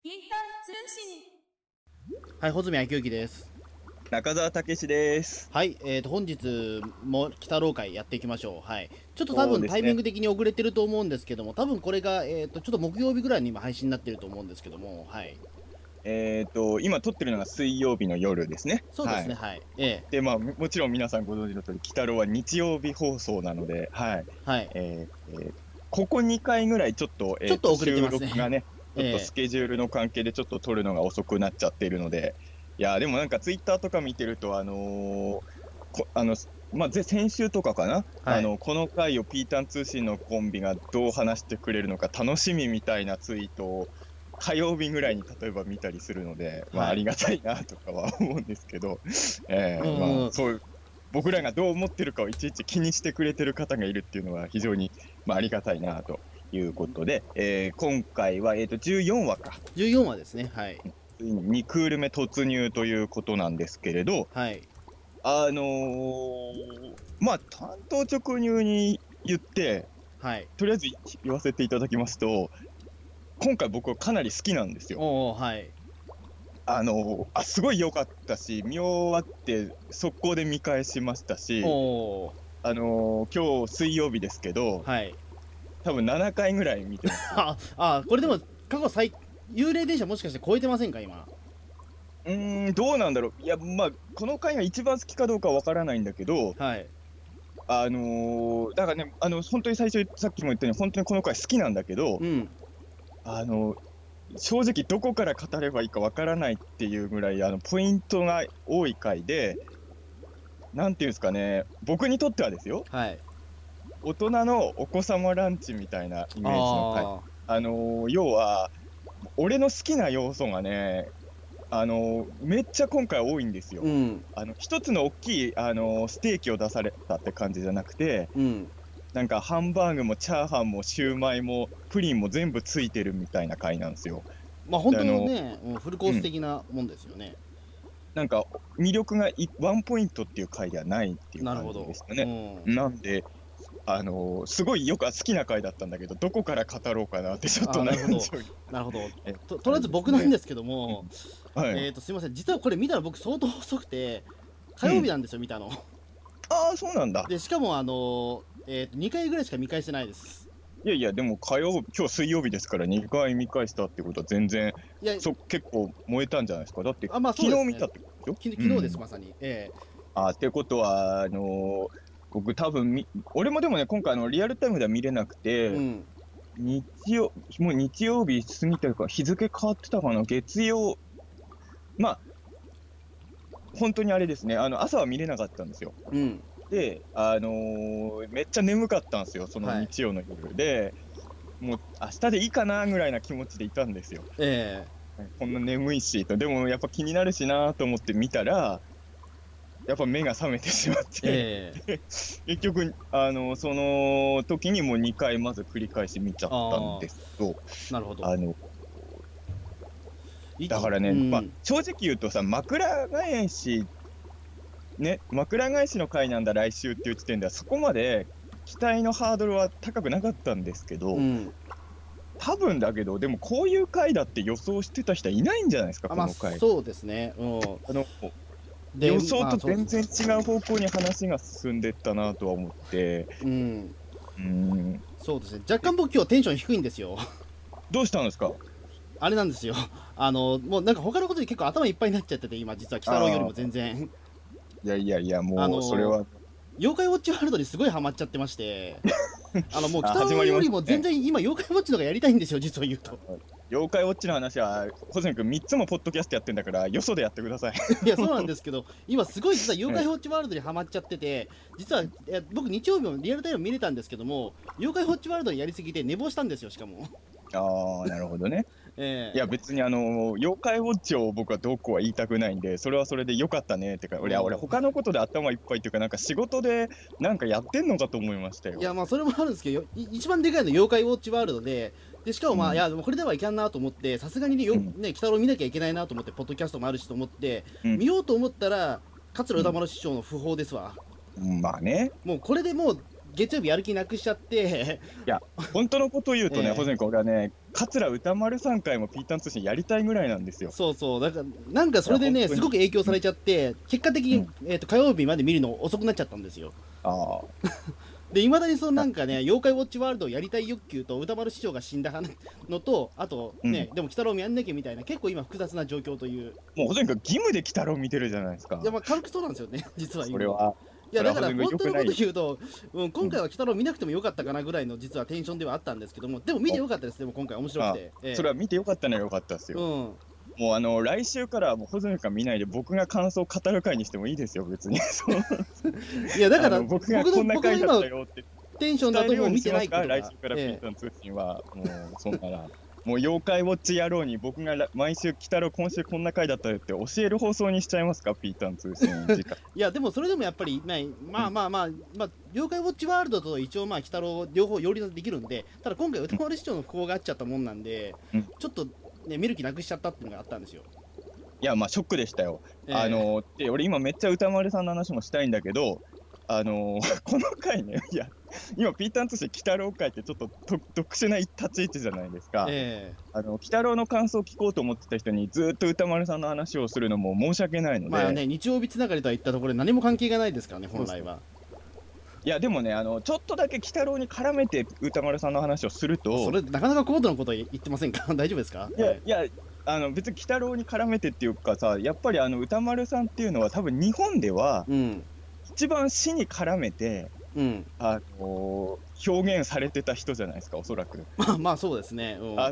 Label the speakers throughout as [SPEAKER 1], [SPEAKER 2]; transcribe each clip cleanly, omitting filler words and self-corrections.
[SPEAKER 1] インター通信。
[SPEAKER 2] はい、穂積昭之です。
[SPEAKER 3] 中澤武史です。
[SPEAKER 2] はい、本日も北郎会やっていきましょう。はい。ちょっと多
[SPEAKER 3] そうですね。
[SPEAKER 2] 分タイミング的に遅れてると思うんですけども、多分これが、ちょっと木曜日ぐらいに今配信になってると思うんですけども、はい。
[SPEAKER 3] 今撮ってるのが水曜日の夜ですね。
[SPEAKER 2] そうですね、
[SPEAKER 3] はい。
[SPEAKER 2] はい。
[SPEAKER 3] で、まあ、もちろん皆さんご存知の通り、鬼太郎は日曜日放送なので、はい。
[SPEAKER 2] はい。
[SPEAKER 3] ここ2回ぐらいちょっと、
[SPEAKER 2] ちょっと遅れて
[SPEAKER 3] 収
[SPEAKER 2] ますね。
[SPEAKER 3] 録がね、ちょっとスケジュールの関係でちょっと撮るのが遅くなっちゃっているので、いや、でもなんかツイッターとか見てると、こあの、まあ、先週とかかな、
[SPEAKER 2] はい。
[SPEAKER 3] この回をピータン通信のコンビがどう話してくれるのか楽しみみたいなツイートを火曜日ぐらいに例えば見たりするので、まあ、
[SPEAKER 2] はい。
[SPEAKER 3] ありがたいなとかは思うんですけど、まあ、
[SPEAKER 2] うん。
[SPEAKER 3] そういう、僕らがどう思ってるかをいちいち気にしてくれてる方がいるっていうのは非常に、まあ、ありがたいなということで、今回は、14話か。
[SPEAKER 2] 14話ですね、はい。
[SPEAKER 3] ついに2クール目突入ということなんですけれど、
[SPEAKER 2] はい。
[SPEAKER 3] まあ、単刀直入に言って、
[SPEAKER 2] はい。
[SPEAKER 3] とりあえず言わせていただきますと、今回僕はかなり好きなんですよ。
[SPEAKER 2] おー、はい。
[SPEAKER 3] すごい良かったし、見終わって速攻で見返しましたし、
[SPEAKER 2] おー、
[SPEAKER 3] 今日水曜日ですけど、
[SPEAKER 2] はい。
[SPEAKER 3] 多分7回ぐらい見てます。
[SPEAKER 2] これでも、過去幽霊電車もしかして超えてませんか、今。
[SPEAKER 3] どうなんだろう。いや、まあ、この回が一番好きかどうかわからないんだけど、
[SPEAKER 2] はい。
[SPEAKER 3] だからね、本当に最初、さっきも言ったように、本当にこの回好きなんだけど、
[SPEAKER 2] うん。
[SPEAKER 3] あの、正直どこから語ればいいかわからないっていうぐらい、ポイントが多い回で、なんていうんですかね、僕にとってはですよ、
[SPEAKER 2] はい。
[SPEAKER 3] 大人のお子様ランチみたいなイメージの回。
[SPEAKER 2] あ
[SPEAKER 3] 要は、俺の好きな要素がね、めっちゃ今回多いんですよ。
[SPEAKER 2] うん。
[SPEAKER 3] 一つの大きい、ステーキを出されたって感じじゃなくて、
[SPEAKER 2] うん。
[SPEAKER 3] なんかハンバーグもチャーハンもシューマイもプリンも全部ついてるみたいな回なんですよ。
[SPEAKER 2] まあ本
[SPEAKER 3] で、
[SPEAKER 2] 当ね、フルコース
[SPEAKER 3] うん、
[SPEAKER 2] 的なもんですよね。
[SPEAKER 3] なんか魅力がワンポイントっていう回ではないっていう感
[SPEAKER 2] なるほど。
[SPEAKER 3] じでしたね。
[SPEAKER 2] うん。
[SPEAKER 3] なんで、すごい好きな回だったんだけど、どこから語ろうかなってちょっと
[SPEAKER 2] なるほど。
[SPEAKER 3] 悩んじゃう、
[SPEAKER 2] なるほど。と
[SPEAKER 3] あれ
[SPEAKER 2] りあえず
[SPEAKER 3] ですね。
[SPEAKER 2] 僕なんですけども、
[SPEAKER 3] はい。
[SPEAKER 2] すいません。実はこれ見たら僕相当遅くて、火
[SPEAKER 3] うん。
[SPEAKER 2] 曜日なんですよ、見たの。
[SPEAKER 3] ああ、そうなんだ。
[SPEAKER 2] で、しかも2回ぐらいしか見返してないです。
[SPEAKER 3] いやいや、でも今日水曜日ですから2回見返したってことは全然、
[SPEAKER 2] いや、
[SPEAKER 3] 結構燃えたんじゃないですか。だって、
[SPEAKER 2] まあそうですね。
[SPEAKER 3] 昨日見たってことでしょ。
[SPEAKER 2] 昨日です、まさに。
[SPEAKER 3] ってことは、僕多分俺もでもね、今回リアルタイムでは見れなくて、
[SPEAKER 2] うん。
[SPEAKER 3] もう日曜日過ぎてるから日付変わってたかな、月曜、まあ、本当にあれですね、朝は見れなかったんですよ。
[SPEAKER 2] うん。
[SPEAKER 3] で、めっちゃ眠かったんですよ、その
[SPEAKER 2] はい。
[SPEAKER 3] 日曜の夜で、もう明日でいいかなぐらいな気持ちでいたんですよ。
[SPEAKER 2] え
[SPEAKER 3] こんな眠いしと、でもやっぱ気になるしなと思って見たら、やっぱ目が覚めてしまって、
[SPEAKER 2] ええ
[SPEAKER 3] 結局、その時にもう2回まず繰り返し見ちゃったん
[SPEAKER 2] あ
[SPEAKER 3] ですけど、
[SPEAKER 2] なるほど。
[SPEAKER 3] あの、だからね、まあ、
[SPEAKER 2] うん。
[SPEAKER 3] 正直言うとさ、枕返しの回なんだ来週っていう時点ではそこまで期待のハードルは高くなかったんですけど、
[SPEAKER 2] うん。
[SPEAKER 3] 多分だけど、でもこういう回だって予想してた人はいないんじゃないですか、こ
[SPEAKER 2] まあ
[SPEAKER 3] の回。
[SPEAKER 2] そうですね。うん。
[SPEAKER 3] あの、
[SPEAKER 2] で、
[SPEAKER 3] 予想と
[SPEAKER 2] まあそうですね。
[SPEAKER 3] 全然違う方向に話が進んでったなとは思って、
[SPEAKER 2] うん。
[SPEAKER 3] うーん、
[SPEAKER 2] そうですね。若干僕今日テンション低いんですよ。
[SPEAKER 3] どうしたんですか。
[SPEAKER 2] あれなんですよ。もうなんか他のことで結構頭いっぱいになっちゃってて、今実は鬼太郎よりも
[SPEAKER 3] ああ、
[SPEAKER 2] 全然。
[SPEAKER 3] いやいやいや、
[SPEAKER 2] あ
[SPEAKER 3] もうそれ
[SPEAKER 2] の、
[SPEAKER 3] は、
[SPEAKER 2] 妖怪ウォッチワールドにすごいハマっちゃってまして、もう鬼太
[SPEAKER 3] 始まり
[SPEAKER 2] 郎より
[SPEAKER 3] ましたね。
[SPEAKER 2] も全然今妖怪ウォッチの方がやりたいんですよ、実を言うと。
[SPEAKER 3] 妖怪ウォッチの話は、小泉君3つもポッドキャストやってんだから、よそでやってください。
[SPEAKER 2] いや、そうなんですけど、今すごい実は妖
[SPEAKER 3] はい。
[SPEAKER 2] 怪ウォッチワールドにハマっちゃってて、実は、僕日曜日もリアルタイム見れたんですけども、妖怪ウォッチワールドにやりすぎて寝坊したんですよ、しかも。
[SPEAKER 3] ああ、なるほどね。いや、
[SPEAKER 2] え
[SPEAKER 3] 別に妖怪ウォッチを僕はどうこうは言いたくないんで、それはそれでよかったねってか、俺
[SPEAKER 2] うん
[SPEAKER 3] 他のことで頭いっぱいっていうか、なんか仕事でなんかやってんのかと思いましたよ。
[SPEAKER 2] いや、まあそれもあるんですけど、一番でかいの妖怪ウォッチワールドで、しかもまあ、い
[SPEAKER 3] うん、
[SPEAKER 2] や、でもこれではいかんなと思って、さすがにね、
[SPEAKER 3] うん、
[SPEAKER 2] 鬼太郎見なきゃいけないなと思って、ポッドキャストもあるしと思って、
[SPEAKER 3] うん、
[SPEAKER 2] 見ようと思ったら、桂
[SPEAKER 3] うん、
[SPEAKER 2] 歌丸師匠の訃報ですわ。
[SPEAKER 3] まあね。
[SPEAKER 2] もうこれでもう月曜日やる気なくしちゃって
[SPEAKER 3] いや、本当のことを言うとね、
[SPEAKER 2] ええ
[SPEAKER 3] 穂積君、俺はね、桂歌丸さん回もピータン通信やりたいぐらいなんですよ。
[SPEAKER 2] そうそう、だからなんかそれでね、
[SPEAKER 3] いや本当に
[SPEAKER 2] すごく影響されちゃって、結果的に、
[SPEAKER 3] うん
[SPEAKER 2] 火曜日まで見るの遅くなっちゃったんですよ。
[SPEAKER 3] あ
[SPEAKER 2] で、いまだにそのなんかね、妖怪ウォッチワールドをやりたい欲求と、歌丸師匠が死んだのと、あとね、でも、鬼太郎もやんなきゃみたいな、結構今、複雑な状況という、
[SPEAKER 3] もう穂積君、義務で鬼太郎見てるじゃないですか。
[SPEAKER 2] いや、まあ、軽くそうなんですよね、実は今。
[SPEAKER 3] それは、
[SPEAKER 2] いや、だから
[SPEAKER 3] それは
[SPEAKER 2] 本当のこと
[SPEAKER 3] 良くない。
[SPEAKER 2] 言うと、今回は鬼太郎見なくてもよかったかなぐらいの実はテンションではあったんですけども、でも見てよかったです、でも今回面白くて。
[SPEAKER 3] それは見てよかったのはよかったですよ。
[SPEAKER 2] うん。
[SPEAKER 3] もう来週からはもう穂積君見ないで僕が感想を語る回にしてもいいですよ、別に。そう
[SPEAKER 2] いや、だから、
[SPEAKER 3] 僕がこんな回だったよって
[SPEAKER 2] テンションだともう見てないことが。
[SPEAKER 3] 来週からピータン通信は、もうそんなら、もう妖怪ウォッチ野郎に僕が毎週来たろ今週こんな回だったよって教える放送にしちゃいますか、ピータン通信次回。
[SPEAKER 2] いや、でもそれでもやっぱり、まあ、妖怪ウォッチワールドと一応、鬼太郎両方両立できるんで、ただ今回、歌丸市長の不幸があっちゃったもんなんで、ちょっと、ね、見る気なくしちゃったっていうのがあったんですよ。
[SPEAKER 3] いや、まあ、ショックでしたよ。で、俺今めっちゃ歌丸さんの話もしたいんだけど、この回ね、いや、今、ピータン通信、鬼太郎回ってちょっと特殊な立ち位置じゃないですか。鬼太郎の感想を聞こうと思ってた人に、ずっと歌丸さんの話をするのも申し訳ないので。
[SPEAKER 2] まあね、日曜日つながりとは言ったところで、何も関係がないですからね、本来は。
[SPEAKER 3] いや、でもね、ちょっとだけ鬼太郎に絡めて歌丸さんの話をすると、
[SPEAKER 2] それ、なかなか高度なこと言ってませんか大丈夫ですか？
[SPEAKER 3] いや、別に鬼太郎に絡めてっていうかさ、やっぱり歌丸さんっていうのは、多分日本では、一番死に絡めて、表現されてた人じゃないですか、おそらく。
[SPEAKER 2] まあそうですね。
[SPEAKER 3] やっぱ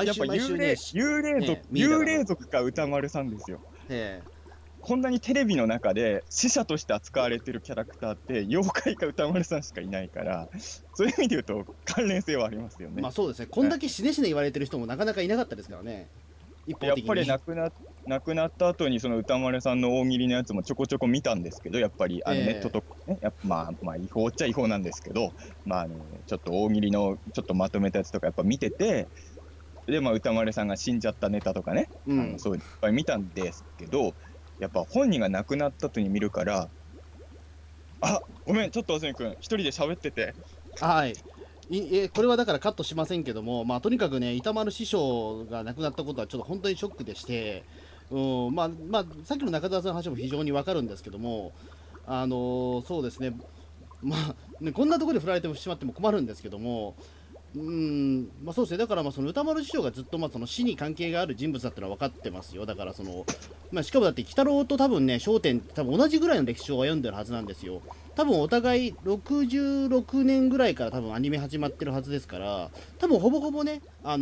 [SPEAKER 3] 幽霊族か歌丸さんですよ。こんなにテレビの中で死者として扱われてるキャラクターって妖怪か歌丸さんしかいないから、そういう意味で言うと関連性はありますよね。
[SPEAKER 2] まあそうですね。こんだけ死ね死ね言われてる人もなかなかいなかったですからね。
[SPEAKER 3] やっぱり亡くなった後にその歌丸さんの大喜利のやつもちょこちょこ見たんですけど、やっぱりネットとかね、まあ違法っちゃ違法なんですけど、ちょっと大喜利のちょっとまとめたやつとかやっぱ見てて、で歌丸さんが死んじゃったネタとかね、そういうのいっぱい見たんですけど、やっぱ本人が亡くなった後に見るから、ごめん、ちょっとおせんくん一人で喋ってて。
[SPEAKER 2] はい。これはだからカットしませんけども、とにかくね、板丸師匠が亡くなったことはちょっと本当にショックでして、さっきの中澤さんの話も非常に分かるんですけども、そうですね、こんなところで振られてしまっても困るんですけども、そうですね、だからその歌丸師匠がずっとその死に関係がある人物だったのは分かってますよ。だからしかもだって鬼太郎と多分ね、笑点多分同じぐらいの歴史を歩んでるはずなんですよ。多分お互い66年ぐらいから多分アニメ始まってるはずですから、多分ほぼほぼね、そ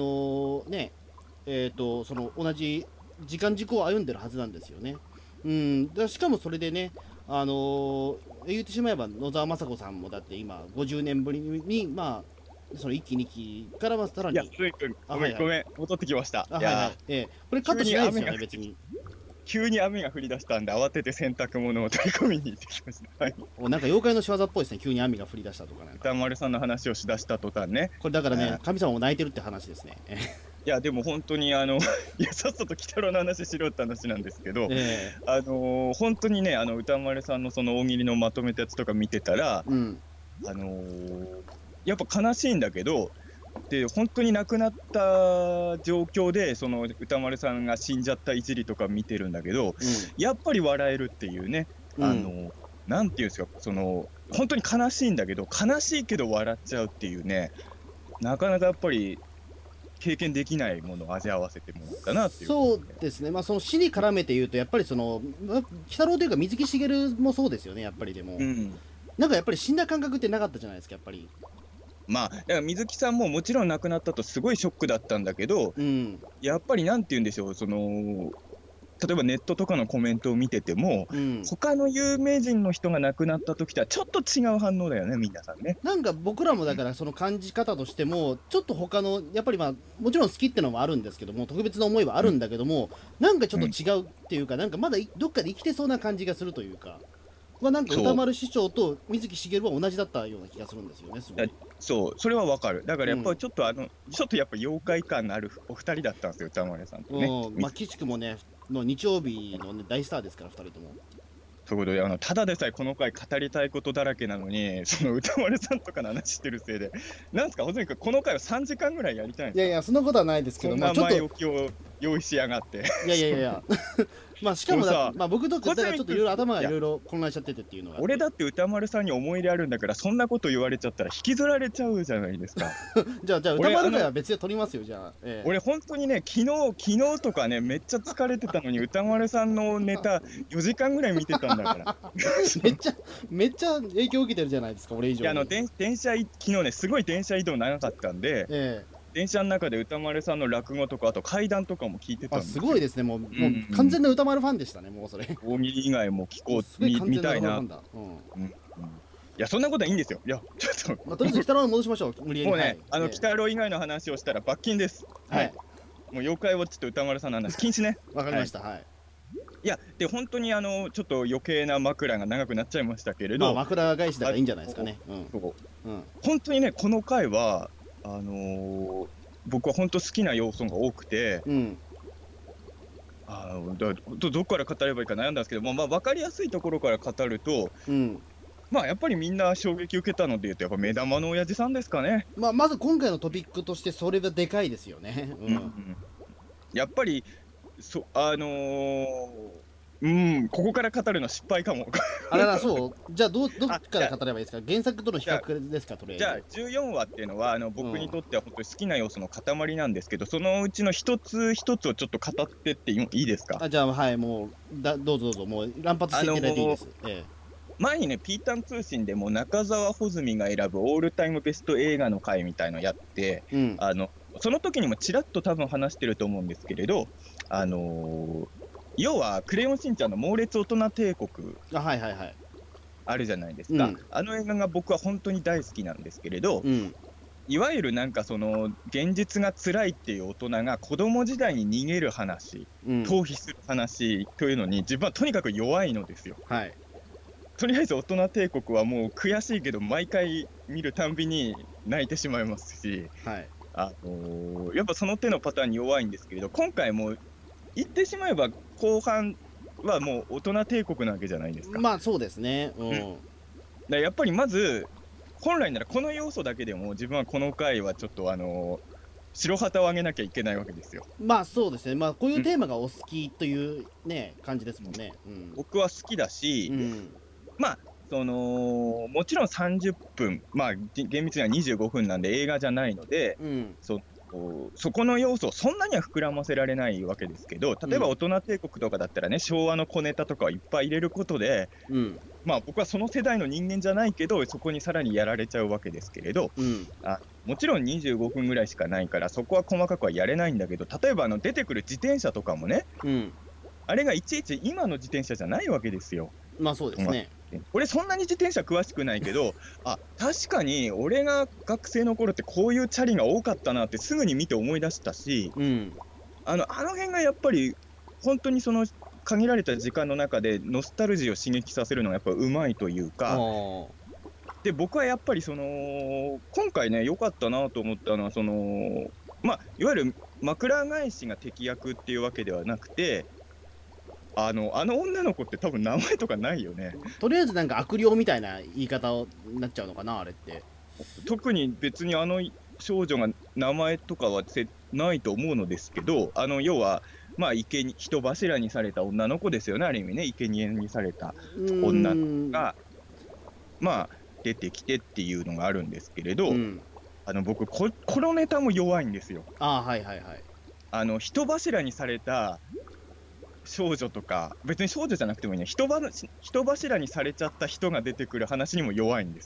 [SPEAKER 2] の同じ時間軸を歩んでるはずなんですよね。しかもそれでね、言ってしまえば野沢雅子さんもだって今50年ぶりにその1期2期からさらに。
[SPEAKER 3] ごめん、戻ってきました。
[SPEAKER 2] これカットしないですよね、別に。
[SPEAKER 3] 急に雨が降り出したんで、慌てて洗濯物を取り込みに行ってきました。
[SPEAKER 2] なんか妖怪の仕業っぽいですね、急に雨が降り出したとか。
[SPEAKER 3] 歌丸さんの話をしだした途端ね。
[SPEAKER 2] これだからね、神様も泣いてるって話ですね。
[SPEAKER 3] いや、でも本当にさっさと鬼太郎の話しろって話なんですけど、本当にね、歌丸さんのその大喜利のまとめたやつとか見てたら、やっぱ悲しいんだけど、で本当に亡くなった状況でその歌丸さんが死んじゃったいじりとか見てるんだけど、やっぱり笑えるっていうね、なんていうんですか、本当に悲しいんだけど、悲しいけど笑っちゃうっていうね、なかなかやっぱり経験できないものを味合わせてもらったなっていう。
[SPEAKER 2] そうですね、その死に絡めて言うと、やっぱり鬼太郎というか水木しげるもそうですよね、やっぱりでも。なんかやっぱり死んだ感覚ってなかったじゃないですか、やっぱり。
[SPEAKER 3] だから水木さんももちろん亡くなったとすごいショックだったんだけど、やっぱりなんて言うんでしょう、例えばネットとかのコメントを見てても、他の有名人の人が亡くなった時とはちょっと違う反応だよね、皆さんね。
[SPEAKER 2] なんか僕らもだからその感じ方としても、ちょっと他のやっぱりもちろん好きってのもあるんですけども、特別な思いはあるんだけども、なんかちょっと違うっていうか、なんかまだどっかで生きてそうな感じがするというか。なんか歌丸師匠と水木しげるは同じだったような気がするんですよね、すごい。
[SPEAKER 3] そう、それはわかる。だからやっぱりちょっとやっぱ妖怪感のあるお二人だったんですよ、歌丸さんとね。
[SPEAKER 2] 岸君もね、の日曜日の、ね、大スターですから、2人とも。
[SPEAKER 3] ということで、ただでさえこの回語りたいことだらけなのに、その歌丸さんとかの話してるせいで、なんですか、穂積君、この回は3時間ぐらいやりたいんですか？
[SPEAKER 2] いやいや、そんなことはないですけども、
[SPEAKER 3] そんな
[SPEAKER 2] ちょっと、
[SPEAKER 3] 前置きを用意しやがって。
[SPEAKER 2] いやいやいやいや、まあしかも
[SPEAKER 3] もうさ
[SPEAKER 2] まあ僕とかだからちょっといろいろ頭が
[SPEAKER 3] いや
[SPEAKER 2] いろいろ混乱しちゃっててっていうのがあって。
[SPEAKER 3] 俺だって歌丸さんに思い入れあるんだから、そんなこと言われちゃったら引きずられちゃうじゃないですか。
[SPEAKER 2] じゃあ歌丸会は別で撮りますよ、じゃあ。
[SPEAKER 3] 俺本当にね、昨日とかね、めっちゃ疲れてたのに、歌丸さんのネタ4時間ぐらい見てたんだから。
[SPEAKER 2] めっちゃ影響受けてるじゃないですか、俺以上に。
[SPEAKER 3] 昨日ね、すごい電車移動長かったんで、電車の中で歌丸さんの落語とか、あと怪談とかも聞いてたんです
[SPEAKER 2] すごいですね、もう完全な歌丸ファンでしたね、もうそれ。
[SPEAKER 3] 大喜利以外も聞こう、見たいな。いや、そんなことはいいんですよ。いや、ちょっと。
[SPEAKER 2] とりあえず、北郎に戻しましょう、無理やり。
[SPEAKER 3] もうね、北郎以外の話をしたら罰金です。はい。もう妖怪ウォッチと歌丸さんの話、禁止ね。
[SPEAKER 2] わかりました、はい。
[SPEAKER 3] いや、で、本当にちょっと余計な枕が長くなっちゃいましたけれど。
[SPEAKER 2] 枕返しだからいいんじゃないですかね。
[SPEAKER 3] 本当にね、この回は、僕は本当好きな要素が多くて、どこから語ればいいか悩んだんですけど、分かりやすいところから語ると、やっぱりみんな衝撃受けたのでいうと、やっぱ目玉の親父さんですかね。
[SPEAKER 2] まず今回のトピックとしてそれがでかいですよね。
[SPEAKER 3] やっぱりここから語るの失敗かも。
[SPEAKER 2] あらら、そうじゃあどっから語ればいいですか？原作との比較ですか？とりあえず。
[SPEAKER 3] じゃあ14話っていうのは僕にとっては本当に好きな要素の塊なんですけど、そのうちの一つ一つをちょっと語ってっていいですか？
[SPEAKER 2] じゃあはい、もうどうぞもう乱発していただいていいです。
[SPEAKER 3] 前にね、ピータン通信でも中澤穂積が選ぶオールタイムベスト映画の回みたいのやって、その時にもちらっと多分話してると思うんですけれど、要はクレヨンしんちゃんの猛烈大人帝国あるじゃないですか。あの映画が僕は本当に大好きなんですけれど、いわゆるなんかその現実が辛いっていう大人が子供時代に逃げる話、逃避する話というのに自分はとにかく弱いのですよ。とりあえず大人帝国はもう悔しいけど毎回見るたんびに泣いてしまいますし、やっぱその手のパターンに弱いんですけれど、今回も言ってしまえば後半はもう大人帝国なわけじゃないですか。
[SPEAKER 2] まあそうですね。
[SPEAKER 3] だやっぱりまず本来ならこの要素だけでも自分はこの回はちょっと白旗を上げなきゃいけないわけですよ。
[SPEAKER 2] まあそうですね。まあこういうテーマがお好きというね、感じですもんね。
[SPEAKER 3] 僕は好きだし、もちろん30分、厳密には25分なんで映画じゃないので、そこの要素をそんなには膨らませられないわけですけど、例えば大人帝国とかだったらね、昭和の小ネタとかをいっぱい入れることで、僕はその世代の人間じゃないけど、そこにさらにやられちゃうわけですけれど、もちろん25分ぐらいしかないから、そこは細かくはやれないんだけど、例えば出てくる自転車とかもね、あれがいちいち今の自転車じゃないわけですよ。
[SPEAKER 2] まあそうですね。
[SPEAKER 3] 俺そんなに自転車詳しくないけど、確かに俺が学生の頃ってこういうチャリが多かったなってすぐに見て思い出したし、あの辺がやっぱり本当にその限られた時間の中でノスタルジーを刺激させるのがやっぱうまいというか、で僕はやっぱり今回ね良かったなと思ったのはいわゆる枕返しが敵役っていうわけではなくて、あの女の子って多分名前とかないよね。
[SPEAKER 2] とりあえずなんか悪霊みたいな言い方になっちゃうのかな、あれって。
[SPEAKER 3] 特に別に少女が名前とかはないと思うのですけど、要は人柱にされた女の子ですよね、ある意味ね、生贄にされた女の子が出てきてっていうのがあるんですけれど、僕このネタも弱いんですよ。人柱にされた少女とか、別に少女じゃなくてもいいね、人柱にされちゃった人が出てくる話にも弱いんです。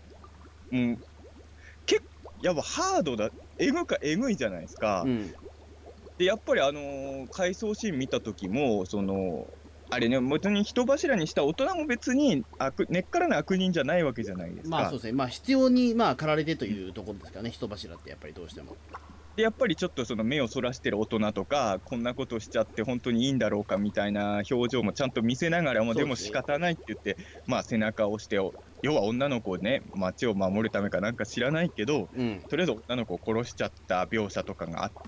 [SPEAKER 3] やっぱハードだ、えぐいじゃないですか。でやっぱり回想シーン見た時もあれね、別に人柱にした大人も別に根っからの悪人じゃないわけじゃないですか。
[SPEAKER 2] そうですね。必要に駆られてというところですからね、人柱ってやっぱりどうしても。
[SPEAKER 3] でやっぱりちょっと目をそらしてる大人とか、こんなことしちゃって本当にいいんだろうかみたいな表情もちゃんと見せながらも、でも仕方ないって言って背中を押して、要は女の子をね、街を守るためかなんか知らないけど、とりあえず女の子を殺しちゃった描写とかがあって、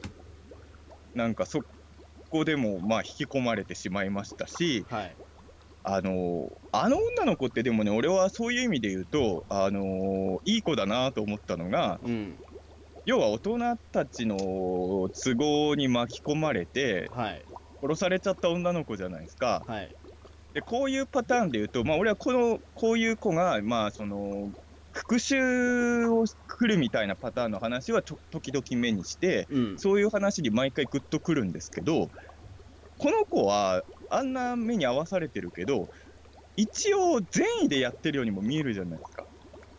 [SPEAKER 3] なんかそこでも引き込まれてしまいましたし、 あの女の子ってでもね、俺はそういう意味で言うと、いい子だなと思ったのが、
[SPEAKER 2] うん。
[SPEAKER 3] 要は大人たちの都合に巻き込まれて、
[SPEAKER 2] はい。
[SPEAKER 3] 殺されちゃった女の子じゃないですか。
[SPEAKER 2] はい。
[SPEAKER 3] で、こういうパターンで言うと、まあ、俺はこういう子が、まあ、復讐を来るみたいなパターンの話は時々目にして、
[SPEAKER 2] うん。
[SPEAKER 3] そういう話に毎回グッとくるんですけど、この子はあんな目に遭わされてるけど、一応善意でやってるようにも見えるじゃないですか。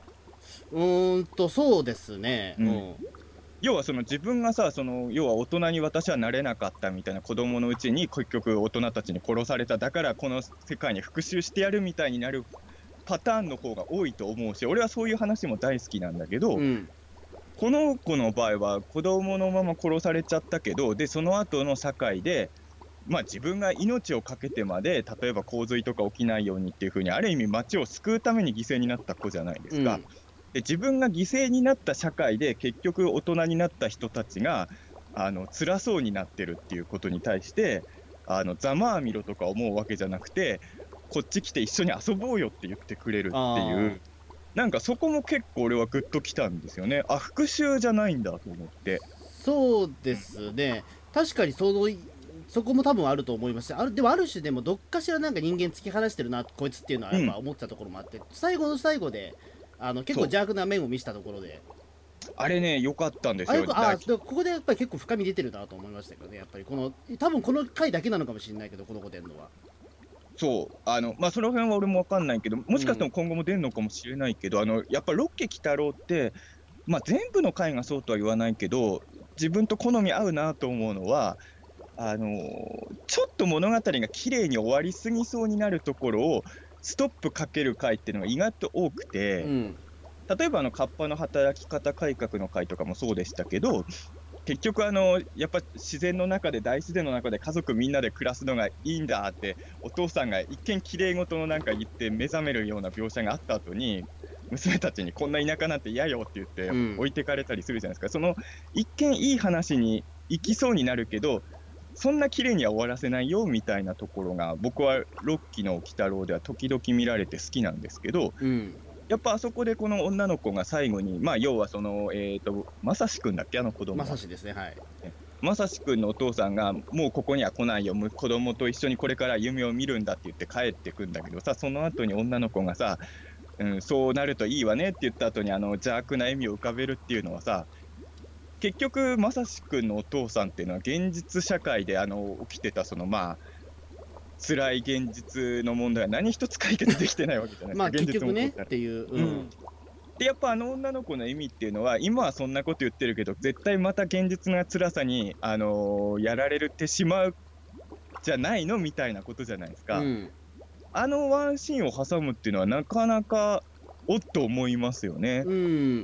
[SPEAKER 2] そうですね。
[SPEAKER 3] うん。
[SPEAKER 2] うん。
[SPEAKER 3] 要は自分がさ、要は大人に私はなれなかったみたいな子供のうちに結局大人たちに殺された、だからこの世界に復讐してやるみたいになるパターンの方が多いと思うし、俺はそういう話も大好きなんだけど、
[SPEAKER 2] うん。
[SPEAKER 3] この子の場合は子供のまま殺されちゃったけど、で、その後の社会で、まあ自分が命を懸けてまで、例えば洪水とか起きないようにっていう風に、ある意味街を救うために犠牲になった子じゃないですか。
[SPEAKER 2] うん。
[SPEAKER 3] で、自分が犠牲になった社会で結局大人になった人たちが、辛そうになってるっていうことに対して、ざまあみろとか思うわけじゃなくて、こっち来て一緒に遊ぼうよって言ってくれるってい
[SPEAKER 2] ああ。
[SPEAKER 3] う、なんかそこも結構俺はグッときたんですよね。あ、復讐じゃないんだと思って。
[SPEAKER 2] そうで
[SPEAKER 3] うん。
[SPEAKER 2] すね。確かにそこも多分あると思います。でもある種でもどっかしらなんか人間突き放してるな、こいつっていうのは
[SPEAKER 3] うん、
[SPEAKER 2] やっぱ思ってたところもあって、最後の最後で、結構
[SPEAKER 3] そう。
[SPEAKER 2] 邪悪な面を見せたところで、
[SPEAKER 3] あれね、良かったんですよ。
[SPEAKER 2] でここでやっぱり結構深み出てるなと思いましたけどね、やっぱり多分この回だけなのかもしれないけど、この子出るのは。
[SPEAKER 3] そう、まあ、その辺は俺もわかんないけど、もしかしても
[SPEAKER 2] うん。
[SPEAKER 3] 今後も出るのかもしれないけど、やっぱロッケ鬼太郎って、まあ、全部の回がそうとは言わないけど、自分と好み合うなと思うのは、ちょっと物語が綺麗に終わりすぎそうになるところを、ストップかける回っていうのが意外と多くて、
[SPEAKER 2] うん。
[SPEAKER 3] 例えばカッパの働き方改革の回とかもそうでしたけど、結局やっぱ自然の中で、大自然の中で家族みんなで暮らすのがいいんだって、お父さんが一見綺麗事のなんか言って目覚めるような描写があった後に、娘たちにこんな田舎なんて嫌よって言って
[SPEAKER 2] うん。
[SPEAKER 3] 置いてかれたりするじゃないですか。一見いい話に行きそうになるけど、そんな綺麗には終わらせないよみたいなところが、僕はロッキーの鬼太郎では時々見られて好きなんですけど、
[SPEAKER 2] うん。
[SPEAKER 3] やっぱあそこでこの女の子が最後に、まあ要はまさしくんだっけ、あの子供は。
[SPEAKER 2] まさしですね、はい。
[SPEAKER 3] ね、まさしくんのお父さんが、もうここには来ないよ、子供と一緒にこれから夢を見るんだって言って帰ってくんだけどさ、その後に女の子がさ、そうなるといいわねって言った後に邪悪な笑みを浮かべるっていうのはさ、結局、まさしくんのお父さんっていうのは現実社会で起きてたまあ、辛い現実の問題は何一つ解決できてないわけじゃないですか、
[SPEAKER 2] まあ
[SPEAKER 3] 現実
[SPEAKER 2] 結局ね
[SPEAKER 3] 問題。
[SPEAKER 2] っていう、う
[SPEAKER 3] うん。
[SPEAKER 2] ん。
[SPEAKER 3] で、やっぱ女の子の意味っていうのは、今はそんなこと言ってるけど、絶対また現実な辛さに、やられてしまうじゃないのみたいなことじゃないですか。
[SPEAKER 2] うん。
[SPEAKER 3] あのワンシーンを挟むっていうのは、なかなか、おっと思いますよね。
[SPEAKER 2] うん。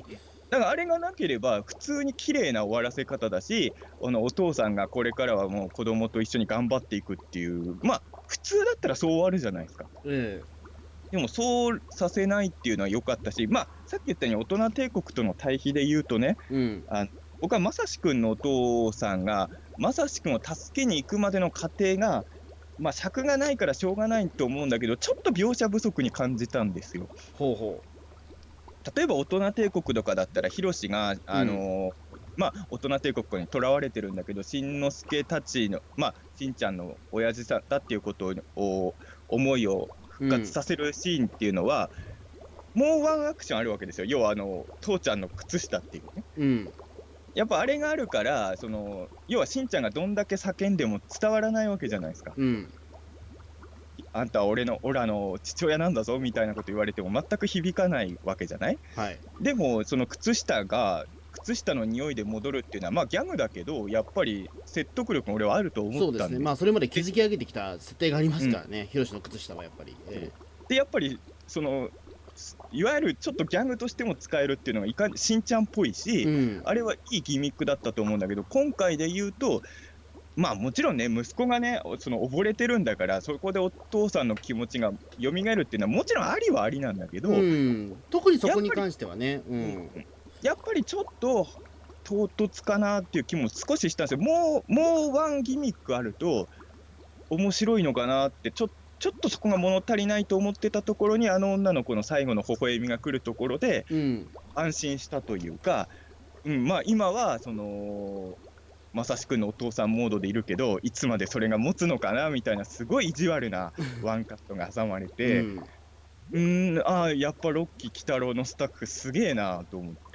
[SPEAKER 3] だからあれがなければ、普通に綺麗な終わらせ方だし、お父さんがこれからはもう子供と一緒に頑張っていくっていう、まあ、普通だったらそう終わるじゃないですか。
[SPEAKER 2] ええ。
[SPEAKER 3] でもそうさせないっていうのは良かったし、まあ、さっき言ったように大人帝国との対比で言うとね、
[SPEAKER 2] うん。
[SPEAKER 3] あ僕はまさしくんのお父さんが、まさしくんを助けに行くまでの過程が、まあ、尺がないからしょうがないと思うんだけど、ちょっと描写不足に感じたんですよ。
[SPEAKER 2] ほうほ
[SPEAKER 3] 例えば大人帝国とかだったら、ヒロシが、
[SPEAKER 2] う。うん。
[SPEAKER 3] まあ、大人帝国にとらわれてるんだけど、しんのすけたちの、まあ、しんちゃんの親父さんだっていうことを、思いを復活
[SPEAKER 2] うん。
[SPEAKER 3] させるシーンっていうのは、もうワンアクションあるわけですよ。要は父ちゃんの靴下っていうね。
[SPEAKER 2] うん。
[SPEAKER 3] やっぱあれがあるから、要はしんちゃんがどんだけ叫んでも伝わらないわけじゃないですか。
[SPEAKER 2] うん。
[SPEAKER 3] あんたはオラの父親なんだぞみたいなこと言われても全く響かないわけじゃない。
[SPEAKER 2] はい。
[SPEAKER 3] でも、その靴下の匂いで戻るっていうのは、まあギャグだけど、やっぱり説得力も俺はあると思っ
[SPEAKER 2] そうですね。
[SPEAKER 3] たんです。
[SPEAKER 2] まあそれまで
[SPEAKER 3] で、
[SPEAKER 2] 築き上げてきた設定がありま
[SPEAKER 3] うん、
[SPEAKER 2] すからね、ヒロシの靴下はやっぱり。
[SPEAKER 3] そう。で、やっぱり、いわゆるちょっとギャグとしても使えるっていうのがしんちゃんっぽいし、
[SPEAKER 2] うん。
[SPEAKER 3] あれはいいギミックだったと思うんだけど、今回で言うと、まあもちろんね、息子がね、溺れてるんだから、そこでお父さんの気持ちが蘇るっていうのは、もちろんありはありなんだけ
[SPEAKER 2] う
[SPEAKER 3] ど、
[SPEAKER 2] ん。特にそ
[SPEAKER 3] やっぱり、
[SPEAKER 2] こに関してはね。う
[SPEAKER 3] うん、
[SPEAKER 2] ん。
[SPEAKER 3] やっぱりちょっと唐突かなっていう気も少ししたんですよ。もうワンギミックあると面白いのかなってちょちょっとそこが物足りないと思ってたところに、あの女の子の最後の微笑みが来るところで、
[SPEAKER 2] うん。
[SPEAKER 3] 安心したというか、まあ今は、まさしくんのお父さんモードでいるけど、いつまでそれが持つのかなみたいな、すごい意地悪なワンカットが挟まれて、
[SPEAKER 2] うん。
[SPEAKER 3] ああ、やっぱロッキー鬼太郎のスタッフすげえなと思って、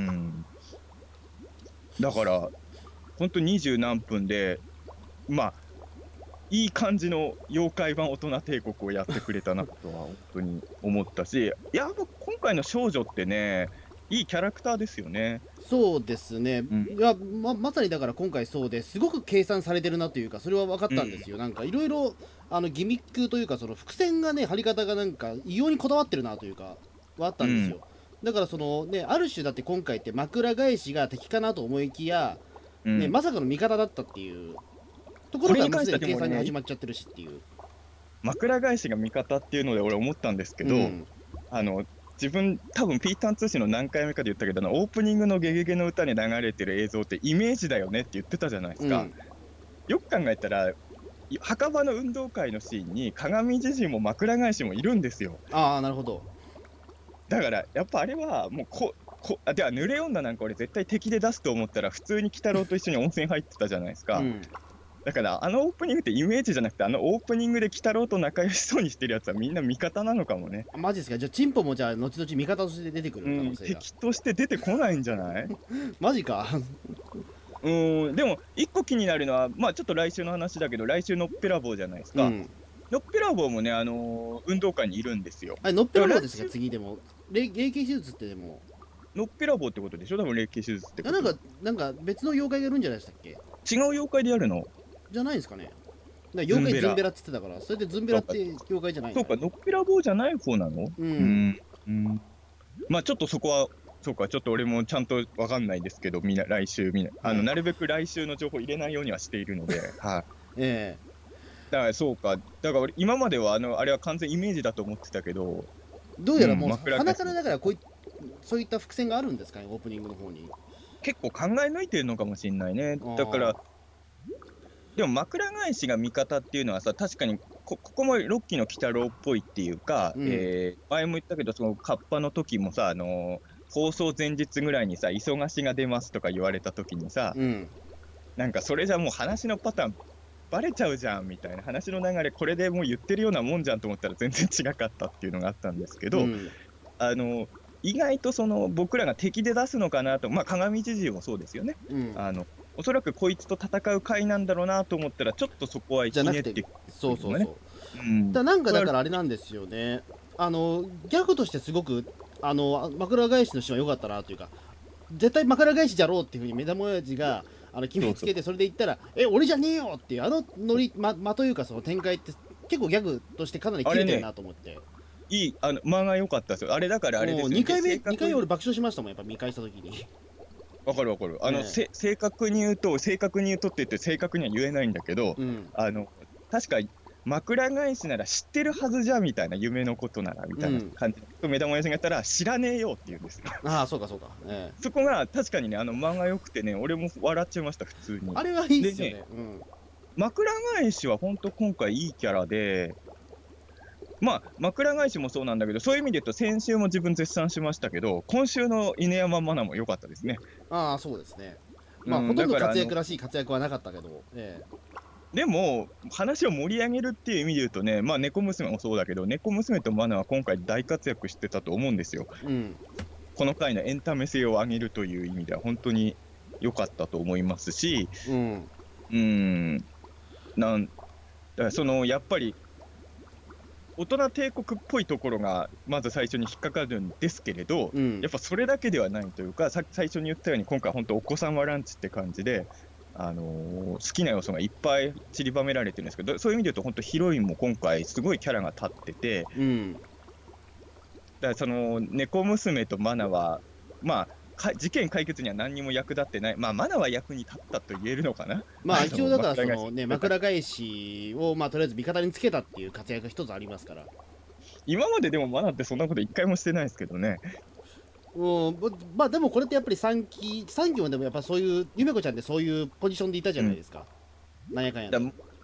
[SPEAKER 3] だから、ほんと二十何分で、まあ、いい感じの妖怪版大人帝国をやってくれたなとは本当に思ったし、やっぱ今回の少女ってね、いいキャラクターですよね。
[SPEAKER 2] そうですね。
[SPEAKER 3] うん。
[SPEAKER 2] いや、まさにだから今回そうですごく計算されてるなというか、それは分かっ
[SPEAKER 3] うん。
[SPEAKER 2] たんですよ。なんかいろいろ、ギミックというか、その伏線がね、張り方がなんか異様にこだわってるなというか、はあった
[SPEAKER 3] うん。
[SPEAKER 2] んですよ。だからそのね、ある種だって今回って枕返しが敵かなと思いきや、ね、
[SPEAKER 3] うん。
[SPEAKER 2] まさかの味方だったっていうところからもうす
[SPEAKER 3] これに関して
[SPEAKER 2] でに計算が
[SPEAKER 3] はでもね、
[SPEAKER 2] 始まっちゃってるしっていう。
[SPEAKER 3] 枕返しが味方っていうので俺思ったんですけど、
[SPEAKER 2] うん。
[SPEAKER 3] あの、自分、多分ピータン通信の何回目かで言ったけど、オープニングのゲゲゲの歌に流れてる映像ってイメージだよねって言ってたじゃないですか。
[SPEAKER 2] うん。
[SPEAKER 3] よく考えたら、墓場の運動会のシーンに鏡じじいも枕返しもいるんですよ。
[SPEAKER 2] ああ、なるほど。
[SPEAKER 3] だから、やっぱあれはもうでは濡れ女なんか俺絶対敵で出すと思ったら普通に鬼太郎と一緒に温泉入ってたじゃないですか。
[SPEAKER 2] うん。
[SPEAKER 3] だからあのオープニングってイメージじゃなくて、あのオープニングで鬼太郎と仲良しそうにしてるやつはみんな味方なのかもね。
[SPEAKER 2] あ、マジですか。じゃあ、チンポもじゃあ、後々味方として出てくる可能性が。
[SPEAKER 3] 敵として出てこないんじゃない？
[SPEAKER 2] マジか。
[SPEAKER 3] でも一個気になるのは、まあちょっと来週の話だけど、来週のっぺらぼうじゃないですか。
[SPEAKER 2] うん。
[SPEAKER 3] のっぺらぼうもね、運動会にいるんですよ。
[SPEAKER 2] あれ、のっぺ
[SPEAKER 3] だか
[SPEAKER 2] らぼうですか、
[SPEAKER 3] ら来週、
[SPEAKER 2] 次でも。霊系手術ってでも。
[SPEAKER 3] のっぺらぼうってことでしょ？多分霊系手術って
[SPEAKER 2] あ、なんか、
[SPEAKER 3] ことは。
[SPEAKER 2] 別の妖怪がいるんじゃないでしたっけ？
[SPEAKER 3] 違う妖怪でやるの？
[SPEAKER 2] じゃないですかね。妖
[SPEAKER 3] ズンベラ。
[SPEAKER 2] 怪ズンベラって言ってたから、それでズンベラ
[SPEAKER 3] そうか、
[SPEAKER 2] って妖怪じゃないの？
[SPEAKER 3] そうか、のっぺらぼうじゃない方なの？
[SPEAKER 2] うん。
[SPEAKER 3] まあちょっとそこは、そうか、ちょっと俺もちゃんとわかんないですけど、来週
[SPEAKER 2] はい。
[SPEAKER 3] なるべく来週の情報入れないようにはしているので、はい。
[SPEAKER 2] え
[SPEAKER 3] だからそうか、だから俺、今まではあれは完全イメージだと思ってたけど、
[SPEAKER 2] どうやらもう、
[SPEAKER 3] 枕返しも
[SPEAKER 2] 鼻からだからそういった伏線があるんですかね、オープニングの方に。
[SPEAKER 3] 結構考え抜いてるのかもしれないね。
[SPEAKER 2] あ
[SPEAKER 3] だから、
[SPEAKER 2] あ。
[SPEAKER 3] でも枕返しが味方っていうのはさ、確かにここもロッキーの鬼太郎っぽいっていうか、
[SPEAKER 2] うん。
[SPEAKER 3] 前も言ったけど、そのカッパの時もさ、放送前日ぐらいにさ、忙しが出ますとか言われた時にさ、
[SPEAKER 2] うん。
[SPEAKER 3] なんかそれじゃもう話のパターンバレちゃうじゃんみたいな、話の流れこれでもう言ってるようなもんじゃんと思ったら全然違かったっていうのがあったんですけど、
[SPEAKER 2] うん。
[SPEAKER 3] あの、意外とその僕らが敵で出すのかなと、まあ鏡じじいもそうですよね。
[SPEAKER 2] うん。
[SPEAKER 3] おそらくこいつと戦う回なんだろうなと思ったら、ちょっとそこは
[SPEAKER 2] じゃなくて、
[SPEAKER 3] ひねってきてるというのがね。
[SPEAKER 2] そうそうそう。なんか
[SPEAKER 3] これは
[SPEAKER 2] だからあれなんですよね。ギャグとしてすごく、枕返しのシーンは良かったなというか、絶対枕返しじゃろうっていうふうに目玉親父が決
[SPEAKER 3] そうそう。
[SPEAKER 2] めつけて、それで言ったら俺じゃねえよっていうノリ、間というかその展開って結構ギャグとしてかなり切れてる
[SPEAKER 3] あれね、
[SPEAKER 2] なと思って。
[SPEAKER 3] 間が良かったですよ。あれだからあれで
[SPEAKER 2] もう
[SPEAKER 3] すよ。
[SPEAKER 2] 2回目俺爆笑しましたもん、やっぱ見返した時に。
[SPEAKER 3] わかるわかる。
[SPEAKER 2] ね
[SPEAKER 3] 正確に言うとって言って正確には言えないんだけど、
[SPEAKER 2] うん。
[SPEAKER 3] 確か枕返しなら知ってるはずじゃみたいな、夢のことならみたいな
[SPEAKER 2] うん。
[SPEAKER 3] 感じと目玉親父がやったら知らねえよって言うんですよ。
[SPEAKER 2] ああ、そうかそうか。
[SPEAKER 3] そこが確かにね、間が良くてね、俺も笑っちゃいました、普通に。
[SPEAKER 2] あれはいいっ
[SPEAKER 3] でね、
[SPEAKER 2] すよね。うん。
[SPEAKER 3] 枕返しは本当今回いいキャラで、まあ、枕返しもそうなんだけど、そういう意味で言うと、先週も自分絶賛しましたけど、今週の犬山マナも良かったですね。
[SPEAKER 2] ああ、そうですね。まあ、ほとんど
[SPEAKER 3] だから
[SPEAKER 2] 活躍らしい活躍はなかったけど、
[SPEAKER 3] でも、話を盛り上げるっていう意味で言うとね、まあ、猫娘もそうだけど、猫娘とマナは今回大活躍してたと思うんですよ。
[SPEAKER 2] うん。
[SPEAKER 3] この回のエンタメ性を上げるという意味では、本当に良かったと思いますし、
[SPEAKER 2] うん。
[SPEAKER 3] うーん、だからやっぱり、大人帝国っぽいところがまず最初に引っかかるんですけれど、
[SPEAKER 2] うん。
[SPEAKER 3] やっぱそれだけではないというか、最初に言ったように、今回、本当、お子さんはランチって感じで、好きな要素がいっぱい散りばめられてるんですけど、そういう意味で言うと、本当、ヒロインも今回、すごいキャラが立ってて、
[SPEAKER 2] うん。
[SPEAKER 3] だから猫娘とマナは、まあ、事件解決には何にも役立ってない、まあ、マナは役に立ったと言えるのかな、
[SPEAKER 2] まあ一応だからそ
[SPEAKER 3] 枕返し
[SPEAKER 2] のね、
[SPEAKER 3] よかった。
[SPEAKER 2] 枕返しをまあとりあえず味方につけたっていう活躍が一つありますから。
[SPEAKER 3] 今まででもマナってそんなこと一回もしてないですけどね。
[SPEAKER 2] まあでもこれってやっぱり3期もでもやっぱそういう、ゆめこちゃんってそういうポジションでいたじゃ
[SPEAKER 3] うん。
[SPEAKER 2] ないですか。なんやかんや
[SPEAKER 3] だ
[SPEAKER 2] で。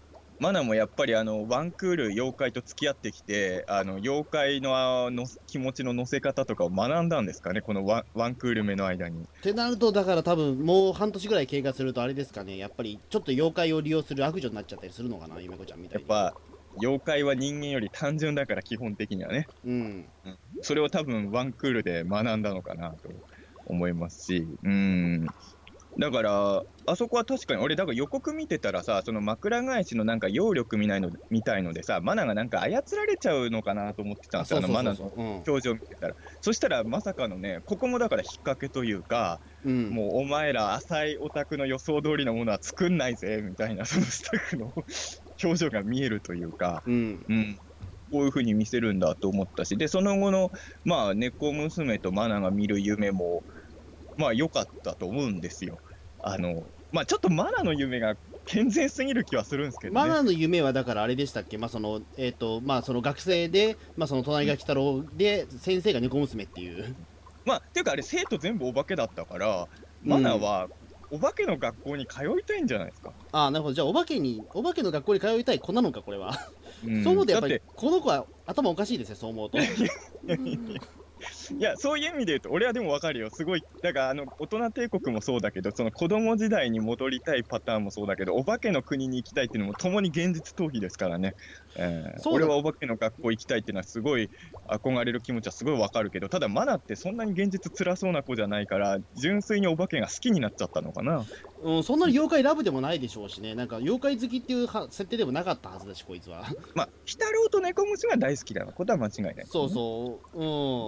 [SPEAKER 3] マナもやっぱりワンクール妖怪と付き合ってきて、妖怪の気持ちの乗せ方とかを学んだんですかね、このワンクール目の間に。
[SPEAKER 2] ってなると、だから多分もう半年ぐらい経過するとあれですかね、やっぱりちょっと妖怪を利用する悪女になっちゃったりするのかな、ゆめこちゃんみたいに。
[SPEAKER 3] やっぱ、妖怪は人間より単純だから、基本的にはね。
[SPEAKER 2] うん。
[SPEAKER 3] それを多分ワンクールで学んだのかなと思いますし、だから、あそこは確かに、俺、だから予告見てたらさ、その枕返しのなんか揚力みたいのでさ、マナがなんか操られちゃうのかなと思ってたん
[SPEAKER 2] あ、
[SPEAKER 3] ですよ、
[SPEAKER 2] そうそう
[SPEAKER 3] マナの
[SPEAKER 2] そうそう。うん。
[SPEAKER 3] 表情見てたら。そしたら、まさかのね、ここもだから引っ掛けというか、
[SPEAKER 2] うん。
[SPEAKER 3] もうお前ら浅いオタクの予想通りのものは作んないぜ、みたいな、そのスタッフの表情が見えるというか、
[SPEAKER 2] うん。
[SPEAKER 3] こういう風に見せるんだと思ったし、で、その後の、まあ、猫娘とマナが見る夢も、まあ、良かったと思うんですよ。まあ、ちょっとマナの夢が健全すぎる気はするんですけどね。
[SPEAKER 2] マナの夢はだからあれでしたっけ、まあその、まあその学生で、まあその隣が鬼太郎で、先生が猫娘っていう。
[SPEAKER 3] まあ、っていうかあれ、生徒全部お化けだったから、
[SPEAKER 2] うん。
[SPEAKER 3] マナはお化けの学校に通いたいんじゃないですか。
[SPEAKER 2] ああ、なるほど。じゃあ、お化けの学校に通いたい子なのか、これは。そう思うと、やっぱり、
[SPEAKER 3] だって、
[SPEAKER 2] この子は頭おかしいですね、そう思うと。
[SPEAKER 3] いや、そういう意味で言うと、俺はでも分かるよ。すごい、だから大人帝国もそうだけど、その子供時代に戻りたいパターンもそうだけど、お化けの国に行きたいっていうのも、共に現実逃避ですからね。
[SPEAKER 2] そうだ、
[SPEAKER 3] 俺はお化けの学校行きたいっていうのは、すごい憧れる気持ちはすごい分かるけど、ただ、マナってそんなに現実辛そうな子じゃないから、純粋にお化けが好きになっちゃったのかな。
[SPEAKER 2] うん、そんなに妖怪ラブでもないでしょうしね、なんか妖怪好きっていう設定でもなかったはずだし、こいつは。
[SPEAKER 3] まあ、鬼太郎と猫娘が大好きだなことは間違いないです
[SPEAKER 2] そう
[SPEAKER 3] よね。
[SPEAKER 2] そう、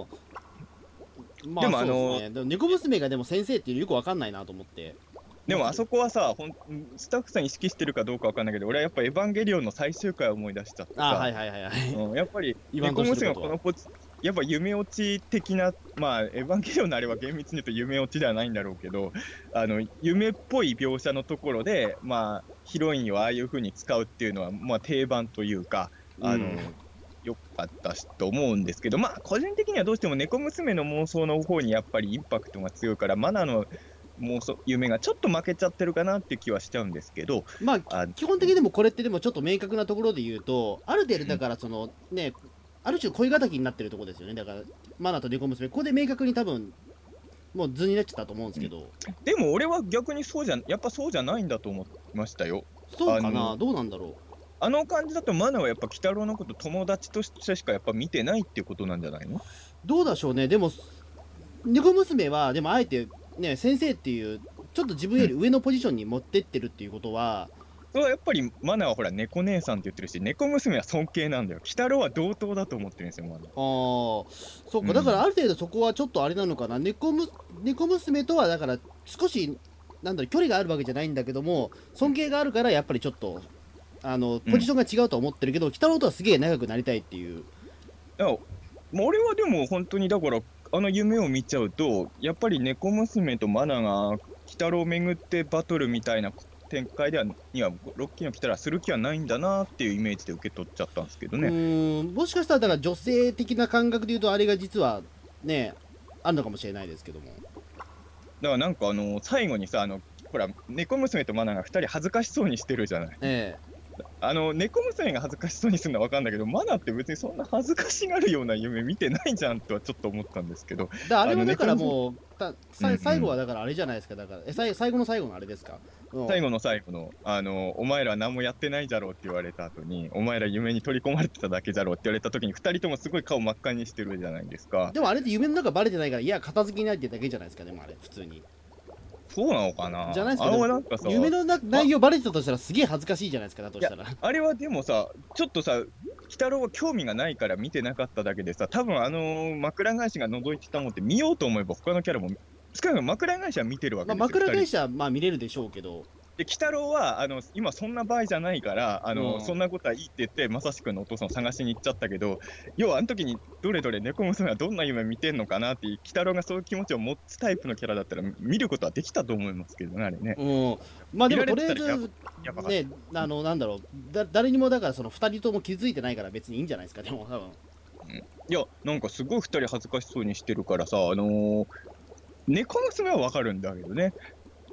[SPEAKER 2] まあ
[SPEAKER 3] でも
[SPEAKER 2] そうですね。でも猫娘がでも先生っていうのよくわかんないなと思って。
[SPEAKER 3] でもあそこはさ、スタッフさん意識してるかどうかわかんないけど、俺はやっぱエヴァンゲリオンの最終回を思い出しちゃって
[SPEAKER 2] ああ、は
[SPEAKER 3] さ、
[SPEAKER 2] いはいはいはい。
[SPEAKER 3] やっぱり
[SPEAKER 2] 言わんとしてる
[SPEAKER 3] 猫娘
[SPEAKER 2] ことは。
[SPEAKER 3] がこのやっぱ夢落ち的な、まあ、エヴァンゲリオンのあれは厳密に言うと夢落ちではないんだろうけど、夢っぽい描写のところで、まあ、ヒロインをああいう風に使うっていうのは、まあ、定番というか、
[SPEAKER 2] うん。
[SPEAKER 3] よかったしと思うんですけど、まあ、個人的にはどうしても猫娘の妄想の方にやっぱりインパクトが強いから、マナの妄想、夢がちょっと負けちゃってるかなっていう気はしちゃうんですけど、
[SPEAKER 2] まあ、
[SPEAKER 3] あ、
[SPEAKER 2] 基本的にでもこれってでもちょっと明確なところで言うと、ある程度だからそのね、ある種恋敵になってるところですよね。だから、マナと猫娘、ここで明確に多分、もう図になっちゃったと思うんですけど、
[SPEAKER 3] でも俺は逆にやっぱそうじゃないんだと思いましたよ。
[SPEAKER 2] そうかな、
[SPEAKER 3] あの、
[SPEAKER 2] どうなんだろう。
[SPEAKER 3] あの感じだとマナはやっぱ鬼太郎のこと友達としてしかやっぱ見てないっていうことなんじゃないの？
[SPEAKER 2] どうでしょうね、でも、猫娘は、でもあえて、ね、先生っていう、ちょっと自分
[SPEAKER 3] うん。
[SPEAKER 2] より上のポジションに持ってってるっていうことは、
[SPEAKER 3] それはやっぱりマナはほら猫姉さんって言ってるし、猫娘は尊敬なんだよ。鬼太郎は同等だと思ってるんですよ、マナ。
[SPEAKER 2] そうか、だから
[SPEAKER 3] うん。
[SPEAKER 2] ある程度そこはちょっとあれなのかな、猫娘とは、だから少し、なんだろう、距離があるわけじゃないんだけども、尊敬があるから、やっぱりちょっと、
[SPEAKER 3] うん。
[SPEAKER 2] ポジションが違うとは思ってるけど、北野とはすげえ仲良くなりたいっていう。
[SPEAKER 3] いや、俺はでも本当にだから、あの夢を見ちゃうと、やっぱり猫娘とマナが鬼太郎を巡ってバトルみたいな展開には、ロッキーの来たらする気はないんだなっていうイメージで受け取っちゃったんですけどね。
[SPEAKER 2] もしかしたら、だから女性的な感覚で言うと、あれが実はね、あるのかもしれないですけども。
[SPEAKER 3] だからなんか最後にさ、ほら、猫娘とマナが2人恥ずかしそうにしてるじゃない。
[SPEAKER 2] え
[SPEAKER 3] 猫娘が恥ずかしそうにするのは分かんないけど、マナって別にそんな恥ずかしがるような夢見てないじゃんとはちょっと思ったんですけど、
[SPEAKER 2] あれはだか
[SPEAKER 3] 猫娘、
[SPEAKER 2] らもう、
[SPEAKER 3] うんう
[SPEAKER 2] 最後は
[SPEAKER 3] ん、
[SPEAKER 2] だからあれじゃないですか、だから、最後の最後のあれですか。うん、
[SPEAKER 3] 最後の最後の、お前ら何もやってないじゃろうって言われた後に、お前ら夢に取り込まれてただけじゃろうって言われた時に、2人ともすごい顔真っ赤にしてるじゃないですか。
[SPEAKER 2] でもあれって夢の中バレてないから、いや、片付けないってだけじゃないですか、でもあれ、普通に。
[SPEAKER 3] そうなのかな。
[SPEAKER 2] じゃないですか、でも、
[SPEAKER 3] なんかさ、
[SPEAKER 2] 夢の
[SPEAKER 3] ま、
[SPEAKER 2] 内容バレてたとしたら、すげえ恥ずかしいじゃないですか、だと
[SPEAKER 3] いや、
[SPEAKER 2] したら。
[SPEAKER 3] あれはでもさ、ちょっとさ、鬼太郎は興味がないから見てなかっただけでさ、多分枕返しが覗いてたもんって見ようと思えば他のキャラも、少なくとも枕返しは見てるわ
[SPEAKER 2] まあ、
[SPEAKER 3] けですよ、2人。
[SPEAKER 2] 枕返しはまあ見れるでしょうけど、
[SPEAKER 3] で、鬼太郎は、今そんな場合じゃないから、
[SPEAKER 2] うん、
[SPEAKER 3] そんなことはいいって言って、まさしくんのお父さんを探しに行っちゃったけど、要はあの時にどれどれ猫娘はどんな夢見てんのかなって、鬼太郎がそういう気持ちを持つタイプのキャラだったら見ることはできたと思いますけどね、あれね。
[SPEAKER 2] うん、まあで
[SPEAKER 3] 見られ
[SPEAKER 2] もとりあえ
[SPEAKER 3] てたら
[SPEAKER 2] ず、
[SPEAKER 3] やばかった。
[SPEAKER 2] ね、なんだろう、誰にもだから、その2人とも気づいてないから、別にいいんじゃないですか、でも、多分。
[SPEAKER 3] うん、いや、なんかすごい2人恥ずかしそうにしてるからさ、猫娘はわかるんだけどね。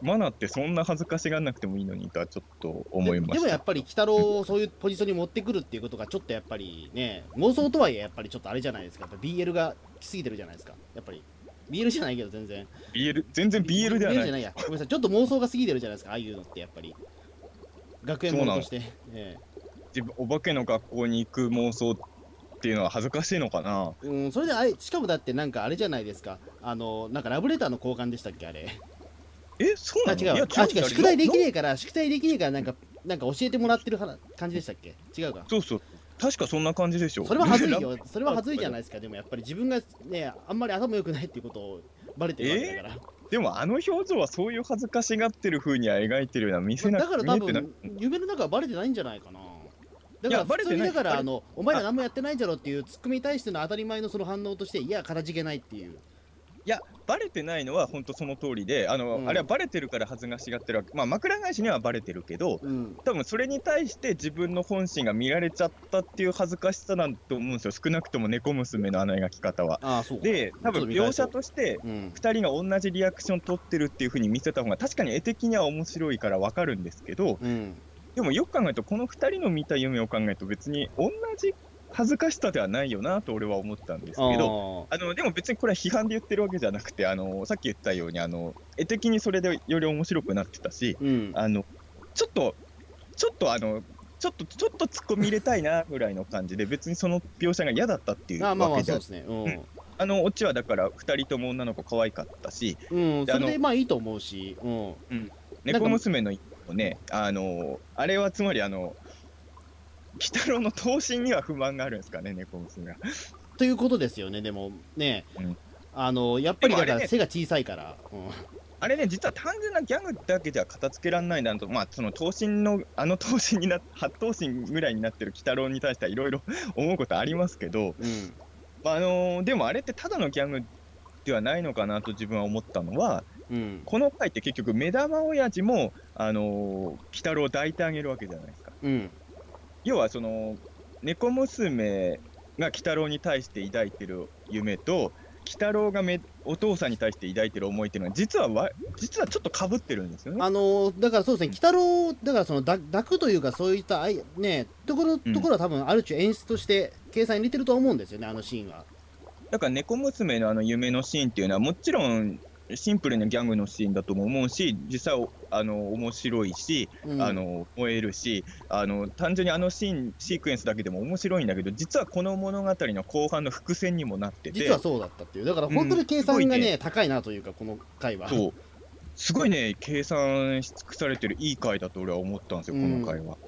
[SPEAKER 3] マナってそんな恥ずかしがらなくてもいいのにとはちょっと思いました。
[SPEAKER 2] でもやっぱり鬼太郎をそういうポジションに持ってくるっていうことがちょっとやっぱりね、妄想とはいえやっぱりちょっとあれじゃないですか。やっぱ BL が来すぎてるじゃないですか。やっぱり BL じゃないけど全然
[SPEAKER 3] 全然 BL では
[SPEAKER 2] BL
[SPEAKER 3] ない。
[SPEAKER 2] じゃないや、ごめんなさい、ちょっと妄想が過ぎてるじゃないですか、ああいうのってやっぱり学園ものとして、
[SPEAKER 3] お化けの学校に行く妄想っていうのは恥ずかしいのかな。
[SPEAKER 2] うん、それでしかもだってなんかあれじゃないですか、なんかラブレターの交換でしたっけ、あれ。
[SPEAKER 3] そうなの？
[SPEAKER 2] 違う、
[SPEAKER 3] いや、
[SPEAKER 2] 違う、宿題できねえから、なんか教えてもらってる感じでしたっけ。違うか。
[SPEAKER 3] そうそう。確かそんな感じでしょ。
[SPEAKER 2] それは恥ずいよ。それは恥ずいじゃないですか。でもやっぱり自分がね、あんまり頭良くないっていうことをバレてるわけだから。
[SPEAKER 3] でもあの表情はそういう恥ずかしがってる風には描いてるような見せな
[SPEAKER 2] だから多
[SPEAKER 3] 見えてな
[SPEAKER 2] 分、夢の中はバレてないんじゃないかな。だから普通にだからお前ら何もやってないじゃろっていうツッコミに対しての当たり前のその反応として、いや、かたじけないっていう。
[SPEAKER 3] いや、バレてないのは本当その通りで、あれはバレてるから恥ずかしがってるわけ。まあ、枕返しにはバレてるけど、多分それに対して自分の本心が見られちゃったっていう恥ずかしさなんと思うんですよ。少なくとも猫娘のあの描き方は。で、多分描写として2人が同じリアクション取ってるっていう風に見せた方が確かに絵的には面白いからわかるんですけど、でもよく考えるとこの2人の見た夢を考えると別に同じ恥ずかしさではないよなと俺は思ったんですけど、でも別にこれは批判で言ってるわけじゃなくて、さっき言ったように絵的にそれでより面白くなってたし、ちょっと突っ込み入れたいなぐらいの感じで、別にその描写が嫌だったっていうわけじゃオチはだから2人とも女の子可愛かったし、
[SPEAKER 2] それでまあいいと思うし、
[SPEAKER 3] 猫娘のね、あれはつまり鬼太郎の頭身には不満があるんですかね、猫娘が。
[SPEAKER 2] ということですよね、でもね、やっぱりだから背が小さいから。
[SPEAKER 3] あれね、実は単純なギャグだけじゃ片付けられないなと、まあ、その頭身の、頭身に8頭身ぐらいになってる鬼太郎に対してはいろいろ思うことありますけど、でもあれってただのギャグではないのかなと自分は思ったのは、この回って結局、目玉親父も、鬼太郎を抱いてあげるわけじゃないですか。要は、その、猫娘が鬼太郎に対して抱いてる夢と、鬼太郎がお父さんに対して抱いてる思いっていうのは実はちょっとかぶってるんですよね。
[SPEAKER 2] だからそうですね、鬼太郎だからその抱くというかそういったねところは多分ある種演出として計算入れてると思うんですよね、あのシーンは。だ
[SPEAKER 3] から猫娘の夢のシーンっていうのはもちろんシンプルなギャグのシーンだとも思うし、実際面白いし、燃えるし、単純にシークエンスだけでも面白いんだけど、実はこの物語の後半の伏線にもなってて、
[SPEAKER 2] 実はそうだったっていう、だから本当に計算がね、高いなというか、この回は。
[SPEAKER 3] そう、すごいね、計算し尽くされてるいい回だと俺は思ったんですよ、この回は。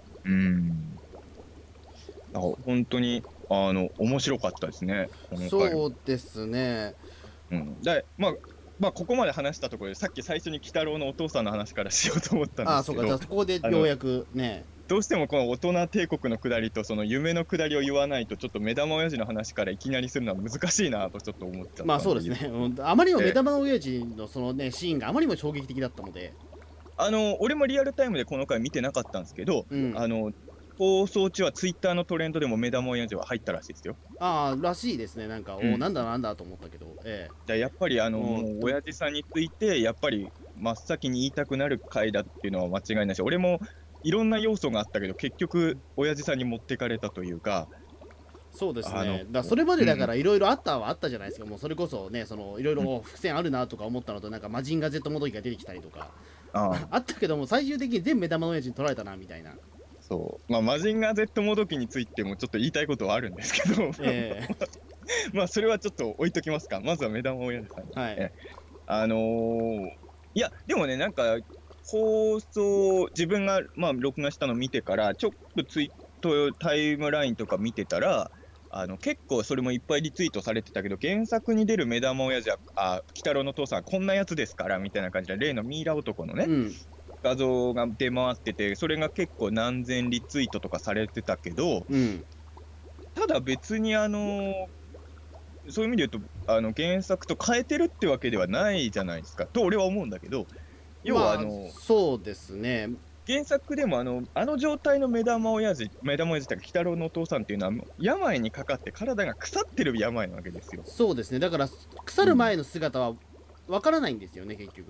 [SPEAKER 3] 本当に面白かったですね、この回。
[SPEAKER 2] そうですね。
[SPEAKER 3] まあここまで話したところで、さっき最初に鬼太郎のお父さんの話からしようと思ったんですけど、
[SPEAKER 2] そうか、じゃあそこでようやくね。
[SPEAKER 3] どうしてもこの大人帝国のくだりとその夢のくだりを言わないと、ちょっと目玉親父の話からいきなりするのは難しいなとちょっと思っちゃった。
[SPEAKER 2] まあそうですね、あまりにも目玉親父のそのねシーンがあまりにも衝撃的だったので、
[SPEAKER 3] 俺もリアルタイムでこの回見てなかったんですけど、放送中はツイッターのトレンドでも目玉親父は入ったらしいですよ。
[SPEAKER 2] らしいですね。なんか、なんだと思ったけど。
[SPEAKER 3] じゃやっぱり親父さんについてやっぱり真っ先に言いたくなる回だっていうのは間違いないし、俺もいろんな要素があったけど結局親父さんに持ってかれたというか。
[SPEAKER 2] そうですね。それまでだからいろいろあったじゃないですか。もうそれこそね、そのいろいろ伏線あるなとか思ったのと、なんかマジンガー Z もどきが出てきたりとかあったけども、最終的に全部目玉親父に取られたなみたいな。
[SPEAKER 3] まあ、マジンガー Z もどきについてもちょっと言いたいことはあるんですけど、まあそれはちょっと置いときますか。まずは目玉親父さんに。いやでもね、なんか放送自分がまあ録画したの見てからちょっとツイートタイムラインとか見てたら、結構それもいっぱいリツイートされてたけど、原作に出る目玉親父は鬼太郎の父さんはこんなやつですからみたいな感じで、例のミイラ男のね、画像が出回ってて、それが結構何千リツイートとかされてたけど、ただ別にそういう意味で言うと原作と変えてるってわけではないじゃないですかと俺は思うんだけど、要は
[SPEAKER 2] そうですね、
[SPEAKER 3] 原作でもあの状態の目玉親父っていうか鬼太郎のお父さんっていうのは病にかかって体が腐ってる病なわけですよ。
[SPEAKER 2] そうですね、だから腐る前の姿はわからないんですよね、結局。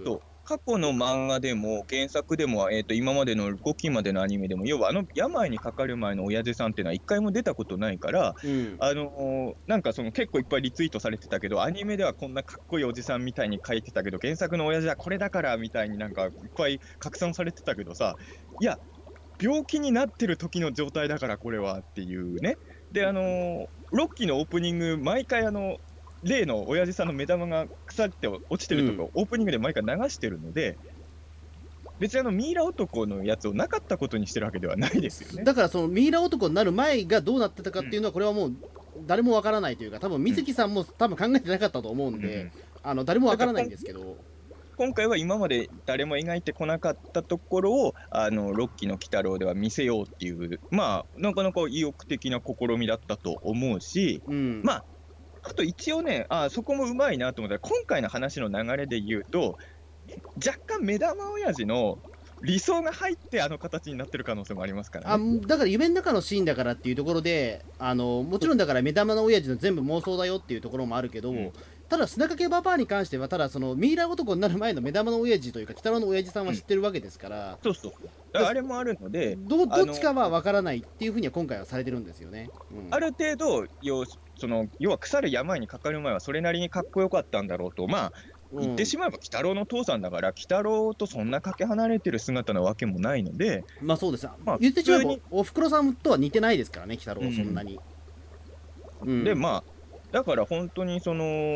[SPEAKER 3] 過去の漫画でも原作でも、今までの5期までのアニメでも、要は病にかかる前の親父さんっていうのは一回も出たことないから、
[SPEAKER 2] うん。
[SPEAKER 3] なんかその結構いっぱいリツイートされてたけど、アニメではこんなかっこいいおじさんみたいに書いてたけど、原作の親父はこれだからみたいになんかいっぱい拡散されてたけどさ、いや、病気になってる時の状態だからこれはっていうね。で、ロッキーのオープニング、毎回例の親父さんの目玉が腐って落ちてるとこ、オープニングで毎回流してるので、別にミイラ男のやつをなかったことにしてるわけではないですよね。
[SPEAKER 2] だからそのミイラ男になる前がどうなってたかっていうのはこれはもう誰もわからないというか、多分水木さんも多分考えてなかったと思うんで、誰もわからないんですけど、
[SPEAKER 3] 今回は今まで誰も描いてこなかったところをロッキーの鬼太郎では見せようっていう、まあなかなか意欲的な試みだったと思うし、
[SPEAKER 2] うん、
[SPEAKER 3] まあと一応ね、そこもうまいなと思ったら、今回の話の流れで言うと、若干目玉親父の理想が入ってあの形になってる可能性もありますからね。
[SPEAKER 2] だから夢の中のシーンだからっていうところで、もちろんだから目玉の親父の全部妄想だよっていうところもあるけど、ただ砂かけババアに関しては、ただそのミイラ男になる前の目玉の親父というか鬼太郎の親父さんは知ってるわけですから、
[SPEAKER 3] そうそう。だからあれもあるので、
[SPEAKER 2] どっちかは分からないっていうふうには今回はされてるんですよね。
[SPEAKER 3] ある程度要は腐る病にかかる前はそれなりにかっこよかったんだろうと、まあ言ってしまえば鬼太郎の父さんだから、鬼太郎とそんなかけ離れてる姿なわけもないので、
[SPEAKER 2] まあそうです、
[SPEAKER 3] まあ、
[SPEAKER 2] 言ってしまえばおふくろさんとは似てないですからね、鬼太郎はそんなに。
[SPEAKER 3] で、まあ、だから本当に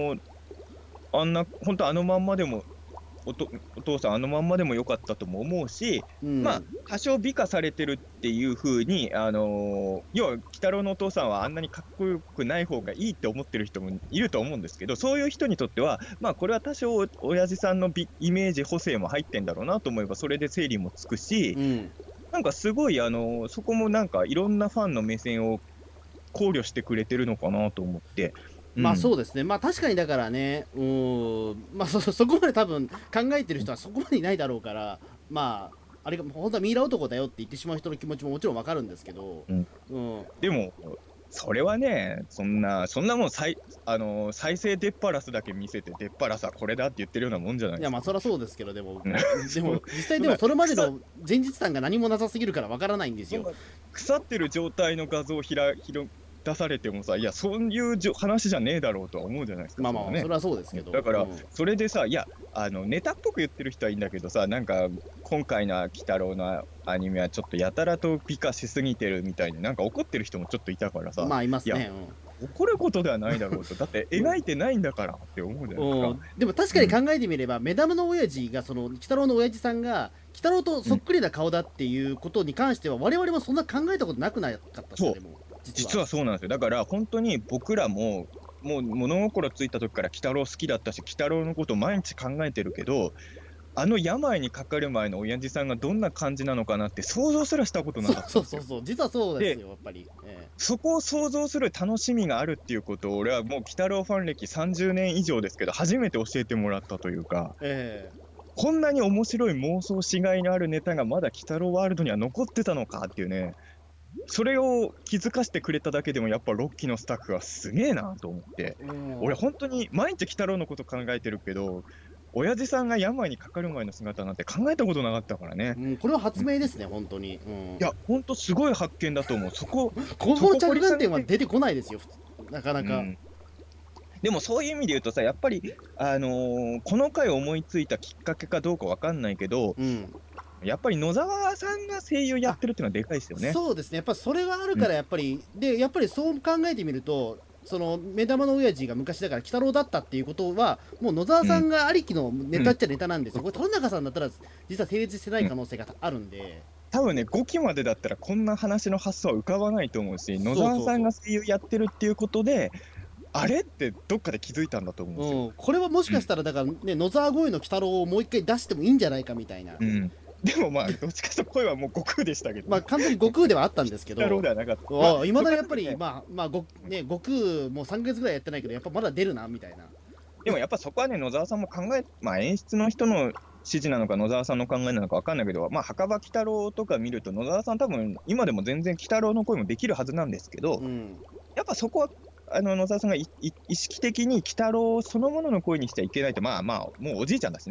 [SPEAKER 3] 本当あのまんまでも、お父さんあのまんまでもよかったとも思うし、まあ、多少美化されてるっていう風に、要は、鬼太郎のお父さんはあんなにかっこよくない方がいいって思ってる人もいると思うんですけど、そういう人にとっては、まあ、これは多少、親父さんのイメージ補正も入ってんだろうなと思えば、それで整理もつくし、なんかすごい、そこもなんかいろんなファンの目線を考慮してくれてるのかなと思って。
[SPEAKER 2] まあそうですね、まあ確かにだからね、まあそこまで多分考えてる人はそこまでいないだろうから、まあ、あれが本当はミイラ男だよって言ってしまう人の気持ちももちろんわかるんですけど、
[SPEAKER 3] でも、それはね、そんなもん再生出っ張すだけ見せて、出っ張さこれだって言ってるようなもんじゃないですか。
[SPEAKER 2] いや、まあそりゃそうですけど、でも実際でもそれまでの前日談が何もなさすぎるからわからないんですよ。
[SPEAKER 3] 腐ってる状態の画像を出されてもさ、いや、そういう話じゃねえだろうとは思うじゃないですか。
[SPEAKER 2] まあまあ、それはそうですけど。
[SPEAKER 3] だから、それでさ、いや、ネタっぽく言ってる人はいいんだけどさ、なんか、今回の鬼太郎のアニメはちょっとやたらと美化しすぎてるみたいに、なんか怒ってる人もちょっといたからさ、
[SPEAKER 2] まあ、いますね。
[SPEAKER 3] 怒ることではないだろうと、だって描いてないんだからって思うじゃないですか。
[SPEAKER 2] でも確かに考えてみれば、目玉の親父が、鬼太郎の親父さんが、鬼太郎とそっくりな顔だっていうことに関しては、我々もそんな考えたことなくなかったですよ、でも。
[SPEAKER 3] 実はそうなんですよ。だから本当に僕らも、もう物心ついた時から鬼太郎好きだったし、鬼太郎のことを毎日考えてるけど、病にかかる前の親父さんがどんな感じなのかなって想像すらしたことなかったんですよ。
[SPEAKER 2] そう、実はそうですよ、やっぱり。
[SPEAKER 3] そこを想像する楽しみがあるっていうことを、俺はもう鬼太郎ファン歴30年以上ですけど、初めて教えてもらったというか、こんなに面白い妄想しがいのあるネタがまだ鬼太郎ワールドには残ってたのかっていうね、それを気づかせてくれただけでも、やっぱロッキーのスタッフはすげえなと思って、俺本当に毎日鬼太郎のこと考えてるけど、親父さんが病にかかる前の姿なんて考えたことなかったからね。
[SPEAKER 2] これは発明ですね、本当に。い
[SPEAKER 3] や、本当すごい発見だと思う。
[SPEAKER 2] この着眼点は出てこないですよ、なかなか。
[SPEAKER 3] でもそういう意味で言うとさ、やっぱり、この回思いついたきっかけかどうかわかんないけど、やっぱり野沢さんが声優やってるっていうのはでかいですよね。
[SPEAKER 2] そうですね、やっぱそれがあるから、やっぱり、やっぱりそう考えてみると、その目玉の親父が昔だから鬼太郎だったっていうことは、もう野沢さんがありきのネタっちゃネタなんですよ。これ、豊中さんだったら、実は成立してない可能性があるんで。
[SPEAKER 3] 多分ね、5期までだったらこんな話の発想は浮かばないと思うし、野沢さんが声優やってるっていうことで、あれってどっかで気づいたんだと思うんですよ。
[SPEAKER 2] これはもしかしたら、だからね、野沢声の鬼太郎をもう一回出してもいいんじゃないかみたいな。
[SPEAKER 3] でもまあ、どっちかというと声はもう悟空でしたけど、
[SPEAKER 2] まあ完全に悟空ではあったんですけど、
[SPEAKER 3] 鬼太郎ではなかった。
[SPEAKER 2] いまだにやっぱり、悟空もう3ヶ月ぐらいやってないけど、やっぱまだ出るなみたいな。
[SPEAKER 3] でもやっぱそこはね、野沢さんも演出の人の指示なのか、野沢さんの考えなのか分かんないけど、墓場鬼太郎とか見ると、野沢さん、多分今でも全然鬼太郎の声もできるはずなんですけど、やっぱそこは、野沢さんが意識的に鬼太郎そのものの声にしてはいけないと、もうおじいちゃんだしね。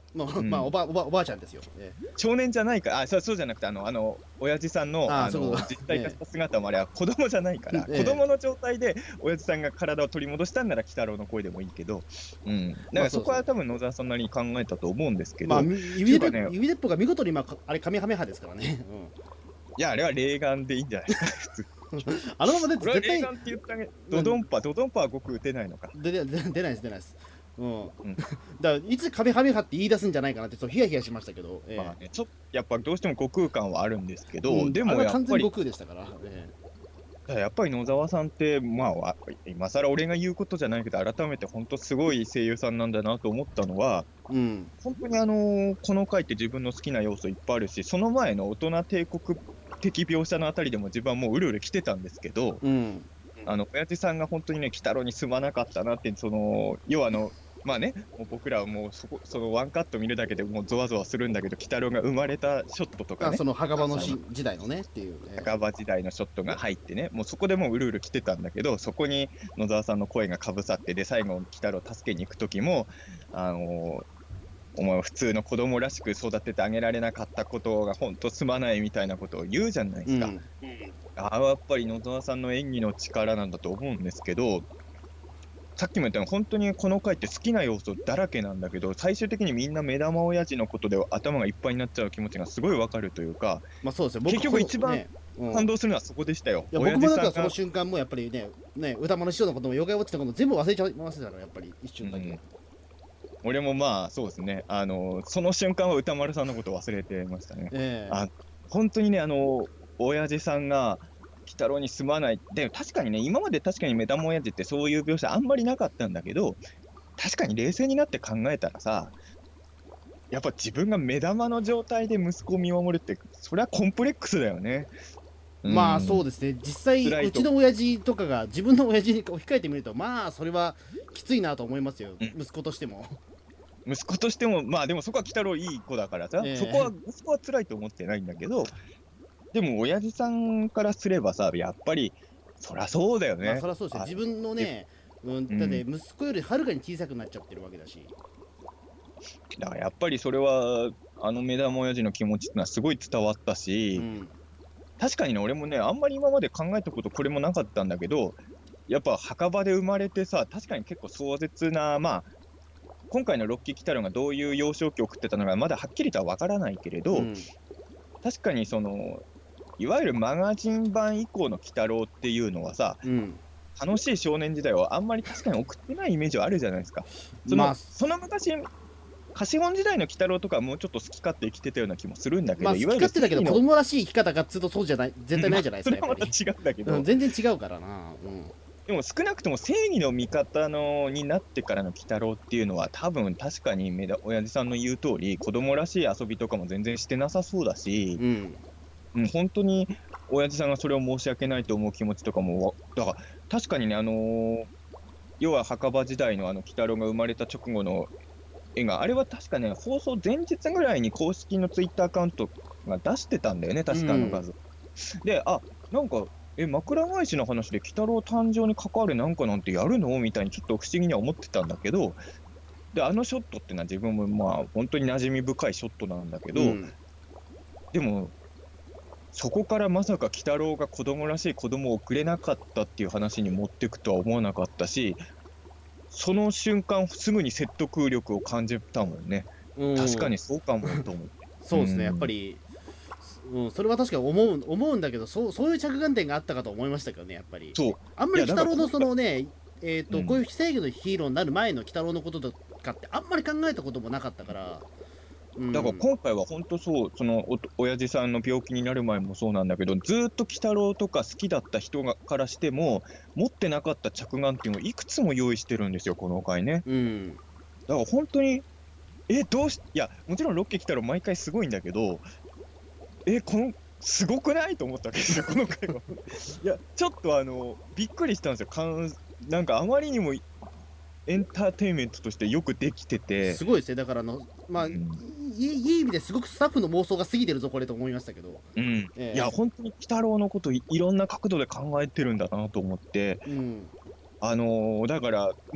[SPEAKER 2] の、
[SPEAKER 3] うん、
[SPEAKER 2] おばあちゃんですよ。
[SPEAKER 3] 少年じゃないから、そうじゃなくて、親父さんの、
[SPEAKER 2] そういうこと
[SPEAKER 3] 実体化した姿もあれは子供じゃないから、子
[SPEAKER 2] ええ
[SPEAKER 3] 供の状態で親父さんが体を取り戻したんなら、鬼太郎の声でもいいけど、うん。だからそこ
[SPEAKER 2] そうですね。
[SPEAKER 3] は多分野沢さんなりに考えたと思うんですけ
[SPEAKER 2] まあ、
[SPEAKER 3] ど、
[SPEAKER 2] 指鉄砲が見事に、あれ、カメハメハですからね。
[SPEAKER 3] いや、あれは霊眼でいいんじゃないですか、普通。
[SPEAKER 2] あのままで
[SPEAKER 3] 俺は
[SPEAKER 2] 絶対、
[SPEAKER 3] 霊眼って言ってあげ、
[SPEAKER 2] うん、
[SPEAKER 3] ドドンパは僕打てないのか。
[SPEAKER 2] 出ないです、出ないです。うん。
[SPEAKER 3] うん。
[SPEAKER 2] だからいつカメハメハって言い出すんじゃないかなって、ちょっとヒヤヒヤしましたけど、
[SPEAKER 3] まあね、やっぱどうしても悟空感はあるんですけど、
[SPEAKER 2] うん、
[SPEAKER 3] で
[SPEAKER 2] あれは
[SPEAKER 3] もやっぱり、
[SPEAKER 2] 完全に悟空でしたから、
[SPEAKER 3] やっぱり野沢さんって、まあ、今更俺が言うことじゃないけど、改めて本当すごい声優さんなんだなと思ったのは、
[SPEAKER 2] うん、
[SPEAKER 3] 本当にこの回って自分の好きな要素いっぱいあるし、その前の大人帝国的描写のあたりでも自分はもううるうる来てたんですけど、
[SPEAKER 2] うん、
[SPEAKER 3] 親父さんが本当にね、鬼太郎にすまなかったなって、要はまあね、もう僕らはもうそのワンカット見るだけでもうゾワゾワするんだけど、鬼太郎が生まれたショットとかね、
[SPEAKER 2] その墓場の時代のねっていう、
[SPEAKER 3] 墓場時代のショットが入ってね、もうそこでもううるうる来てたんだけど、そこに野沢さんの声がかぶさって、で、最後、鬼太郎助けに行く時も、あのお前は普通の子供らしく育ててあげられなかったことが本当すまないみたいなことを言うじゃないですか。
[SPEAKER 2] うん、
[SPEAKER 3] ああ、やっぱり野沢さんの演技の力なんだと思うんですけど、さっきも言ったように本当にこの回って好きな要素だらけなんだけど、最終的にみんな目玉親父のことで頭がいっぱいになっちゃう気持ちがすごいわかるというか、
[SPEAKER 2] そうですよ、
[SPEAKER 3] 結局一番
[SPEAKER 2] ね、うん、
[SPEAKER 3] 感動するのはそこでしたよ。
[SPEAKER 2] いや僕もだからその瞬間もやっぱり歌丸師匠のことも妖怪ウォッチのことも全部忘れちゃいましたから、やっぱり一瞬だけ。
[SPEAKER 3] 俺もまあそうですね、その瞬間は歌丸さんのことを忘れてましたね。本当にね、親父さんが鬼太郎にすまない。で、確かにね、今まで確かに目玉親父ってそういう描写あんまりなかったんだけど、確かに冷静になって考えたらさ、やっぱ自分が目玉の状態で息子を見守るって、それはコンプレックスだよね。
[SPEAKER 2] そうですね、実際うちの親父とかが自分の親父に控えてみると、それはきついなと思いますよ、息子としても。
[SPEAKER 3] 息子としても、まあでもそこは鬼太郎いい子だからさ、そこは息子は辛いと思ってないんだけど、でも親父さんからすればさ、やっぱりそりゃそうだよね。
[SPEAKER 2] そりゃそうですよ、自分のね、だって息子よりはるかに小さくなっちゃってるわけだし。
[SPEAKER 3] だからやっぱりそれは、目玉親父の気持ちってのはすごい伝わったし、確かにね、俺もね、あんまり今まで考えたことこれもなかったんだけど、やっぱ墓場で生まれてさ、確かに結構壮絶な、まあ、今回のロッキー・キタロがどういう幼少期を送ってたのかまだはっきりとは分からないけれど、確かにいわゆるマガジン版以降の鬼太郎っていうのはさ、楽しい少年時代をあんまり確かに送ってないイメージはあるじゃないですか。その昔、貸本時代の鬼太郎とかはもうちょっと好き勝手生きてたような気もするんだけど、
[SPEAKER 2] 好き勝手だけど子供らしい生き方かっつうとそうじゃない、絶対ないじゃないですか。
[SPEAKER 3] それはまた違うんだけど、
[SPEAKER 2] 全然違うからな。
[SPEAKER 3] でも少なくとも正義の味方になってからの鬼太郎っていうのは多分確かに親父さんの言う通り子供らしい遊びとかも全然してなさそうだし、本当に親父さんがそれを申し訳ないと思う気持ちとかも、だから確かにね、要は墓場時代の鬼太郎が生まれた直後の絵が、あれは確かね、放送前日ぐらいに公式のツイッターアカウントが出してたんだよね、確か画像。で、なんか、枕返しの話で鬼太郎誕生に関わるなんかなんてやるのみたいにちょっと不思議には思ってたんだけど、で、あのショットってのは自分もまあ本当に馴染み深いショットなんだけど、でも、そこからまさか鬼太郎が子供らしい子供を送れなかったっていう話に持っていくとは思わなかったし、その瞬間すぐに説得力を感じたもんね。確かにそうかもと思って。
[SPEAKER 2] そうですね、やっぱり、それは確かに思うんだけど、そういう着眼点があったかと思いましたけどね、やっぱり。あんまり鬼太郎のそのね、こういう正義のヒーローになる前の鬼太郎のこととかってあんまり考えたこともなかったから。
[SPEAKER 3] だから今回は本当そう、親父さんの病気になる前もそうなんだけど、ずっと鬼太郎とか好きだった人からしても、持ってなかった着眼点をいくつも用意してるんですよ、この回ね。だから本当に、いや、もちろんロッケ来たら毎回すごいんだけど、すごくないと思ったわけですよ、この回は。いや、ちょっとびっくりしたんですよ。なんかあまりにもエンターテインメントとしてよくできてて。
[SPEAKER 2] すごいですね、だからいい意味ですごくスタッフの妄想が過ぎてるぞ、これと思いましたけど。
[SPEAKER 3] いや、本当に鬼太郎のこといろんな角度で考えてるんだなと思って、だから、まあ、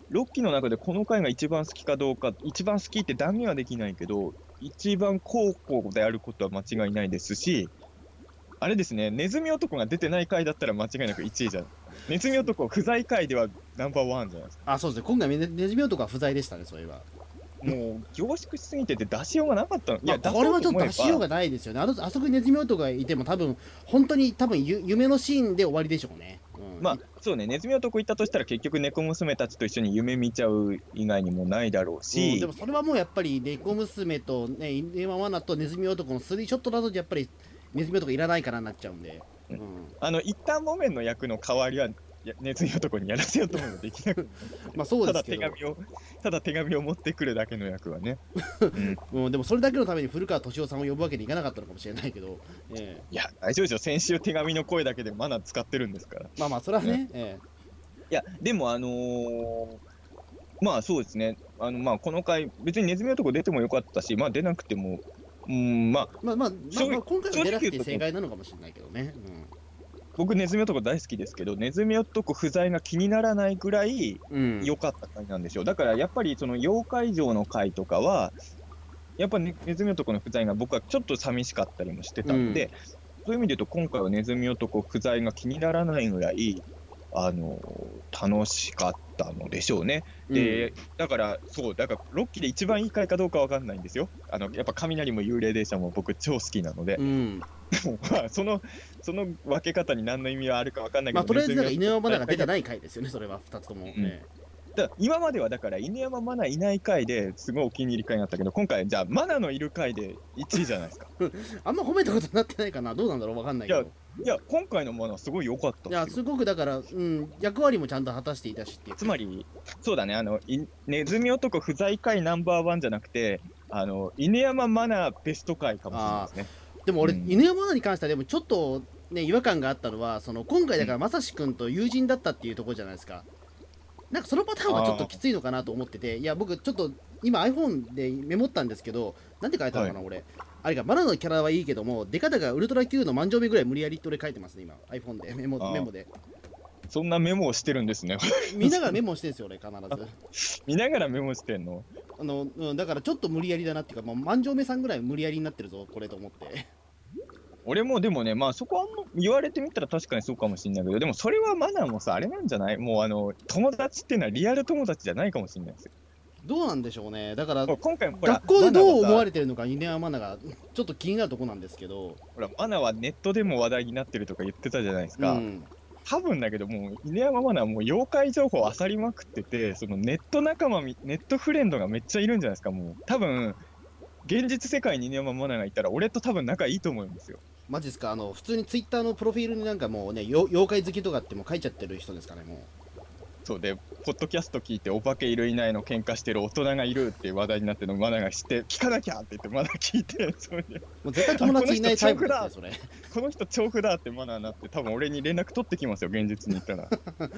[SPEAKER 3] 6期の中でこの回が一番好きかどうか、一番好きって断言はできないけど、一番高校であることは間違いないですし、あれですね、ネズミ男が出てない回だったら間違いなく1位じゃん。ネズミ男不在回ではナンバーワンじゃないですか。
[SPEAKER 2] あ、そうですね。今回ネズミ男は不在でしたね、そういえば。
[SPEAKER 3] もう凝縮しすぎてて出しようがなかったの。いや、
[SPEAKER 2] これはちょっと出しよう
[SPEAKER 3] が。
[SPEAKER 2] がないですよね。あそこにネズミ男がいても本当に夢のシーンで終わりでしょうね。
[SPEAKER 3] まあ、そうね、ネズミ男行ったとしたら結局猫娘たちと一緒に夢見ちゃう以外にもないだろうし、
[SPEAKER 2] でもそれはもうやっぱり猫娘とね、犬山マナとネズミ男のスリーショットだとやっぱりネズミ男いらないからになっちゃうんで。
[SPEAKER 3] 一旦木綿の役の代わりは、ネズミ男にやらせようと思うのできなく
[SPEAKER 2] まあそうですけど。
[SPEAKER 3] ただ手紙を持ってくるだけの役はね。
[SPEAKER 2] でもそれだけのために古川敏夫さんを呼ぶわけにいかなかったのかもしれないけど。
[SPEAKER 3] いや、大丈夫ですよ。先週手紙の声だけでマナ使ってるんですから。
[SPEAKER 2] まあまあ、それはね。
[SPEAKER 3] いや、でもまあそうですね。まあこの回、別にネズミ男出てもよかったし、まあ出なくても、まあ
[SPEAKER 2] 今回は出なくて正解なのかもしれないけどね。
[SPEAKER 3] 僕、ネズミ男大好きですけど、ネズミ男不在が気にならないぐらい良かった回なんですよ。だからやっぱりその妖怪城の回とかは、やっぱりネズミ男の不在が僕はちょっと寂しかったりもしてたんで、そういう意味で言うと今回はネズミ男不在が気にならないぐらい、楽しかったのでしょうね。で、だから6期で一番いい回かどうかわかんないんですよ。やっぱ雷も幽霊電車も僕超好きなので。でもまあその分け方に何の意味はあるかわかんないけど、
[SPEAKER 2] とりあえず犬山マナが出てない回ですよね、それは2つとも。
[SPEAKER 3] だ今まではだから犬山マナいない回ですごいお気に入り回になったけど、今回じゃあマナのいる回で1位じゃないですか。
[SPEAKER 2] あんま褒めたことになってないかな、どうなんだろう、わかんないけど。
[SPEAKER 3] いや今回のマナすごい良かった。
[SPEAKER 2] いや、すごくだから、役割もちゃんと果たしていたしっていう。
[SPEAKER 3] つまり、そうだね、ネズミ男不在回ナンバーワンじゃなくて、犬山マナベスト回かもしれないですね。
[SPEAKER 2] でも俺、犬山マナに関してはでもちょっとね、違和感があったのは、今回だからまさしくんと友人だったっていうところじゃないですか。なんかそのパターンはちょっときついのかなと思ってて、いや僕ちょっと今 iPhone でメモったんですけど、なんて書いてあるのかな、俺。あれがマナのキャラはいいけども、出方がウルトラ Q の万丈目ぐらい無理やりって俺書いてますね、今 iPhone でメモで。
[SPEAKER 3] そんなメモをしてるんですね。
[SPEAKER 2] 見ながらメモしてるんですよ、俺必ず。
[SPEAKER 3] 見ながらメモしてんの？
[SPEAKER 2] だからちょっと無理やりだなっていうか、もう万丈目さんぐらい無理やりになってるぞ、これと思って。
[SPEAKER 3] 俺もでもね、まあそこは言われてみたら確かにそうかもしれないけど、でもそれはマナーもさ、あれなんじゃない？もう友達っていうのはリアル友達じゃないかもしれないですよ。
[SPEAKER 2] どうなんでしょうね。だから
[SPEAKER 3] 今回
[SPEAKER 2] 学校でどう思われてるのか、犬山マナがちょっと気になるとこなんですけど、
[SPEAKER 3] ほらマナはネットでも話題になってるとか言ってたじゃないですか。多分だけどもう犬山マナはもう妖怪情報漁りまくってて、そのネット仲間、ネットフレンドがめっちゃいるんじゃないですか。もう多分現実世界に犬山マナがいたら俺と多分仲いいと思うんですよ。
[SPEAKER 2] マジですか？普通にツイッターのプロフィールになんかもうね、妖怪好きとかってもう書いちゃってる人ですかね、もう。
[SPEAKER 3] そうで、ポッドキャスト聞いてお化けいるいないの喧嘩してる大人がいるっていう話題になってるのをマナが知って、聞かなきゃって言ってマナ聞いて、そういう
[SPEAKER 2] もう絶対友達いないタイプですね、それ。
[SPEAKER 3] この人調布だってマナになって、多分俺に連絡取ってきますよ、現実に行ったら。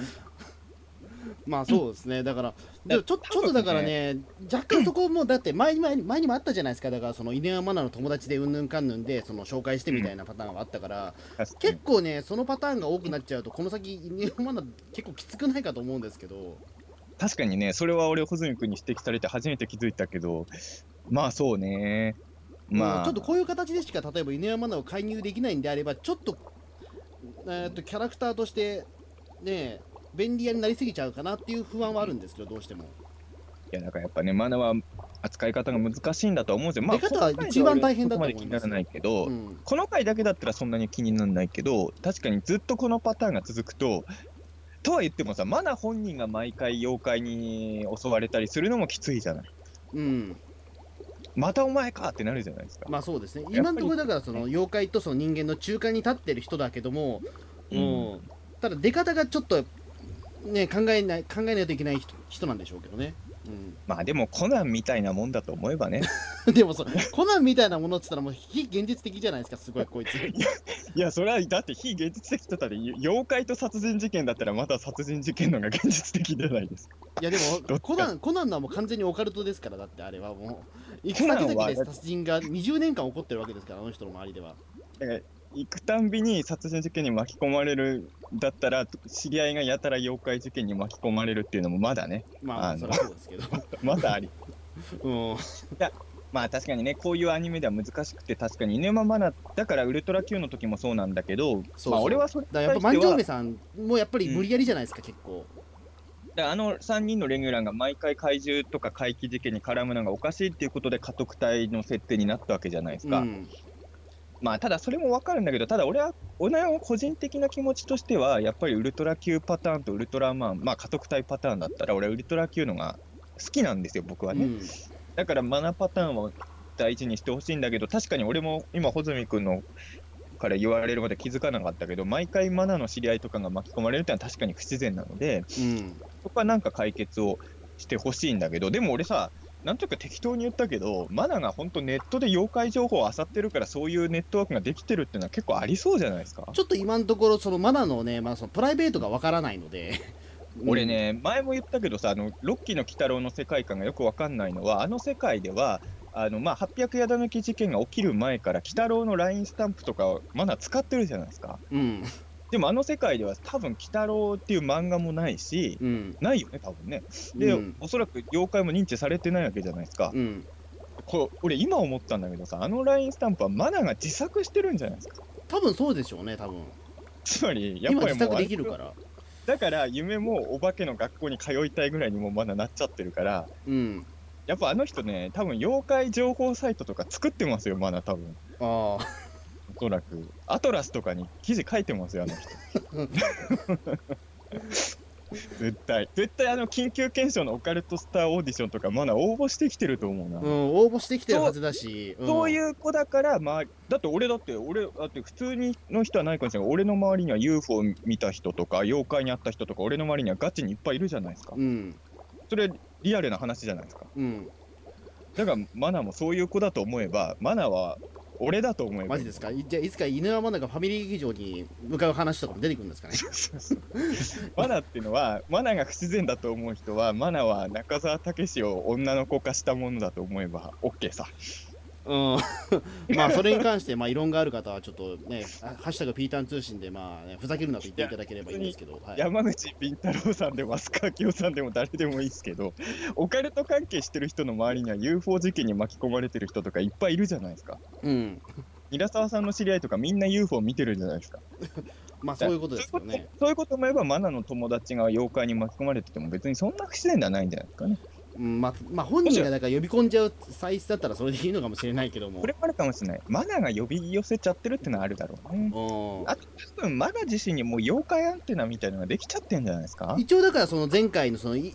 [SPEAKER 2] まあそうですね、だから、ちょっとだからね、若干そこも、だって前にもあったじゃないですか、だからその犬山マナの友達でうんぬんかんぬんで、その紹介してみたいなパターンがあったから、結構ね、そのパターンが多くなっちゃうと、この先、犬山マナ結構きつくないかと思うんですけど。
[SPEAKER 3] 確かにね、それは俺、穂積君に指摘されて初めて気づいたけど、まあそうね、
[SPEAKER 2] まあ、ちょっとこういう形でしか、例えば犬山マナを介入できないんであれば、ちょっと、キャラクターとして、ね、便利屋になりすぎちゃうかなっていう不安はあるんですけど、どうしても。
[SPEAKER 3] いや、だからやっぱね、マナは扱い方が難しいんだと思うんですよ。
[SPEAKER 2] まあ、出方は一番大変だと思います。
[SPEAKER 3] 気にならないけど、この回だけだったらそんなに気にならないけど、確かにずっとこのパターンが続くと、とは言ってもさ、マナ本人が毎回妖怪に襲われたりするのもきついじゃない。またお前かってなるじゃないですか。
[SPEAKER 2] まあそうですね。今のところだからその妖怪とその人間の中間に立ってる人だけども、ただ出方がちょっとね考えないといけない人なんでしょうけどね。
[SPEAKER 3] まあでもコナンみたいなもんだと思えばね。
[SPEAKER 2] でもコナンみたいなものって言ったらもう非現実的じゃないですか、すごいこいつ。
[SPEAKER 3] いやそれはだって非現実的だったら妖怪と殺人事件だったらまた殺人事件のが現実的じゃないですか。
[SPEAKER 2] いやでもコナンのはもう完全にオカルトですから、だってあれはもう行く先々で殺人が20年間起こってるわけですから、あの人の周りでは。
[SPEAKER 3] 行くたんびに殺人事件に巻き込まれるだったら、知り合いがやたら妖怪事件に巻き込まれるっていうのもまだね、
[SPEAKER 2] まあそりゃそうですけど
[SPEAKER 3] まだあり。
[SPEAKER 2] うん、
[SPEAKER 3] いや、まあ確かにね、こういうアニメでは難しくて、確かに犬山マナ、だからウルトラ Q の時もそうなんだけど、
[SPEAKER 2] そうそう、
[SPEAKER 3] まあ俺はそれに
[SPEAKER 2] だからやっぱ万丈
[SPEAKER 3] 対しては、
[SPEAKER 2] 梅さんもやっぱり無理やりじゃないですか、結構。
[SPEAKER 3] だから3人のレギュラーが毎回怪獣とか怪奇事件に絡むのがおかしいっていうことで家督隊の設定になったわけじゃないですか。
[SPEAKER 2] うん、
[SPEAKER 3] まあただそれもわかるんだけど、ただ俺は個人的な気持ちとしては、やっぱりウルトラ Q パターンとウルトラマン、まあ家督隊パターンだったら、俺はウルトラ Q のが好きなんですよ、僕はね。
[SPEAKER 2] うん
[SPEAKER 3] だからマナパターンを大事にしてほしいんだけど、確かに俺も今、穂積君のから言われるまで気づかなかったけど、毎回マナの知り合いとかが巻き込まれるってのは確かに不自然なので、
[SPEAKER 2] うん、
[SPEAKER 3] そこはなんか解決をしてほしいんだけど、でも俺さ、なんというか適当に言ったけど、マナが本当ネットで妖怪情報を漁ってるから、そういうネットワークができてるっていうのは結構ありそうじゃないですか。
[SPEAKER 2] ちょっと今のところそのマナのね、まあ、そのプライベートがわからないので
[SPEAKER 3] 俺ね、前も言ったけどさ、ロッキーの鬼太郎の世界観がよくわかんないのは、あの世界では、まあ、800矢抜き事件が起きる前から、鬼太郎の LINE スタンプとかをまだ使ってるじゃないですか。
[SPEAKER 2] うん
[SPEAKER 3] でもあの世界では多分鬼太郎っていう漫画もないし、
[SPEAKER 2] うん
[SPEAKER 3] ないよね、多分ね。で、
[SPEAKER 2] うん
[SPEAKER 3] おそらく妖怪も認知されてないわけじゃないですか。
[SPEAKER 2] うん
[SPEAKER 3] 俺今思ったんだけどさ、あの LINE スタンプはマナが自作してるんじゃないですか。
[SPEAKER 2] 多分そうでしょうね、多分
[SPEAKER 3] つまり、やっ
[SPEAKER 2] 今
[SPEAKER 3] ぱりもう
[SPEAKER 2] 自宅できるから
[SPEAKER 3] だから夢もお化けの学校に通いたいぐらいにもまだなっちゃってるから、
[SPEAKER 2] うん
[SPEAKER 3] やっぱあの人ね、多分妖怪情報サイトとか作ってますよ、まだ多分。
[SPEAKER 2] ああ
[SPEAKER 3] おそらく。アトラスとかに記事書いてますよ、あの人。絶対。絶対緊急検証のオカルトスターオーディションとかまだ応募してきてると思うな。
[SPEAKER 2] うん、応募してきてるはずだし、
[SPEAKER 3] そういう子だから、まあ、だって普通にの人はないかもしれない。俺の周りには UFO 見た人とか、妖怪に会った人とか、俺の周りにはガチにいっぱいいるじゃないですか。
[SPEAKER 2] うん
[SPEAKER 3] それ、リアルな話じゃないですか。
[SPEAKER 2] うん
[SPEAKER 3] だから、マナもそういう子だと思えば、マナは俺だと思えば。
[SPEAKER 2] マジですか。じゃあいつか犬山マナがファミリー劇場に向かう話とかも出てくるんですかね。
[SPEAKER 3] マナっていうのは、マナが不自然だと思う人は、マナは中澤武史を女の子化したものだと思えば OK さ。
[SPEAKER 2] うんまあそれに関してまあ異論がある方はちょっとねハッシュタグピータン通信でまあ、ね、ふざけるなと言っていただければいいんですけど、はい、
[SPEAKER 3] 山口敏太郎さんでも飛鳥明夫さんでも誰でもいいですけど、オカルト関係してる人の周りには UFO 事件に巻き込まれてる人とかいっぱいいるじゃないですか。
[SPEAKER 2] うん
[SPEAKER 3] 韮沢さんの知り合いとかみんな UFO 見てるじゃないですか。
[SPEAKER 2] まあそういうことですよね。
[SPEAKER 3] そういうこと思えばマナの友達が妖怪に巻き込まれてても別にそんな不自然ではないんじゃないですかね。
[SPEAKER 2] うんまあ本人がだから呼び込んじゃうサイズだったらそれでいいのかもしれないけども、
[SPEAKER 3] これもあるかもしれない。マナが呼び寄せちゃってるってのはあるだろうね。
[SPEAKER 2] うん
[SPEAKER 3] あと多分マナ自身にもう妖怪アンテナみたいなのができちゃってんじゃないですか。
[SPEAKER 2] 一応だからその前回のそのね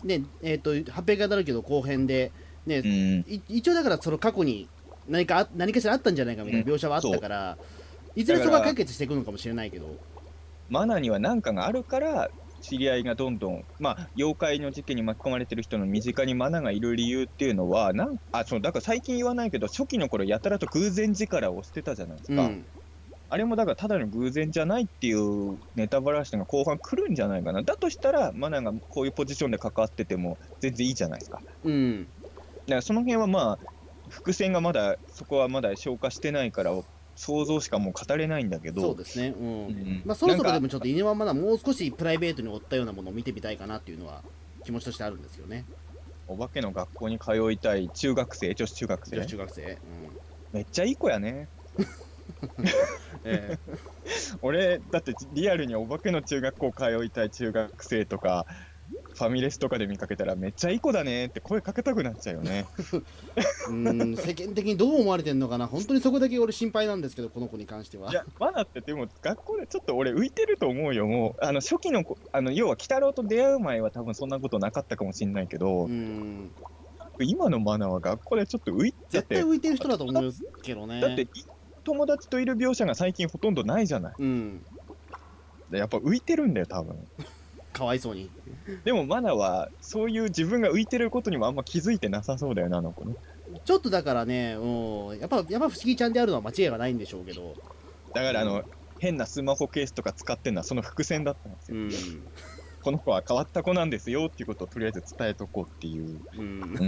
[SPEAKER 2] 800回だらけど後編でね、
[SPEAKER 3] うん。
[SPEAKER 2] 一応だからその過去に何かしらあったんじゃないかみたいな描写はあったから、いずれそこは解決していくのかもしれないけど、
[SPEAKER 3] マナには何かがあるから知り合いがどんどん、まあ、妖怪の事件に巻き込まれてる人の身近にマナがいる理由っていうのはそうだから最近言わないけど初期の頃やたらと偶然力を捨てたじゃないですか、
[SPEAKER 2] うん
[SPEAKER 3] あれもだからただの偶然じゃないっていうネタバラシが後半来るんじゃないかな。だとしたらマナがこういうポジションで関わってても全然いいじゃないですか。だか
[SPEAKER 2] うん
[SPEAKER 3] らその辺はまあ伏線がまだそこはまだ消化してないから想像しかもう語れないんだけど、
[SPEAKER 2] そうですね、
[SPEAKER 3] うん
[SPEAKER 2] まあそろそろ
[SPEAKER 3] なんか
[SPEAKER 2] でもちょっと犬山まだもう少しプライベートに追ったようなものを見てみたいかなっていうのは気持ちとしてあるんですよね。
[SPEAKER 3] お化けの学校に通いたい中学生、女子中学生
[SPEAKER 2] 女子中学生、
[SPEAKER 3] めっちゃいい子やね。
[SPEAKER 2] え
[SPEAKER 3] 俺だってリアルにお化けの中学校通いたい中学生とかファミレスとかで見かけたらめっちゃいい子だねって声かけたくなっちゃうよね。
[SPEAKER 2] 世間的にどう思われてんのかな、本当にそこだけ俺心配なんですけど、この子に関しては。
[SPEAKER 3] いやマナってでも学校でちょっと俺浮いてると思うよ。もう初期の子要は鬼太郎と出会う前は多分そんなことなかったかもしれないけど、今のマナは学校でちょっと浮いちゃ
[SPEAKER 2] 絶
[SPEAKER 3] って
[SPEAKER 2] 対浮いてる人だと思うけどね。
[SPEAKER 3] だって友達といる描写が最近ほとんどないじゃない。でやっぱ浮いてるんだよ多分。
[SPEAKER 2] かわいそうに。
[SPEAKER 3] でもマナはそういう自分が浮いてることにもあんま気づいてなさそうだよな、あの子ね。
[SPEAKER 2] ちょっとだからね、やっぱ不思議ちゃんであるのは間違いがないんでしょうけど。
[SPEAKER 3] だから変なスマホケースとか使ってるのはその伏線だったんですよ。この子は変わった子なんですよっていうことをとりあえず伝えとこうっていう。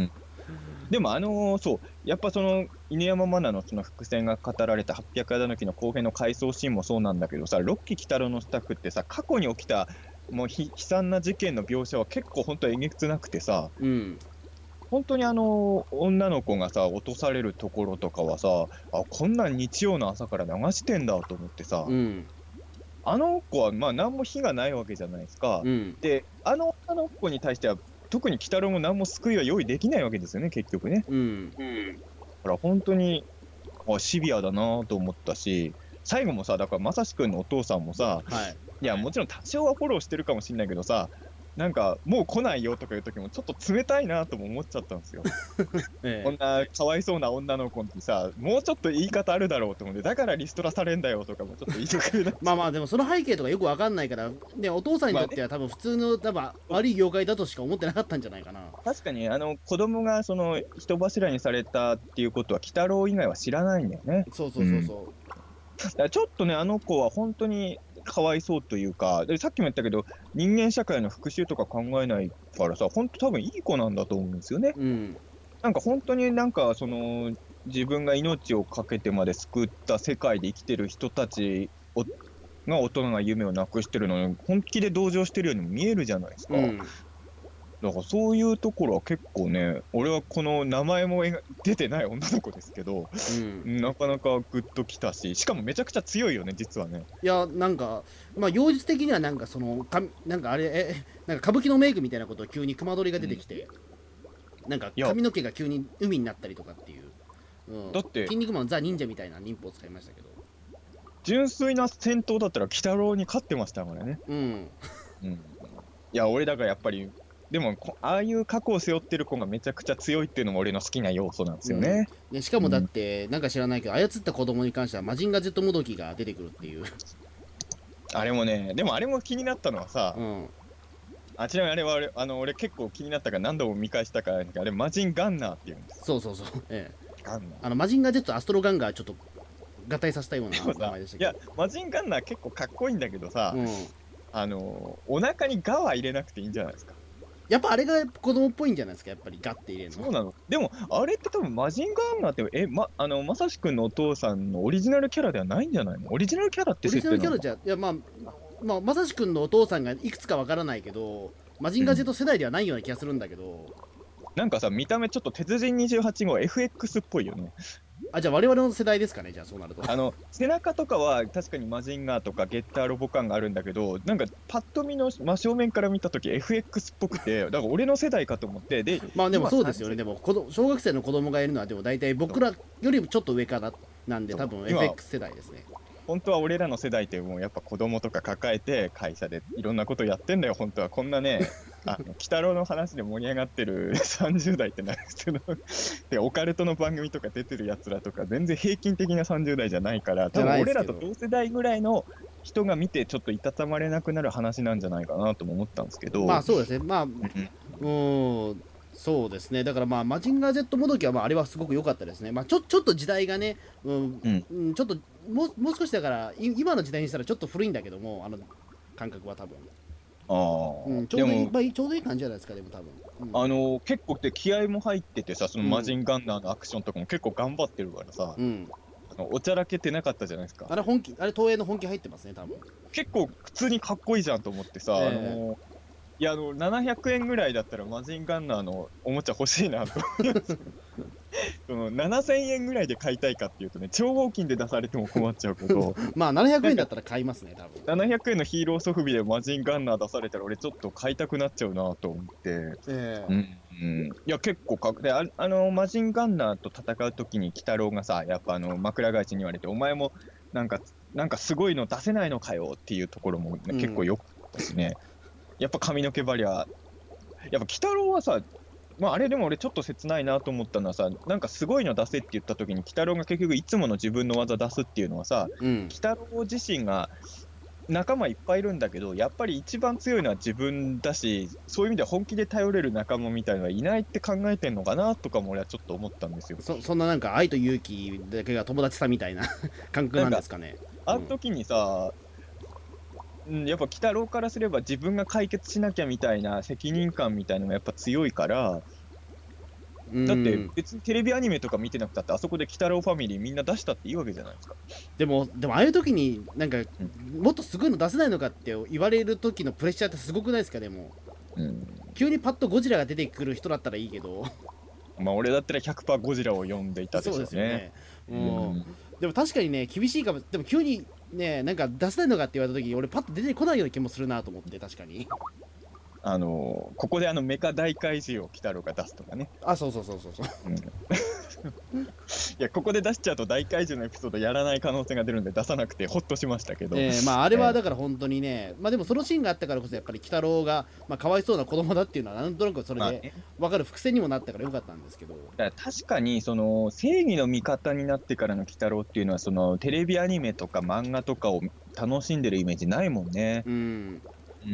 [SPEAKER 3] でもそう、やっぱその犬山マナのその伏線が語られた800夜狸の後編の回想シーンもそうなんだけどさ、六鬼鬼太郎のスタッフってさ、過去に起きたもう悲惨な事件の描写は結構本当えげつなくてさ、
[SPEAKER 2] うん。
[SPEAKER 3] 本当に女の子がさ、落とされるところとかはさ、こんなん日曜の朝から流してんだと思ってさ、
[SPEAKER 2] うん。
[SPEAKER 3] あの子はまあ何も非がないわけじゃないですか。
[SPEAKER 2] うん。
[SPEAKER 3] で、女の子に対しては、特に鬼太郎も何も救いは用意できないわけですよね、結局ね。
[SPEAKER 2] うん。
[SPEAKER 3] だから本当にシビアだなと思ったし、最後もさ、だからまさしくんのお父さんもさ、
[SPEAKER 2] はい。
[SPEAKER 3] いや、もちろん多少はフォローしてるかもしれないけどさ、なんかもう来ないよとかいう時もちょっと冷たいなとも思っちゃったんですよ。こん
[SPEAKER 2] え
[SPEAKER 3] なかわいそうな女の子にさ、もうちょっと言い方あるだろうと思って、だからリストラされんだよとかもちょっと言いたくなっちゃう。
[SPEAKER 2] まあまあ、でもその背景とかよくわかんないから、ね、お父さんにとっては多分普通の、多分悪い業界だとしか思ってなかったんじゃないかな。
[SPEAKER 3] 確かに子供がその人柱にされたっていうことは、鬼太郎以外は知らないんだよね。
[SPEAKER 2] そうそうそうそ
[SPEAKER 3] だからちょっとね、あの子は本当にかわいそうというか、でさっきも言ったけど、人間社会の復讐とか考えないからさ、本当多分いい子なんだと思うんですよね。
[SPEAKER 2] う。うん。
[SPEAKER 3] なんか本当になんか自分が命を懸けてまで救った世界で生きてる人たちが大人が夢をなくしてるのに本気で同情してるようにも見えるじゃないですか。
[SPEAKER 2] うん。
[SPEAKER 3] だからそういうところは結構ね、俺はこの名前も出てない女の子ですけど、
[SPEAKER 2] うん。
[SPEAKER 3] なかなかグッときたし、しかもめちゃくちゃ強いよね、実はね。
[SPEAKER 2] いや、なんか、まあ、妖術的にはなんかなんかあれ、なんか歌舞伎のメイクみたいなことを急に熊取が出てきて、なんか
[SPEAKER 3] いや、
[SPEAKER 2] 髪の毛が急に海になったりとかっていう、うん。
[SPEAKER 3] だって
[SPEAKER 2] 筋肉マンザ・忍者みたいな忍法を使いましたけど。
[SPEAKER 3] 純粋な戦闘だったら鬼太郎に勝ってましたからね。
[SPEAKER 2] うん。
[SPEAKER 3] うん。いや、俺だからやっぱり、でもああいう過去を背負ってる子がめちゃくちゃ強いっていうのも俺の好きな要素なんです
[SPEAKER 2] うん。
[SPEAKER 3] よね。
[SPEAKER 2] でしかもだっ
[SPEAKER 3] うん。
[SPEAKER 2] て、なんか知らないけど、操った子供に関してはマジンガジェットもどきが出てくるっていう。
[SPEAKER 3] あれもね、でもあれも気になったのはさ、
[SPEAKER 2] うん。
[SPEAKER 3] ちなみにあれは俺結構気になったから何度も見返したから、あれマジンガンナーって言うんです。
[SPEAKER 2] そうそうそう。
[SPEAKER 3] ガンナー。
[SPEAKER 2] マジンガジェット、アストロガンガーちょっと合体させたような名
[SPEAKER 3] でもさ、いや、
[SPEAKER 2] 前でしたけど。
[SPEAKER 3] マジンガンナー結構かっこいいんだけどさ、
[SPEAKER 2] うん。
[SPEAKER 3] お腹にガは入れなくていいんじゃないですか。
[SPEAKER 2] やっぱあれが子供っぽいんじゃないですか、やっぱりガッて入れるの。
[SPEAKER 3] そうなの。でも、あれって多分マジンガンナーって、まさしくんのお父さんのオリジナルキャラではないんじゃないの？オリジナルキャラって
[SPEAKER 2] オリジ
[SPEAKER 3] 設定なのか。
[SPEAKER 2] ナルキャラじゃ、いや、まあ、まさしくんのお父さんがいくつかわからないけど、マジンガジェット世代ではないような気がするんだけど、
[SPEAKER 3] なんかさ、見た目ちょっと鉄人28号 FX っぽいよね。
[SPEAKER 2] あ、じゃあ我々の世代ですかね、じゃあそうなると。
[SPEAKER 3] 背中とかは確かにマジンガーとかゲッターロボ感があるんだけど、なんかパッと見の真正面から見たとき FX っぽくて、だから俺の世代かと思って、で、
[SPEAKER 2] まあでも
[SPEAKER 3] 今
[SPEAKER 2] そうですよね、でも小学生の子供がいるのは、でも大体僕らよりもちょっと上からなんで、多分
[SPEAKER 3] 今、
[SPEAKER 2] FX 世代ですね。
[SPEAKER 3] 本当は俺らの世代ってもうやっぱ子供とか抱えて会社でいろんなことやってんだよ、本当は。こんなね、鬼太郎の話で盛り上がってる30代ってなんですけど、で、オカルトの番組とか出てるやつらとか、全然平均的な30代じゃないから、多
[SPEAKER 2] じゃ
[SPEAKER 3] 分俺
[SPEAKER 2] ないですけど。
[SPEAKER 3] らと同世代ぐらいの人が見て、ちょっといたたまれなくなる話なんじゃないかなとも思ったんですけど、
[SPEAKER 2] まあそうですね、まあ、
[SPEAKER 3] うん
[SPEAKER 2] そうですね、だからまあ、マジンガー Z もどきは、まあ、あれはすごく良かったですね。まあ、ちょっと時代がね、
[SPEAKER 3] うん
[SPEAKER 2] ちょっともう少しだから、今の時代にしたらちょっと古いんだけども、感覚は多分。
[SPEAKER 3] ああ、
[SPEAKER 2] ちょうどいい、
[SPEAKER 3] でも、
[SPEAKER 2] まあ、ちょうどいい感じじゃないですか、でも多分。
[SPEAKER 3] 結構で気合も入っててさ、その
[SPEAKER 2] うん。
[SPEAKER 3] マジンガンナーのアクションとかも結構頑張ってるからさ、
[SPEAKER 2] うん。
[SPEAKER 3] おちゃらけてなかったじゃないですか。
[SPEAKER 2] あれ東映の本気入ってますね、多分。
[SPEAKER 3] 結構普通にかっこいいじゃんと思ってさ、
[SPEAKER 2] え
[SPEAKER 3] いや、700円ぐらいだったらマジンガンナーのおもちゃ欲しいなと思ってその7000円ぐらいで買いたいかっていうとね、超合金で出されても困っちゃうけど、
[SPEAKER 2] まあ、700円だったら買いますね、多分。
[SPEAKER 3] 700円のヒーローソフビでマジンガンナー出されたら俺ちょっと買いたくなっちゃうなと思って、
[SPEAKER 2] え
[SPEAKER 3] いや結構でマジンガンナーと戦う時に鬼太郎がさ、やっぱ枕返しに言われて、お前もなんかすごいの出せないのかよっていうところも、ね結構よかったしね。やっぱ髪の毛バリア、やっぱ鬼太郎はさ、まあ、あれでも俺ちょっと切ないなと思ったのはさ、なんかすごいの出せって言った時に鬼太郎が結局いつもの自分の技出すっていうのはさ、鬼太郎自身が仲間いっぱいいるんだけど、やっぱり一番強いのは自分だし、そういう意味では本気で頼れる仲間みたいのはいないって考えてんのかなとかも俺はちょっと思ったんですよ。
[SPEAKER 2] そんななんか愛と勇気だけが友達さみたいな感覚なんですかね。
[SPEAKER 3] あの時にさ、やっぱ鬼太郎からすれば自分が解決しなきゃみたいな責任感みたいなのがやっぱ強いから、 だって
[SPEAKER 2] うん
[SPEAKER 3] 別にテレビアニメとか見てなくたって、あそこで鬼太郎ファミリーみんな出したっていいわけじゃないですか。
[SPEAKER 2] でもああいう時になんかもっとすごいの出せないのかって言われる時のプレッシャーってすごくないですか？でも
[SPEAKER 3] うん。
[SPEAKER 2] 急にパッとゴジラが出てくる人だったらいいけど
[SPEAKER 3] まあ俺だったら100%ゴジラを呼んでいたで
[SPEAKER 2] そう
[SPEAKER 3] しょうね。
[SPEAKER 2] ですよね。
[SPEAKER 3] う
[SPEAKER 2] うん
[SPEAKER 3] ん。
[SPEAKER 2] でも確かにね厳しいかも。でも急にねなんか出せないのかって言われた時に俺パッと出てこないような気もするなと思って。確かに
[SPEAKER 3] ここでメカ大怪獣を鬼太郎が出すとかね。
[SPEAKER 2] あそうそうそうそうそう
[SPEAKER 3] うん。いや、ここで出しちゃうと大怪獣のエピソードやらない可能性が出るんで出さなくてほっとしましたけど。
[SPEAKER 2] まああれはだから本当にね、まあでもそのシーンがあったからこそやっぱり鬼太郎が、まあ、かわいそうな子供だっていうのはなんとなくそれで
[SPEAKER 3] まあね、
[SPEAKER 2] 分かる伏線にもなったからよかったんですけど。
[SPEAKER 3] だから確かにその正義の味方になってからの鬼太郎っていうのはそのテレビアニメとか漫画とかを楽しんでるイメージないもんね。
[SPEAKER 2] うん
[SPEAKER 3] うん、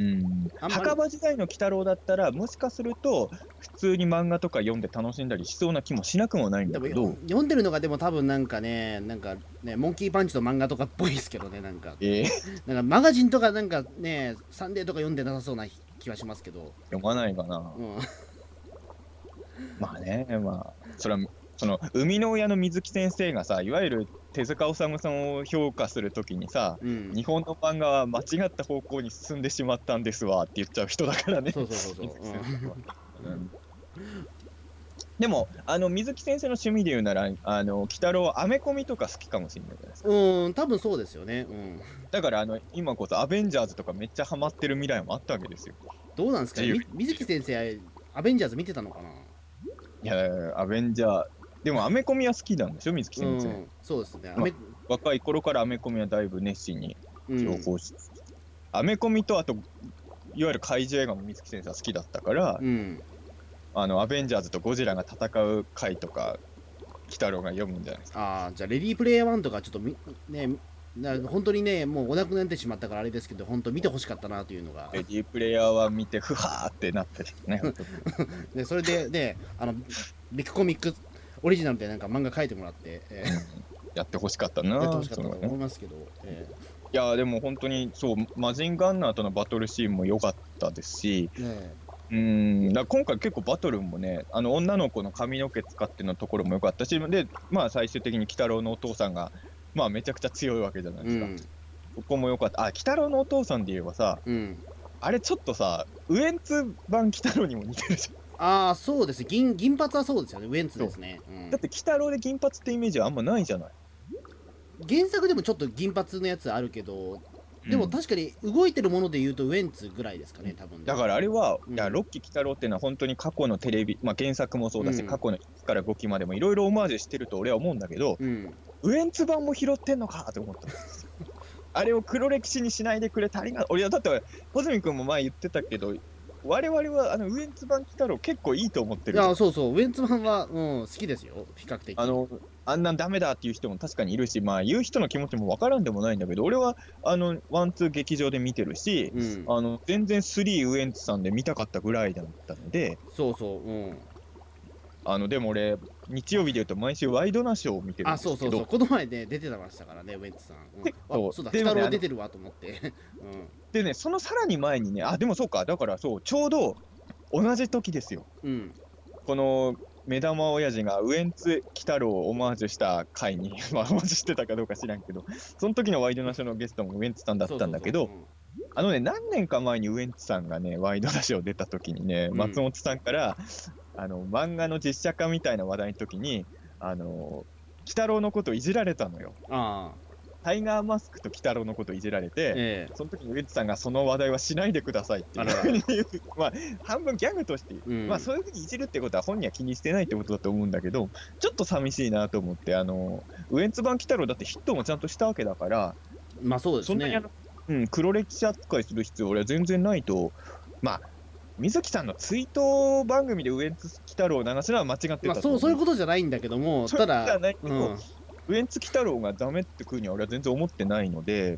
[SPEAKER 2] あんまり
[SPEAKER 3] 墓場時代の鬼太郎だったらもしかすると普通に漫画とか読んで楽しんだりしそうな気もしなくもないん
[SPEAKER 2] でも
[SPEAKER 3] だけど、
[SPEAKER 2] 読んでるのがでも多分なんかねモンキーパンチの漫画とかっぽいですけどねなんかマガジンとかなんかねサンデーとか読んでなさそうな気はしますけど。
[SPEAKER 3] 読まないかな。
[SPEAKER 2] うん
[SPEAKER 3] まあね、まあそれはその生みの親の水木先生がさ、いわゆる手塚治虫さんを評価するときにさ、
[SPEAKER 2] うん
[SPEAKER 3] 日本の漫画は間違った方向に進んでしまったんですわって言っちゃう人だからね。
[SPEAKER 2] そうそうそうそう
[SPEAKER 3] 水木先生は。うんでも水木先生の趣味で言うなら鬼太郎はアメコミとか好きかもしれないじゃないですか。
[SPEAKER 2] うん多分そうですよね。
[SPEAKER 3] だから今こそアベンジャーズとかめっちゃハマってる未来もあったわけですよ。
[SPEAKER 2] どうなんですかね。
[SPEAKER 3] 自由
[SPEAKER 2] 水木先生アベンジャーズ見てたのかな。
[SPEAKER 3] いや、アベンジャー、でもアメコミは好きなんでしょ、水木先生。
[SPEAKER 2] そうですね。
[SPEAKER 3] まあ若い頃からアメコミはだいぶ熱心に情
[SPEAKER 2] うん
[SPEAKER 3] 報し、アメコミとあと、いわゆる怪獣映画も水木先生は好きだったから、
[SPEAKER 2] うん
[SPEAKER 3] アベンジャーズとゴジラが戦う回とか、鬼太郎が読むんじゃないですか。
[SPEAKER 2] ああ、じゃあ、レディープレイヤー1とか、ちょっと本当にね、もうお亡くなってしまったからあれですけど、本当見てほしかったなというのが。
[SPEAKER 3] レディープレイヤーは見て、ふはーってなってるね。
[SPEAKER 2] で、それで、ビッグコミックオリジナルでなんか漫画描いてもらって、
[SPEAKER 3] やってほしかったな。
[SPEAKER 2] やってほしかったと
[SPEAKER 3] それはね
[SPEAKER 2] 思いますけど、
[SPEAKER 3] いやでも本当にそう、マジンガンナーとのバトルシーンも良かったですし、だから今回結構バトルもね、女の子の髪の毛使ってのところも良かったし、で、まあ最終的に鬼太郎のお父さんが、まあめちゃくちゃ強いわけじゃないですか。ここも良かった。あ、鬼太郎のお父さんで言えばさ、あれちょっとさ、ウエンツ版鬼太郎にも似てるじゃん。
[SPEAKER 2] ああ、そうです。銀髪はそうですよね。ウエンツですね。
[SPEAKER 3] だって鬼太郎で銀髪ってイメージはあんまないじゃない。
[SPEAKER 2] 原作でもちょっと銀髪のやつあるけど、でも確かに動いてるもので言うとウエンツぐらいですかね、多分。
[SPEAKER 3] だからあれは、
[SPEAKER 2] うん
[SPEAKER 3] いやロッキー鬼太郎っていうのは本当に過去のテレビ、まあ、原作もそうだし、過去の1から5期までもいろいろオマージュしてると俺は思うんだけど、ウエンツ版も拾ってんのかって思ったんですよ。あれを黒歴史にしないでくれてありがとう。俺はだって穂積君も前言ってたけど、我々はウエンツ版鬼太郎結構いいと思ってる。
[SPEAKER 2] いや、そうそう、ウエンツ版は、好きですよ、比較的。
[SPEAKER 3] あんなんダメだっていう人も確かにいるし、まあ言う人の気持ちもわからんでもないんだけど、俺はワンツー劇場で見てるし、全然3ウエンツさんで見たかったぐらいだったので、
[SPEAKER 2] そうそう、
[SPEAKER 3] でも俺日曜日でいうと毎週ワイドナショーを見てるんですけど、
[SPEAKER 2] そう、この前ね出てましたからね、ウエンツさん。そうだ、鬼太郎出てるわと思って。
[SPEAKER 3] でね、そのさらに前にね、でもそうか、だからそう、ちょうど同じ時ですよ。この目玉親父がウエンツ鬼太郎をオマージュした回に、まあオマージュしてたかどうか知らんけど、その時のワイドナショーのゲストもウエンツさんだったんだけど、何年か前にウエンツさんがね、ワイドナショー出た時にね、松本さんから、漫画の実写化みたいな話題の時に、鬼太郎のことをいじられたのよ。タイガーマスクと鬼太郎のことをいじられて、その時にウエンツさんがその話題はしないでくださいっていうまあ半分ギャグとして、まあそういうふうにいじるってことは本人は気にしてないってことだと思うんだけど、ちょっと寂しいなと思って、ウエンツ版鬼太郎だってヒットもちゃんとしたわけだから、
[SPEAKER 2] まあそうですね。
[SPEAKER 3] そんなに黒歴史扱いする必要俺は全然ないと、まあ水木さんの追悼番組でウエンツ鬼太郎を流すのは間違ってたと思う。
[SPEAKER 2] まあそういうことじゃないんだけども、ただ、
[SPEAKER 3] ウエンツ鬼太郎がダメってふうには俺は全然思ってないので、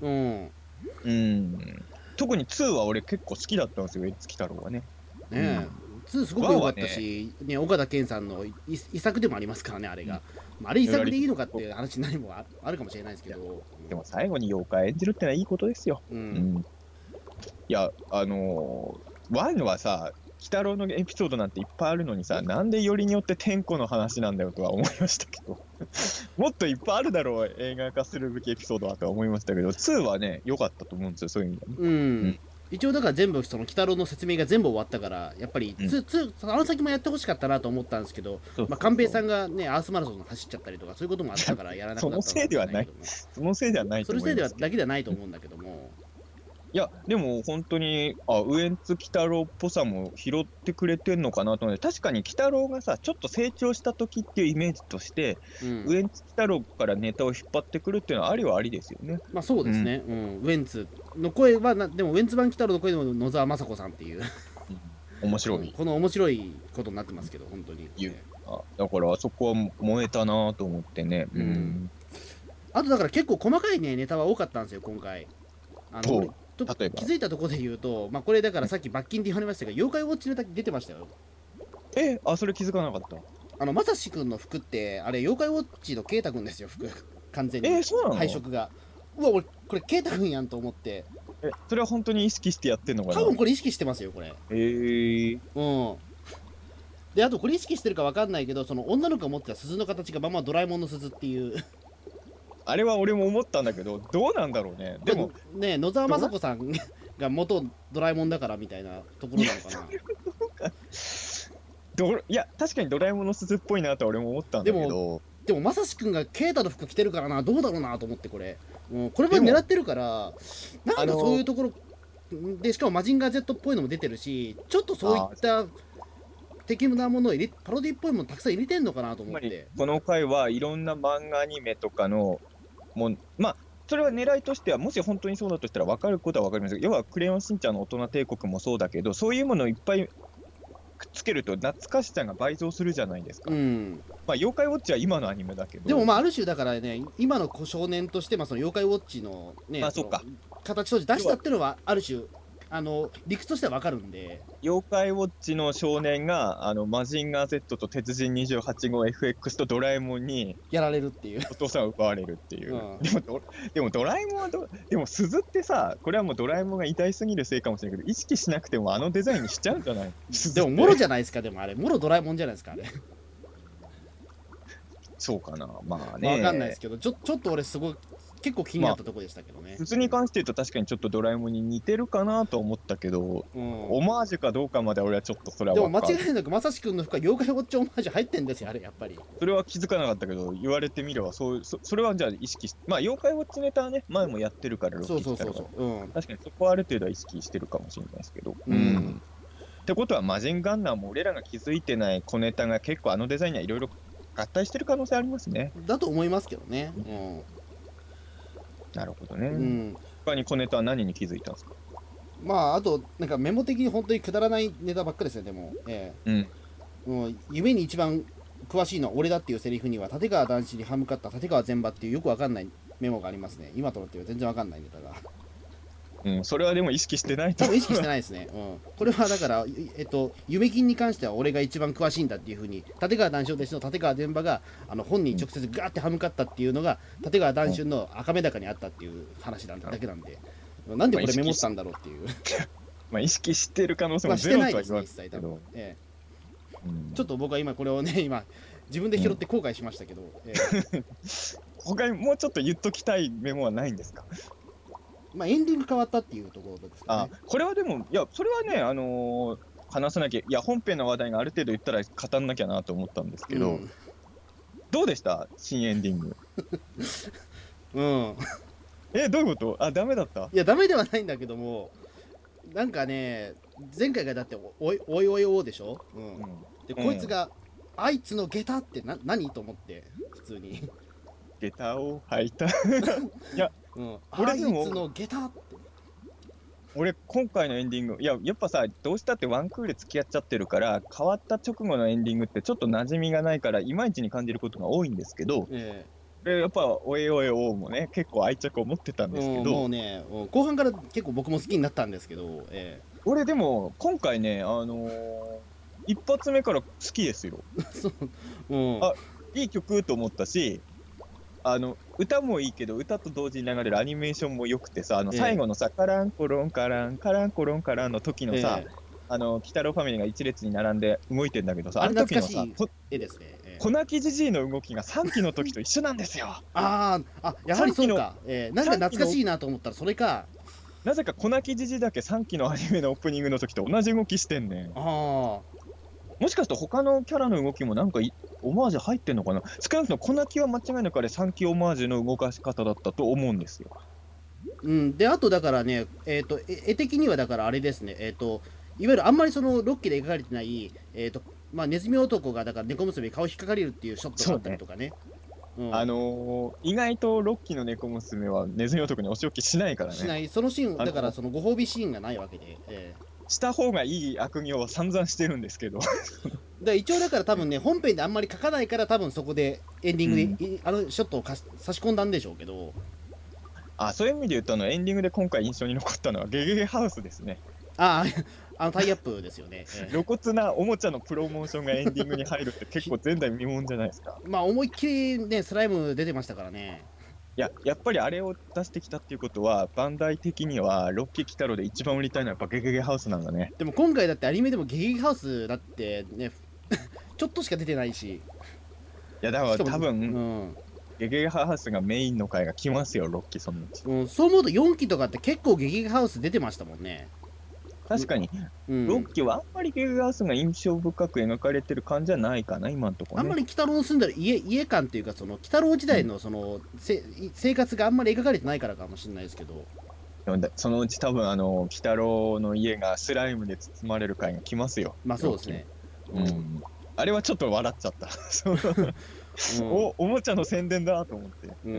[SPEAKER 3] 特に2は俺結構好きだったんですよ、ウエンツ鬼太郎はね。
[SPEAKER 2] 2すごく良かったし、岡田健さんの遺作でもありますからね、あれが。あれ遺作でいいのかっていう話になりもあるかもしれないですけど。
[SPEAKER 3] でも最後に妖怪演じるってのはいいことですよ。いや、ワンはさ、 太郎のエピソードなんていっぱいあるのにさ、なんでよりによって天子の話なんだよとは思いましたけどもっといっぱいあるだろう、映画化するべきエピソードはとは思いましたけど、2はね良かったと思うんですよ、そういう意味ではね。
[SPEAKER 2] うん一応だから全部その鬼太郎の説明が全部終わったからやっぱりあの先もやってほしかったなと思ったんですけど、まあ、寛平さんがねアースマラソン走っちゃったりとかそういうこともあったからやらなくなったのかもしれないけども
[SPEAKER 3] そのせいではないと
[SPEAKER 2] それせいでは
[SPEAKER 3] 思いますけど。
[SPEAKER 2] だけではないと思うんだけども、
[SPEAKER 3] いや、でも本当に、ウエンツ鬼太郎っぽさも拾ってくれてんのかなと思って、確かに鬼太郎がさ、ちょっと成長した時っていうイメージとして、ウエンツ鬼太郎からネタを引っ張ってくるっていうのはありはありですよね。
[SPEAKER 2] まあそうですね、ウエンツの声はでもウエンツ版鬼太郎の声でも野沢雅子さんっていう
[SPEAKER 3] 面白い、
[SPEAKER 2] この面白いことになってますけど本当に、
[SPEAKER 3] だからあそこは燃えたなと思ってね。
[SPEAKER 2] あとだから結構細かいねネタは多かったんですよ今回。例えば気づいたところで言うと、まあ、これだからさっき罰金って言われましたが、妖怪ウォッチネタ出てましたよ。
[SPEAKER 3] それ気づかなかった。
[SPEAKER 2] まさしくんの服って、あれ、妖怪ウォッチのケイタくんですよ、服。完全に。
[SPEAKER 3] そうなの？
[SPEAKER 2] 配色が。うわ、俺、これケイタくんやんと思って。
[SPEAKER 3] それは本当に意識してやってんのかな？
[SPEAKER 2] 多分これ意識してますよ、これ。で、あとこれ意識してるか分かんないけど、その女の子が持ってた鈴の形がままドラえもんの鈴っていう。
[SPEAKER 3] あれは俺も思ったんだけど、どうなんだろうね。でも
[SPEAKER 2] ね、野沢雅子さんが元ドラえもんだからみたいなところなのかな。
[SPEAKER 3] いや確かにドラえもんの鈴っぽいなと俺も思ったんだけど、
[SPEAKER 2] でもまさしくんがケイタの服着てるからな、どうだろうなと思って、これこれも狙ってるからなんかそういうところで、しかもマジンガー Z っぽいのも出てるし、ちょっとそういった的なものをパロディっぽいものたくさん入れてんのかなと思って。
[SPEAKER 3] この回はいろんな漫画アニメとかのまあそれは狙いとしては、もし本当にそうだとしたら分かることは分かりますけど、要はクレヨンしんちゃんの大人帝国もそうだけど、そういうものをいっぱいくっつけると懐かしさが倍増するじゃないですか。妖怪ウォッチは今のアニメだけど、
[SPEAKER 2] でもまあある種だからね、今の少年として、その妖怪ウォッチのね、形として出したっていうのはある種理屈としては分かるんで、
[SPEAKER 3] 妖怪ウォッチの少年がマジンガー Z と鉄人28号 FX とドラえもんに
[SPEAKER 2] やられるっていう、
[SPEAKER 3] お父さんを奪われるっていう、でもドラえもんはでも鈴ってさ、これはもうドラえもんが痛いすぎるせいかもしれないけど、意識しなくてもあのデザインにしちゃうんじゃない？
[SPEAKER 2] でももろじゃないですか。でもあれもろドラえもんじゃないですか、あれ。
[SPEAKER 3] そうかな、まあね、
[SPEAKER 2] 分かんないですけど、ちょっと俺すごい結構気になったところでしたけどね。
[SPEAKER 3] 鈴に関して言うと確かにちょっとドラえもんに似てるかなと思ったけど、オマージュかどうかまで俺はちょっとそれは分かんない。
[SPEAKER 2] でも間違いなくまさしくんの服は妖怪ウォッチオマージュ入ってんですよ、あれやっぱり。
[SPEAKER 3] それは気づかなかったけど、言われてみればそれはじゃあ意識して、妖怪ウォッチネタはね前もやってるから
[SPEAKER 2] そう
[SPEAKER 3] 確かにそこはある程度は意識してるかもしれないですけど、ってことはマジンガンナーも俺らが気づいてない小ネタが結構あのデザインにはいろいろ合体してる可能性ありますね。
[SPEAKER 2] だと思いますけどね。
[SPEAKER 3] なるほどね。他に小ネタは何に気づいたんですか？
[SPEAKER 2] あとなんかメモ的に本当にくだらないネタばっかりですね。でも、もう夢に一番詳しいのは俺だっていうセリフには立川談志に歯向かった立川善馬っていうよくわかんないメモがありますね。今となっては全然わかんないネタが。
[SPEAKER 3] それはでも意識してないと。
[SPEAKER 2] 多分意識してないですね。これはだから、夢金に関しては俺が一番詳しいんだっていうふうに、立川談春弟子の立川善馬が本人に直接ガーって歯向かったっていうのが、立川談春の赤目高にあったっていう話だけなんで、なんでこれメモったんだろうっていう。
[SPEAKER 3] 意識してる可能性もゼロとは言わない
[SPEAKER 2] ですね、一切多分。ちょっと僕は今これをね、自分で拾って後悔しましたけど。
[SPEAKER 3] 他にもうちょっと言っときたいメモはないんですか？
[SPEAKER 2] エンディング変わったっていうところですかね。
[SPEAKER 3] これはでも、いや、それはね、話さなきゃ、いや、本編の話題がある程度言ったら語んなきゃなと思ったんですけど、どうでした新エンディング。どういうこと？ダメだった？
[SPEAKER 2] いや、ダメではないんだけども、なんかね、前回がだって、おいおいおでしょ。で、こいつが、あいつの下駄って何と思って、普通に。
[SPEAKER 3] 下駄を履いた。いや、
[SPEAKER 2] あいつの下駄って。
[SPEAKER 3] 俺、今回のエンディング、やっぱさ、どうしたってワンクール付き合っちゃってるから、変わった直後のエンディングってちょっと馴染みがないから、いまいちに感じることが多いんですけど、やっぱ、おいおいおもね、結構愛着を持ってたんですけど、
[SPEAKER 2] もうね、後半から結構僕も好きになったんですけど、
[SPEAKER 3] 俺でも、今回ね、一発目から好きですよ。いい曲と思ったし、歌もいいけど、歌と同時に流れるアニメーションも良くてさ、最後のさ、カランコロンカラン、カランコロンカランの時のさ、 鬼太郎ファミリーが一列に並んで動いてんだけどさ、
[SPEAKER 2] あれ
[SPEAKER 3] あの時
[SPEAKER 2] 懐かしい
[SPEAKER 3] のさ、
[SPEAKER 2] 絵ですね。
[SPEAKER 3] 粉木じじいの動きが3期の時と一緒なんですよ。
[SPEAKER 2] やはりそう
[SPEAKER 3] 3期
[SPEAKER 2] か。なんか懐かしいなと思ったらそれか。
[SPEAKER 3] なぜか粉木じじいだけ3期のアニメのオープニングの時と同じ動きしてんねん。
[SPEAKER 2] あ
[SPEAKER 3] もしかすると他のキャラの動きもなんかオマージュ入ってんのかな。少なくとも粉木は間違いなくあれ3期オマージュの動かし方だったと思うんですよ。
[SPEAKER 2] うん、であとだからね、絵的にはだからあれですね、いわゆるあんまりその6期で描かれてない、まあ、ネズミ男がだから猫娘に顔引っかかれるっていうショットがあったりとかね。
[SPEAKER 3] 意外と6期の猫娘はネズミ男にお仕置きしないからね。
[SPEAKER 2] しない、そのシーン、だからそのご褒美シーンがないわけで、
[SPEAKER 3] した方がいい悪行は散々してるんですけど。
[SPEAKER 2] 一応だから多分ね、本編であんまり書かないから、多分そこでエンディングで、あのショットを差し込んだんでしょうけど。
[SPEAKER 3] そういう意味で言うとエンディングで今回印象に残ったのはゲゲゲハウスですね。
[SPEAKER 2] タイアップですよね。
[SPEAKER 3] 露骨なおもちゃのプロモーションがエンディングに入るって結構前代未聞じゃないですか。
[SPEAKER 2] まあ思いっきりね、スライム出てましたからね。
[SPEAKER 3] やっぱりあれを出してきたっていうことは、バンダイ的にはロッキー・キタロで一番売りたいのはやっぱゲゲゲハウスなんだね。
[SPEAKER 2] でも今回だってアニメでもゲゲゲハウスだってね、ちょっとしか出てないし。
[SPEAKER 3] いやだから多分、
[SPEAKER 2] うん、
[SPEAKER 3] ゲゲゲハウスがメインの回が来ますよ、ロッキーそのうち。
[SPEAKER 2] そう思うと4期とかって結構ゲゲゲハウス出てましたもんね。
[SPEAKER 3] 確かに、ロッキーはあんまりゲゲゲハウスが印象深く描かれてる感じじゃないかな、今のところ、ね。
[SPEAKER 2] あんまり鬼太郎の住んでる家感っていうか、その鬼太郎時代のその、生活があんまり描かれてないからかもしれないですけど。
[SPEAKER 3] そのうち多分鬼太郎の家がスライムで包まれる回が来ますよ。
[SPEAKER 2] まあそうですね。
[SPEAKER 3] あれはちょっと笑っちゃった。おもちゃの宣伝だと思って。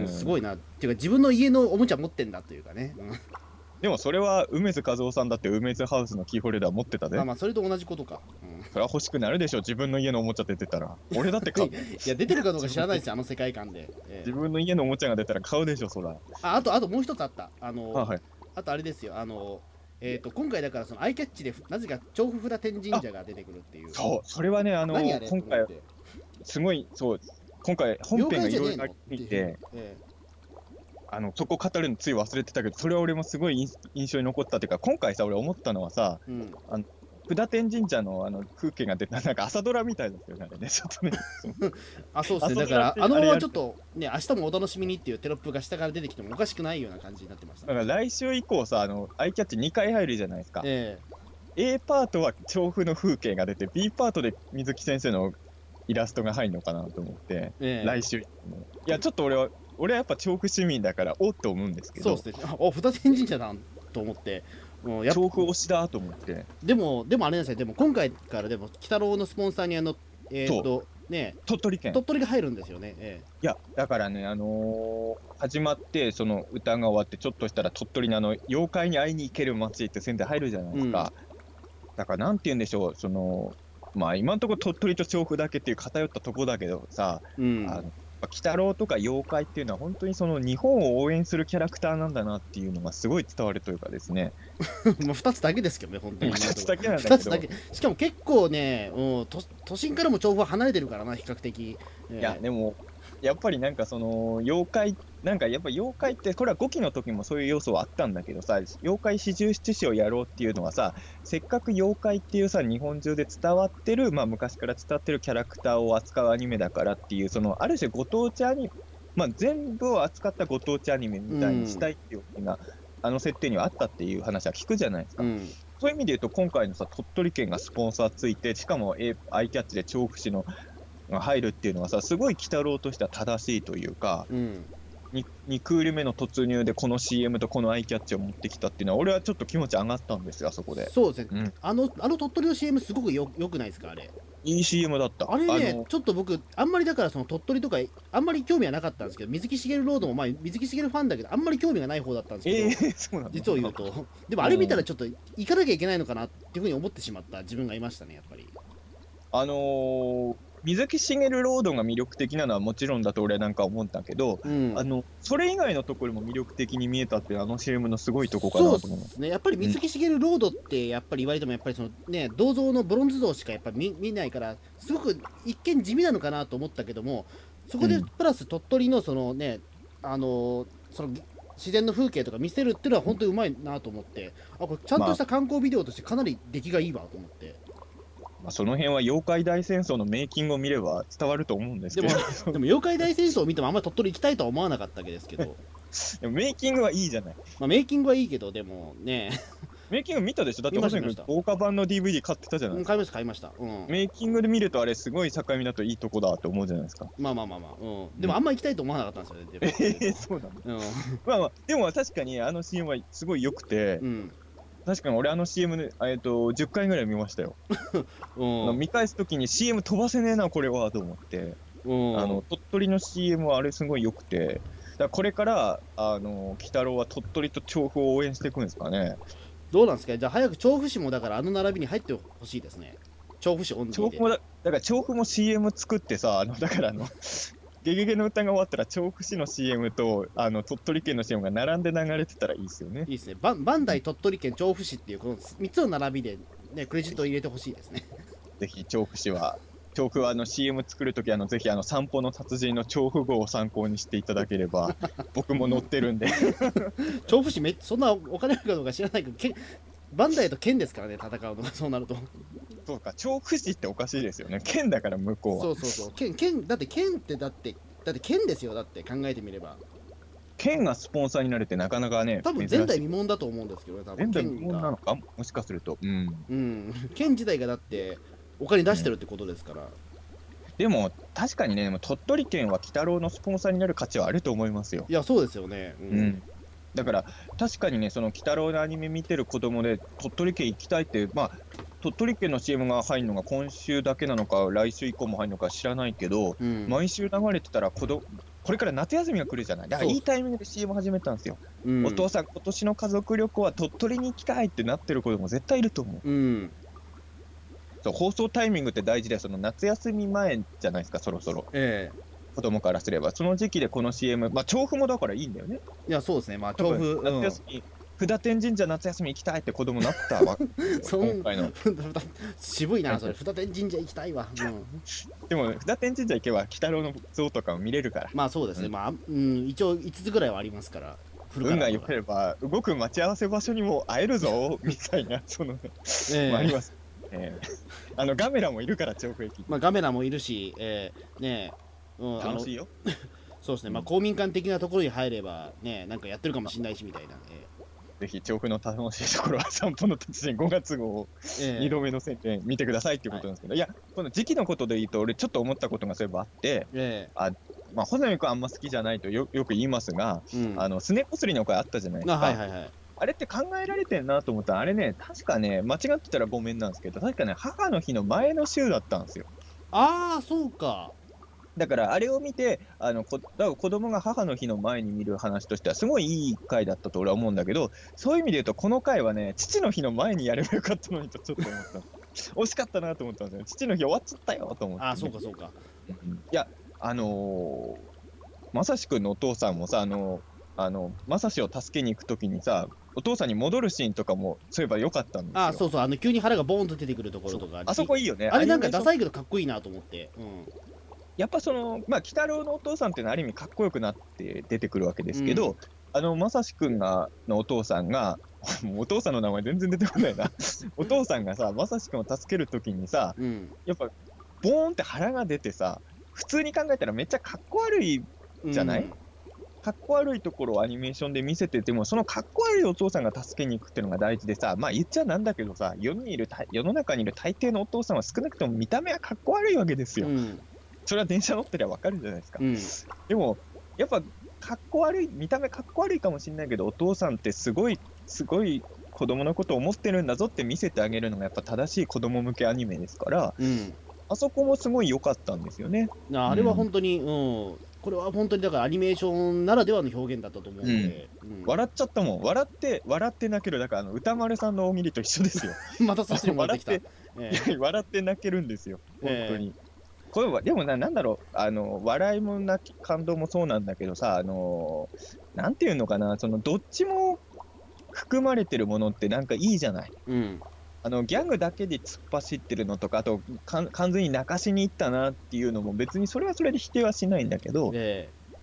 [SPEAKER 2] すごいな。っていうか自分の家のおもちゃ持ってんだというかね。
[SPEAKER 3] でもそれは梅津和夫さんだって梅津ハウスのキーホルダー持ってたで。
[SPEAKER 2] まあそれと同じことか。
[SPEAKER 3] それは欲しくなるでしょ、自分の家のおもちゃ出てたら。俺だって買う。
[SPEAKER 2] いや、出てるかどうか知らないですよ、あの世界観で。
[SPEAKER 3] 自分の家のおもちゃが出たら買うでしょ、そら。
[SPEAKER 2] あともう一つあった。
[SPEAKER 3] はい、
[SPEAKER 2] あとあれですよ、今回だからそのアイキャッチでなぜか調布札天神社が出てくるっていう。
[SPEAKER 3] そう、それはね、今回、すごい、そう、今回本編がいろいろあっていて、そこ語るのつい忘れてたけど、それは俺もすごい印象に残ったっていうか、今回さ、俺思ったのはさ、札天神社の風景が出た、なんか朝ドラみたいですよね、ちょっとね。
[SPEAKER 2] そうですね、だからあのままちょっとね、明日もお楽しみにっていうテロップが下から出てきてもおかしくないような感じになってました、
[SPEAKER 3] だから来週以降さ、アイキャッチ2回入るじゃないですか。A パートは調布の風景が出て、B パートで水木先生のイラストが入るのかなと思って、来週。いや、ちょっと俺はやっぱ調布市民だから、おって思うんですけど。
[SPEAKER 2] そうですね、札天神社だと思って。
[SPEAKER 3] 調布推しだと思って。
[SPEAKER 2] でもあれなんですよ、でも今回からでも、鬼太郎のスポンサーに
[SPEAKER 3] 鳥取県。
[SPEAKER 2] 鳥取が入るんですよね。
[SPEAKER 3] いや、だからね、始まって、その歌が終わって、ちょっとしたら鳥取の妖怪に会いに行ける街って宣伝入るじゃないですか。だから、なんて言うんでしょう、まあ、今のところ鳥取と調布だけっていう偏ったとこだけどさ、鬼太郎とか妖怪っていうのは本当にその日本を応援するキャラクターなんだなっていうのがすごい伝わるというかですね。
[SPEAKER 2] まあ2つだけですけどね、本当に。
[SPEAKER 3] 2つだけなんだけど。
[SPEAKER 2] 2つだけ。しかも結構ね、都心からも調布は離れてるからな、比較的。
[SPEAKER 3] いや、でも、やっぱりなんかその妖怪、なんかやっぱ妖怪って、これは5期の時もそういう要素はあったんだけどさ、妖怪四十七士をやろうっていうのはさ、せっかく妖怪っていうさ、日本中で伝わってる、まあ昔から伝わってるキャラクターを扱うアニメだからっていう、そのある種ご当地アニメ、まあ全部を扱ったご当地アニメみたいにしたいっていうのが、設定にはあったっていう話は聞くじゃないですか。そういう意味で言うと、今回のさ、鳥取県がスポンサーついて、しかもアイキャッチで調布市のが入るっていうのはさ、すごい鬼太郎としては正しいというか、2クール目の突入でこの CM とこのアイキャッチを持ってきたっていうのは、俺はちょっと気持ち上がったんですよ、あそこで。
[SPEAKER 2] そうですね、あの鳥取の CM すごくよくないですか、あれ。
[SPEAKER 3] いい CM だった。
[SPEAKER 2] あれね、ちょっと僕、あんまりだからその鳥取とか、あんまり興味はなかったんですけど、水木しげるロードも、まあ、水木しげるファンだけど、あんまり興味がない方だったんですけど、
[SPEAKER 3] そうなんだ、
[SPEAKER 2] 実を言うと。でもあれ見たらちょっと行かなきゃいけないのかなっていうふうに思ってしまった自分がいましたね、やっぱり。
[SPEAKER 3] 水木しげるロードが魅力的なのはもちろんだと俺なんか思うんだけど、それ以外のところも魅力的に見えたっていうCM のすごいとこかなと思う。
[SPEAKER 2] そうですね、やっぱり水木しげるロードってやっぱり言われてもやっぱりそのね、銅像のブロンズ像しかやっぱり見ないから、すごく一見地味なのかなと思ったけども、そこでプラス鳥取のそのね、その自然の風景とか見せるっていうのは本当にうまいなと思って、これちゃんとした観光ビデオとしてかなり出来がいいわと思って。
[SPEAKER 3] まあ、その辺は妖怪大戦争のメイキングを見れば伝わると思うんですけど、
[SPEAKER 2] でも妖怪大戦争を見てもあんまり鳥取行きたいとは思わなかったわけですけど、
[SPEAKER 3] でもメイキングはいいじゃない。
[SPEAKER 2] まあ、メイキングはいいけど、でもね、
[SPEAKER 3] メイキング見たでしょ。だって
[SPEAKER 2] 見ました
[SPEAKER 3] 細野君豪華版の DVD 買ってたじゃない。
[SPEAKER 2] 買いました、買いました。
[SPEAKER 3] メイキングで見るとあれすごい境目だといいとこだと思うじゃないですか。
[SPEAKER 2] まあまあまあまあ、でもあんま行きたいと思わなかったんですよね。でも
[SPEAKER 3] そうなの。まあまあ、でも確かにあの CM はすごい良くて、確かに俺あの CM で、10回ぐらい見ましたよ。見返すときに CM 飛ばせねえな、これは、と思って。鳥取の CM はあれすごい良くて、だからこれから、鬼太郎は鳥取と調布を応援していくんですかね。
[SPEAKER 2] どうなんですか。じゃあ早く調布市もだからあの並びに入ってほしいですね。調布市オンリーで。
[SPEAKER 3] だから調布も CM 作ってさ、だからゲゲゲの歌が終わったら調布市の CM と鳥取県の CM が並んで流れてたらいいですよね。
[SPEAKER 2] いいですね。バンダイ鳥取県調布市っていうこの3つの並びで、ね、クレジットを入れてほしいですね。
[SPEAKER 3] ぜひ調布市は。調布はCM 作るときぜひ散歩の達人の調布号を参考にしていただければ僕も乗ってるんで
[SPEAKER 2] 調布市そんなお金あるかどうか知らないけど、バンダイと県ですからね、戦うのがそうなると。
[SPEAKER 3] そうか、調布市っておかしいですよね。県だから向こうは。
[SPEAKER 2] そう県だって県ですよ。だって考えてみれば
[SPEAKER 3] 県がスポンサーになるってなかなかね、
[SPEAKER 2] 多分前代未聞だと思うんですけどね。多分
[SPEAKER 3] 前代未聞なのかもしかすると。
[SPEAKER 2] 県自体がだってお金出してるってことですから。
[SPEAKER 3] でも確かにね、鳥取県は鬼太郎のスポンサーになる価値はあると思いますよ。
[SPEAKER 2] いや、そうですよね。
[SPEAKER 3] だから確かにね、その鬼太郎のアニメ見てる子供で鳥取県行きたいって、まあ鳥取県の CM が入るのが今週だけなのか来週以降も入るのか知らないけど、毎週流れてたらこれから夏休みが来るじゃない。だからいいタイミングで CM 始めたんですよ。お父さん今年の家族旅行は鳥取に行きたいってなってる子供絶対いると思う。そう、放送タイミングって大事で、その夏休み前じゃないですか、そろそろ。子供からすれば、その時期でこの CM、まあ、調布もだからいいんだよね。
[SPEAKER 2] いや、そうですね、まあ、調布、
[SPEAKER 3] 夏休み、札天神社夏休み行きたいって子供なったわ。今回の。
[SPEAKER 2] 渋いな、それ、札天神社行きたいわ。
[SPEAKER 3] でも、札天神社行けば、鬼太郎の像とかも見れるから。
[SPEAKER 2] まあ、そうですね、まあ、一応5つぐらいはありますから。
[SPEAKER 3] 運が良ければ、動く待ち合わせ場所にも会えるぞ、みたいな、あります。ガメラもいるから、調布駅。
[SPEAKER 2] まあ、ガメラもいるし、
[SPEAKER 3] 楽しいよ。
[SPEAKER 2] そうですね、まあ、公民館的なところに入れば、ね、なんかやってるかもしれないしみたいな。
[SPEAKER 3] ぜひ、調布の楽しいところは、散歩の達人5月号、2度目の宣伝見てくださいっていうことなんですけど、いや、この時期のことで言うと、俺、ちょっと思ったことがそういえばあって、まあ、穂積君あんま好きじゃないとよく言いますが、すねこすりの声あったじゃないですか。あれって考えられてんなと思ったら、あれね、確かね、間違ってたらごめんなんですけど、確かね、母の日の前の週だったんですよ。
[SPEAKER 2] ああ、そうか。
[SPEAKER 3] だからあれを見て、子供が母の日の前に見る話としては、すごいいい回だったと俺は思うんだけど、そういう意味で言うと、この回はね、父の日の前にやればよかったのにとちょっと思った。惜しかったなと思ったんですよ。父の日終わっちゃったよと思って、ね。
[SPEAKER 2] ああ、そうか、そうか。
[SPEAKER 3] いや、まさしくんのお父さんもさ、まさしを助けに行くときにさ、お父さんに戻るシーンとかも、そういえば良かったんですよ。
[SPEAKER 2] ああ、そうそう、急に腹がボーンと出てくるところとか。
[SPEAKER 3] あそこいいよね。
[SPEAKER 2] あれなんかダサいけどかっこいいなと思って。
[SPEAKER 3] やっぱまあ、鬼太郎のお父さんっていうのはある意味かっこよくなって出てくるわけですけど、まさしくんのお父さんが、お父さんの名前全然出てこないな。お父さんがさ、まさしくんを助けるときにさ、やっぱ、ボーンって腹が出てさ、普通に考えたらめっちゃかっこ悪いじゃない、かっこ悪いところをアニメーションで見せてても、そのかっこ悪いお父さんが助けに行くっていうのが大事でさ、まあ言っちゃなんだけどさ、世の中にいる大抵のお父さんは少なくとも見た目はかっこ悪いわけですよ。それは電車乗ってりゃ分かるじゃないですか。でも、やっぱかっこ悪い、見た目かっこ悪いかもしれないけど、お父さんってすごい子供のことを思ってるんだぞって見せてあげるのがやっぱ正しい子供向けアニメですから、あそこもすごい良かったんですよね。
[SPEAKER 2] あれは本当に、これは本当にだからアニメーションならではの表現だったと思うので、
[SPEAKER 3] 笑っちゃったもん。笑って泣ける。だから歌丸さんの大喜利と一緒ですよ。
[SPEAKER 2] またそっちに戻ってきた。
[SPEAKER 3] 笑って泣けるんですよ、本当に。これはでもなんだろう、笑いも感動もそうなんだけどさ、なんていうのかな、どっちも含まれてるものってなんかいいじゃない。ギャグだけで突っ走ってるのとか、あと完全に泣かしに行ったなっていうのも別にそれはそれで否定はしないんだけど、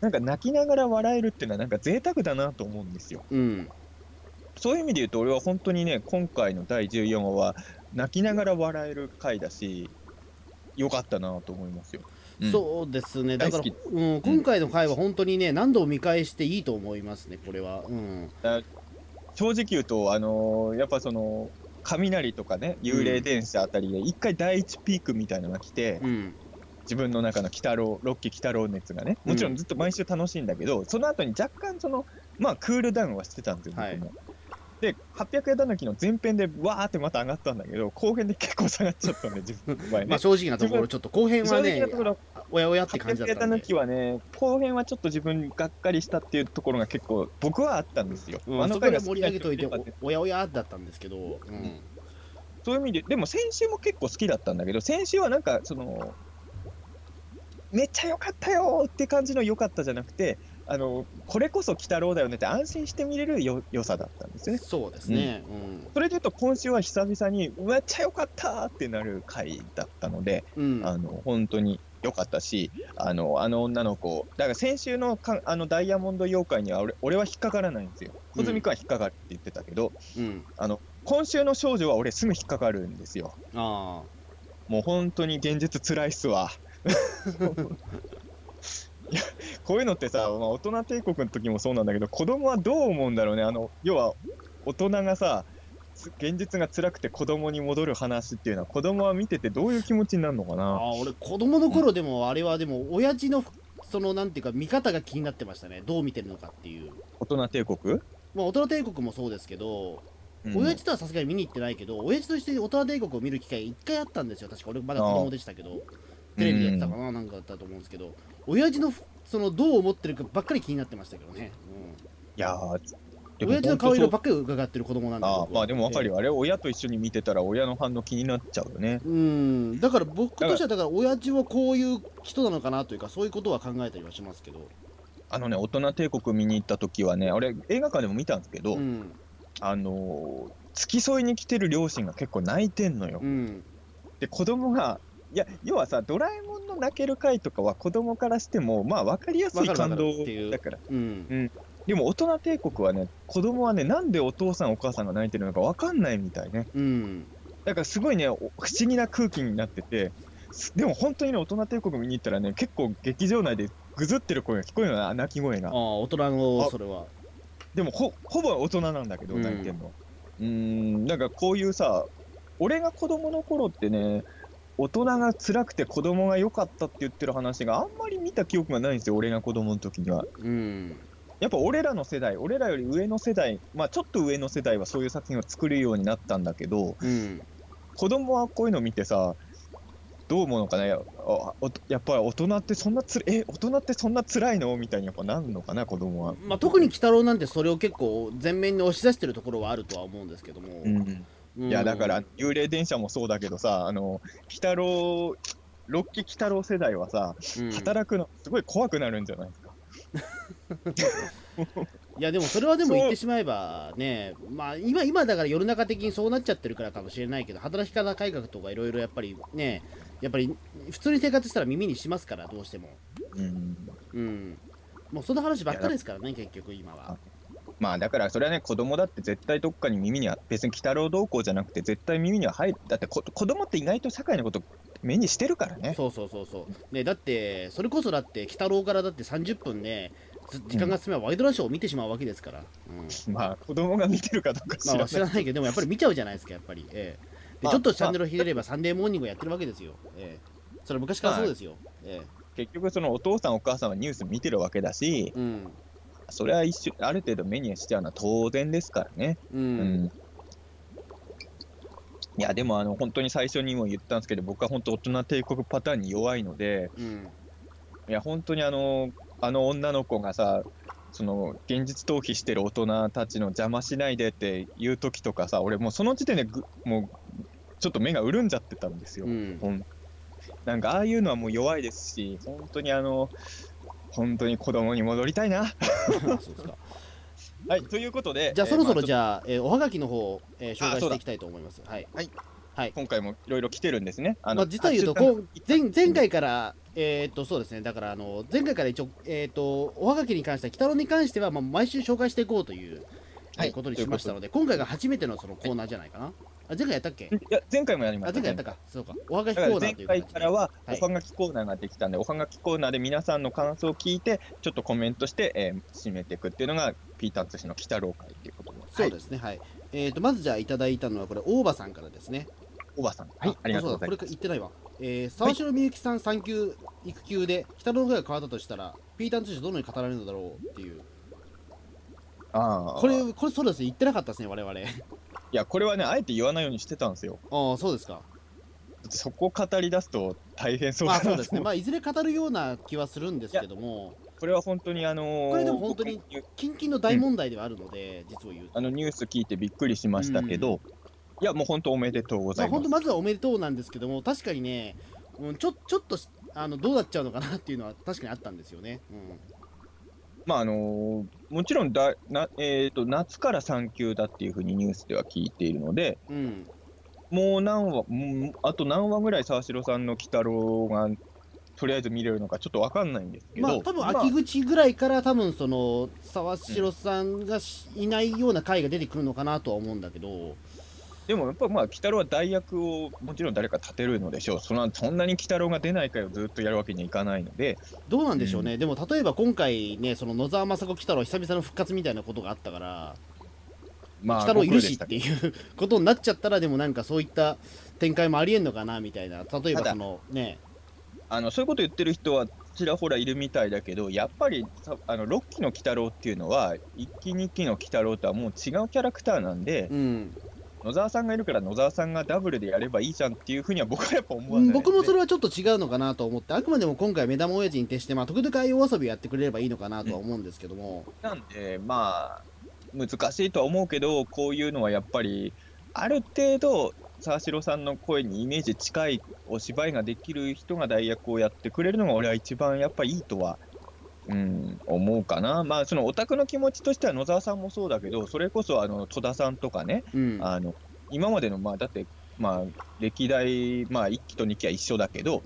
[SPEAKER 3] なんか泣きながら笑えるっていうのはなんか贅沢だなと思うんですよ。
[SPEAKER 2] うん。
[SPEAKER 3] そういう意味で言うと、俺は本当にね、今回の第14話は、泣きながら笑える回だし、良かったなと思いますよ。うん。
[SPEAKER 2] そうですね。だから、
[SPEAKER 3] 大好き。
[SPEAKER 2] うん、
[SPEAKER 3] うん。
[SPEAKER 2] 今回の回は本当にね、何度も見返していいと思いますね、これは。うん。
[SPEAKER 3] だ正直言うと、やっぱその、雷とかね、幽霊電車あたりで、一回第一ピークみたいなのが来て、
[SPEAKER 2] うん。
[SPEAKER 3] 自分の中の6期鬼太郎熱がね、もちろんずっと毎週楽しいんだけど、その後に若干まあ、クールダウンはしてたんですよ、
[SPEAKER 2] はい。
[SPEAKER 3] 僕も。で、800円だきの前編でわーってまた上がったんだけど、後編で結構下がっちゃったんで、自分の場合
[SPEAKER 2] まあ
[SPEAKER 3] ね。
[SPEAKER 2] 正直なところ、ちょっと後編は
[SPEAKER 3] 正直な
[SPEAKER 2] ね、
[SPEAKER 3] ところ、
[SPEAKER 2] おやおやって感じだ
[SPEAKER 3] 800円
[SPEAKER 2] ったんで。
[SPEAKER 3] だきはね、後編はちょっと自分がっかりしたっていうところが結構、僕はあったんですよ。
[SPEAKER 2] うん、
[SPEAKER 3] あの
[SPEAKER 2] そこで
[SPEAKER 3] 回が好きな
[SPEAKER 2] 盛り上げといて
[SPEAKER 3] 人もいればね、
[SPEAKER 2] おやおやだったんですけど、うん。
[SPEAKER 3] そういう意味で、でも先週も結構好きだったんだけど、先週はなんか、めっちゃ良かったよーって感じの良かったじゃなくて、これこそ鬼太郎だよねって安心して見れる良さだったんですよね。
[SPEAKER 2] そうです
[SPEAKER 3] うん。
[SPEAKER 2] ね。
[SPEAKER 3] それで言うと今週は久々にめっちゃ良かったーってなる回だったので、
[SPEAKER 2] うん。うん。
[SPEAKER 3] 本当に良かったし、あの女の子、だから先週のダイヤモンド妖怪には俺は引っかからないんですよ。穂積君は引っかかるって言ってたけど、
[SPEAKER 2] うん。
[SPEAKER 3] 今週の少女は俺すぐ引っかかるんですよ。
[SPEAKER 2] あ
[SPEAKER 3] もう本当に現実辛いっすわ。いや、こういうのってさ、まあ、大人帝国の時もそうなんだけど、子供はどう思うんだろうね。要は、大人がさ、現実が辛くて子供に戻る話っていうのは、子供は見ててどういう気持ちになるのかな。
[SPEAKER 2] 俺、子供の
[SPEAKER 3] うん。
[SPEAKER 2] 頃でも、あれはでも、親父の、なんていうか、見方が気になってましたね。どう見てるのかっていう。
[SPEAKER 3] 大人帝国。
[SPEAKER 2] まあ、大人帝国もそうですけど、
[SPEAKER 3] うん。
[SPEAKER 2] 親父とはさすがに見に行ってないけど、親父として大人帝国を見る機会一回あったんですよ。確か俺まだ子
[SPEAKER 3] ああ、
[SPEAKER 2] 供でしたけど、
[SPEAKER 3] う
[SPEAKER 2] テレビでやってたか
[SPEAKER 3] ん。
[SPEAKER 2] な、なんかだったと思うんですけど、親父のどう思ってるかばっかり気になってましたけどね。
[SPEAKER 3] いやー、で
[SPEAKER 2] うん。
[SPEAKER 3] も
[SPEAKER 2] 親父の顔
[SPEAKER 3] 本当そう。
[SPEAKER 2] 色ばっかり伺ってる子供なんで、
[SPEAKER 3] ああ、
[SPEAKER 2] 僕は。
[SPEAKER 3] まあでもわかるよ。あれ、親と一緒に見てたら親の反応気になっちゃうよね。
[SPEAKER 2] うん、だから僕
[SPEAKER 3] だから、
[SPEAKER 2] としては、だから親父はこういう人なのかなというか、そういうことは考えたりはしますけど。
[SPEAKER 3] 大人帝国見に行った時はね、俺、映画館でも見たんですけど、
[SPEAKER 2] うん、
[SPEAKER 3] 付き添いに来てる両親が結構泣いてんのよ。
[SPEAKER 2] うん、
[SPEAKER 3] で、子供が、いや、要はさ、ドラえもんの泣ける回とかは子供からしても、まあ、わかりやす
[SPEAKER 2] わかるわかる
[SPEAKER 3] い感動
[SPEAKER 2] っていう。
[SPEAKER 3] だから。
[SPEAKER 2] うん、
[SPEAKER 3] うん。でも、大人帝国はね、子供はね、なんでお父さんお母さんが泣いてるのかわかんないみたいね。
[SPEAKER 2] うん、
[SPEAKER 3] だからすごいね、不思議な空気になってて、でも本当にね、大人帝国見に行ったらね、結構劇場内でぐずってる声が聞こえるのな、泣き声が。
[SPEAKER 2] 大人の
[SPEAKER 3] あ、
[SPEAKER 2] それは。
[SPEAKER 3] でもほぼ大人なんだけど、泣いてん
[SPEAKER 2] うん、
[SPEAKER 3] の。なんかこういうさ、俺が子供の頃ってね、大人が辛くて子供が良かったって言ってる話があんまり見た記憶がないんですよ、俺が子供の時には。
[SPEAKER 2] うん、
[SPEAKER 3] やっぱ俺らの世代、俺らより上の世代、まあちょっと上の世代はそういう作品を作るようになったんだけど、
[SPEAKER 2] うん。
[SPEAKER 3] 子供はこういうの見てさ、どう思うのかな、やっぱり大人ってそんな大人ってそんな辛いのみたいにやっぱなるのかな、子供は。
[SPEAKER 2] まあ、特に鬼太郎なんてそれを結構前面に押し出してるところはあるとは思うんですけども。
[SPEAKER 3] うん。
[SPEAKER 2] う
[SPEAKER 3] いや、だから、
[SPEAKER 2] ん、
[SPEAKER 3] 幽霊電車もそうだけどさ、鬼太郎、6期鬼太郎世代はさ、
[SPEAKER 2] うん。
[SPEAKER 3] 働くのすごい怖くなるんじゃないですか。
[SPEAKER 2] いやでもそれはでも言っ
[SPEAKER 3] そう、
[SPEAKER 2] てしまえばね、まあ今だから世の中的にそうなっちゃってるからかもしれないけど、働き方改革とかいろいろやっぱりね、やっぱり普通に生活したら耳にしますから、どうしても。
[SPEAKER 3] うん。
[SPEAKER 2] うん。もうその話ばっ
[SPEAKER 3] いや、
[SPEAKER 2] かりですからね、結局今は。
[SPEAKER 3] まあだからそれはね、子供だって絶対どっかに耳には、別に鬼太郎どうこうじゃなくて、絶対耳には入る。だって子供って意外と社会のこと目にしてるからね。
[SPEAKER 2] そうそうそうそう。ね、だって、それこそだって、鬼太郎からだって30分ね、時間が進めばワイドナショーを見てしまうわけですから。うん。
[SPEAKER 3] まあ子供が見てるかどうか知
[SPEAKER 2] まあ
[SPEAKER 3] らないけど。
[SPEAKER 2] 知らないけど、でもやっぱり見ちゃうじゃないですか、やっぱり。で、ちょっとチャンネルをひねればサンデーモーニングをやってるわけですよ。それは昔から
[SPEAKER 3] まあ
[SPEAKER 2] そうですよ。
[SPEAKER 3] 結局そのお父さんお母さんはニュース見てるわけだし、
[SPEAKER 2] うん。
[SPEAKER 3] それはある程度目にしちゃうのは当然ですからね。
[SPEAKER 2] う
[SPEAKER 3] うん。
[SPEAKER 2] ん。
[SPEAKER 3] いや、でも本当に最初にも言ったんですけど、僕は本当大人帝国パターンに弱いので、
[SPEAKER 2] うん。
[SPEAKER 3] いや、本当にあの女の子がさ、現実逃避してる大人たちの邪魔しないでって言う時とかさ、俺もうその時点でもう、ちょっと目が潤んじゃってたんですよ。
[SPEAKER 2] うん。
[SPEAKER 3] なんか、ああいうのはもう弱いですし、本当に子供に戻りたいな。
[SPEAKER 2] そうですか。
[SPEAKER 3] はい、ということで、
[SPEAKER 2] じゃあそろそろじ
[SPEAKER 3] まあ
[SPEAKER 2] ゃあ、おはがきの方を、紹
[SPEAKER 3] あ、そうだ。
[SPEAKER 2] 介していきたいと思います。はい。
[SPEAKER 3] はい。
[SPEAKER 2] はい。
[SPEAKER 3] 今回もいろいろ来てるんですね。
[SPEAKER 2] 実は言うと、前回から、そうですね、だから前回から一応、おはがきに関しては、北郎に関しては、毎週紹介していこうという、
[SPEAKER 3] はい、
[SPEAKER 2] ことに
[SPEAKER 3] ということで。
[SPEAKER 2] しましたので、今回が初めてのそのコーナーじゃないかな。前回やったっけ？
[SPEAKER 3] いや、前回もやりました。
[SPEAKER 2] 前回やったか、そうか、おはがき
[SPEAKER 3] だから
[SPEAKER 2] コーナー
[SPEAKER 3] 前回
[SPEAKER 2] という形で。
[SPEAKER 3] からは、
[SPEAKER 2] はい、
[SPEAKER 3] おはがきコーナーができたんで、おはがきコーナーで皆さんの感想を聞いて、ちょっとコメントして、締めていくっていうのが、ピーターン通信の鬼太郎会ということで。
[SPEAKER 2] そうですね、はい。まずじゃあいただいたのは、これ、大場さんからですね。
[SPEAKER 3] おばさん。はい、ありがとうございます。
[SPEAKER 2] そうだ、これ言ってないわ。沢城みゆきさん産休育休で北の声が変わったとしたら、ピーターン通信どのように語られるのだろうっていう。
[SPEAKER 3] ああ。
[SPEAKER 2] これそうですね、言ってなかったですね、我々。
[SPEAKER 3] いや、これはね、あえて言わないようにしてたんですよ。
[SPEAKER 2] ああ、そうですか。
[SPEAKER 3] だってそこを語り出すと大変そうだなと思って。
[SPEAKER 2] そうですね、いずれ語るような気はするんですけども、
[SPEAKER 3] これは本当に
[SPEAKER 2] これでも本当に近々の大問題ではあるので、実を言うと。
[SPEAKER 3] ニュース聞いてびっくりしましたけど、いや、もう本当おめでとうございます。
[SPEAKER 2] 本当まずはおめでとうなんですけども、確かにね、ちょっとどうなっちゃうのかなっていうのは確かにあったんですよね。
[SPEAKER 3] もちろん夏から産休だっていうふうにニュースでは聞いているので、もうあと何話ぐらい沢城さんの鬼太郎がとりあえず見れるのかちょっと分かんないんですけど、
[SPEAKER 2] 多分秋口ぐらいから多分その沢城さんがいないような回が出てくるのかなとは思うんだけど、
[SPEAKER 3] でもやっぱ鬼太郎は代役をもちろん誰か立てるのでしょう。そんなに鬼太郎が出ない回をずっとやるわけにはいかないので。
[SPEAKER 2] どうなんでしょうね。でも例えば今回ね、その野沢雅子鬼太郎久々の復活みたいなことがあったから、鬼太郎いるしっていうことになっちゃったら、でもなんかそういった展開もありえんのかなみたいな。例えばそのね、
[SPEAKER 3] そういうこと言ってる人はちらほらいるみたいだけど、やっぱり6期の鬼太郎っていうのは1期2期の鬼太郎とはもう違うキャラクターなんで、野沢さんがいるから野沢さんがダブルでやればいいじゃんっていうふうには僕はやっぱ思わない、
[SPEAKER 2] 僕もそれはちょっと違うのかなと思って、あくまでも今回目玉親父に徹して、時々ああいうお遊びやってくれればいいのかなとは思うんですけども、
[SPEAKER 3] なんで難しいとは思うけど、こういうのはやっぱりある程度沢城さんの声にイメージ近いお芝居ができる人が代役をやってくれるのが俺は一番やっぱいいとは思うかな。そのオタクの気持ちとしては野沢さんもそうだけど、それこそ戸田さんとかね、今までのだって歴代1期と2期は一緒だけど、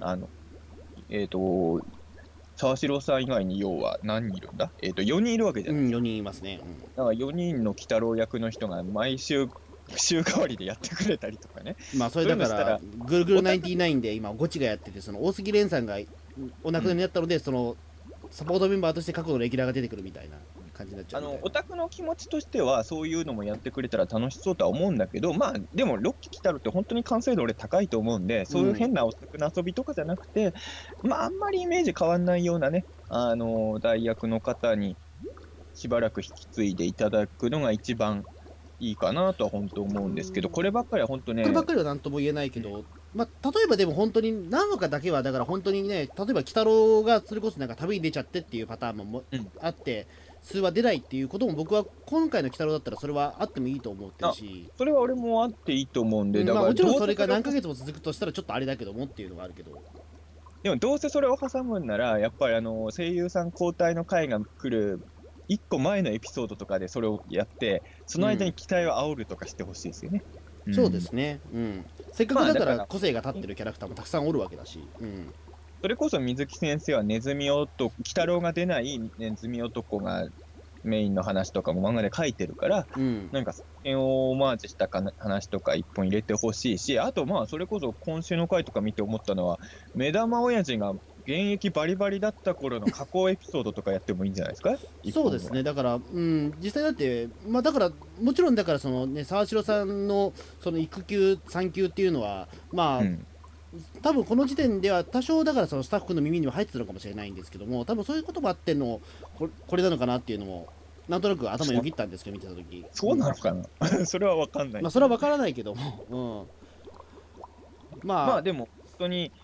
[SPEAKER 3] 沢城さん以外に要は何人いるんだ4人いるわけじゃないですか。
[SPEAKER 2] 4人いますね。
[SPEAKER 3] だから4人の鬼太郎役の人が毎週週替わりでやってくれたりとかね。
[SPEAKER 2] それだからぐるぐる99で今ゴチがやってて、その大杉蓮さんがお亡くなりになったので、そのサポートメンバーとして過去のレギュラーが出てくるみたいな感じになっちゃう。
[SPEAKER 3] オタクの気持ちとしてはそういうのもやってくれたら楽しそうとは思うんだけど、でも6期来たるって本当に完成度俺高いと思うんで、そういう変なオタクの遊びとかじゃなくて、あんまりイメージ変わんないようなね、代役の方にしばらく引き継いでいただくのが一番いいかなとは本当思うんですけど、こればっかりは本当ね、
[SPEAKER 2] こればっかりは何とも言えないけど、例えばでも本当に何話かだけは、だから本当にね、例えば鬼太郎がそれこそなんか旅に出ちゃってっていうパターンもあって、数話出ないっていうことも僕は今回の鬼太郎だったらそれはあってもいいと思ってるし、
[SPEAKER 3] それは俺もあっていいと思うんで、だから
[SPEAKER 2] もちろんそれが何ヶ月も続くとしたらちょっとあれだけどもっていうのがあるけど。
[SPEAKER 3] でもどうせそれを挟むんなら、やっぱり声優さん交代の回が来る1個前のエピソードとかでそれをやって、その間に期待を煽るとかしてほしいですよね。
[SPEAKER 2] そうですね。せっかくだから個性が立ってるキャラクターもたくさんおるわけだし。
[SPEAKER 3] それこそ水木先生はネズミ男、鬼太郎が出ないネズミ男がメインの話とかも漫画で書いてるから、なんかそれをオマージュした話とか一本入れてほしいし、あとそれこそ今週の回とか見て思ったのは、目玉親父が現役バリバリだった頃の加工エピソードとかやってもいいんじゃないですか。
[SPEAKER 2] そうですね。だから、実際だって、だから、もちろんだから、そのね、沢城さんのその育休、産休っていうのは、多分この時点では多少だからそのスタッフの耳には入ってたのかもしれないんですけども、多分そういうこともあってのこれなのかなっていうのもなんとなく頭よぎったんですけど、見てた時。
[SPEAKER 3] そうなのかなそれは分かんない。
[SPEAKER 2] それは分からないけども、
[SPEAKER 3] でも本当に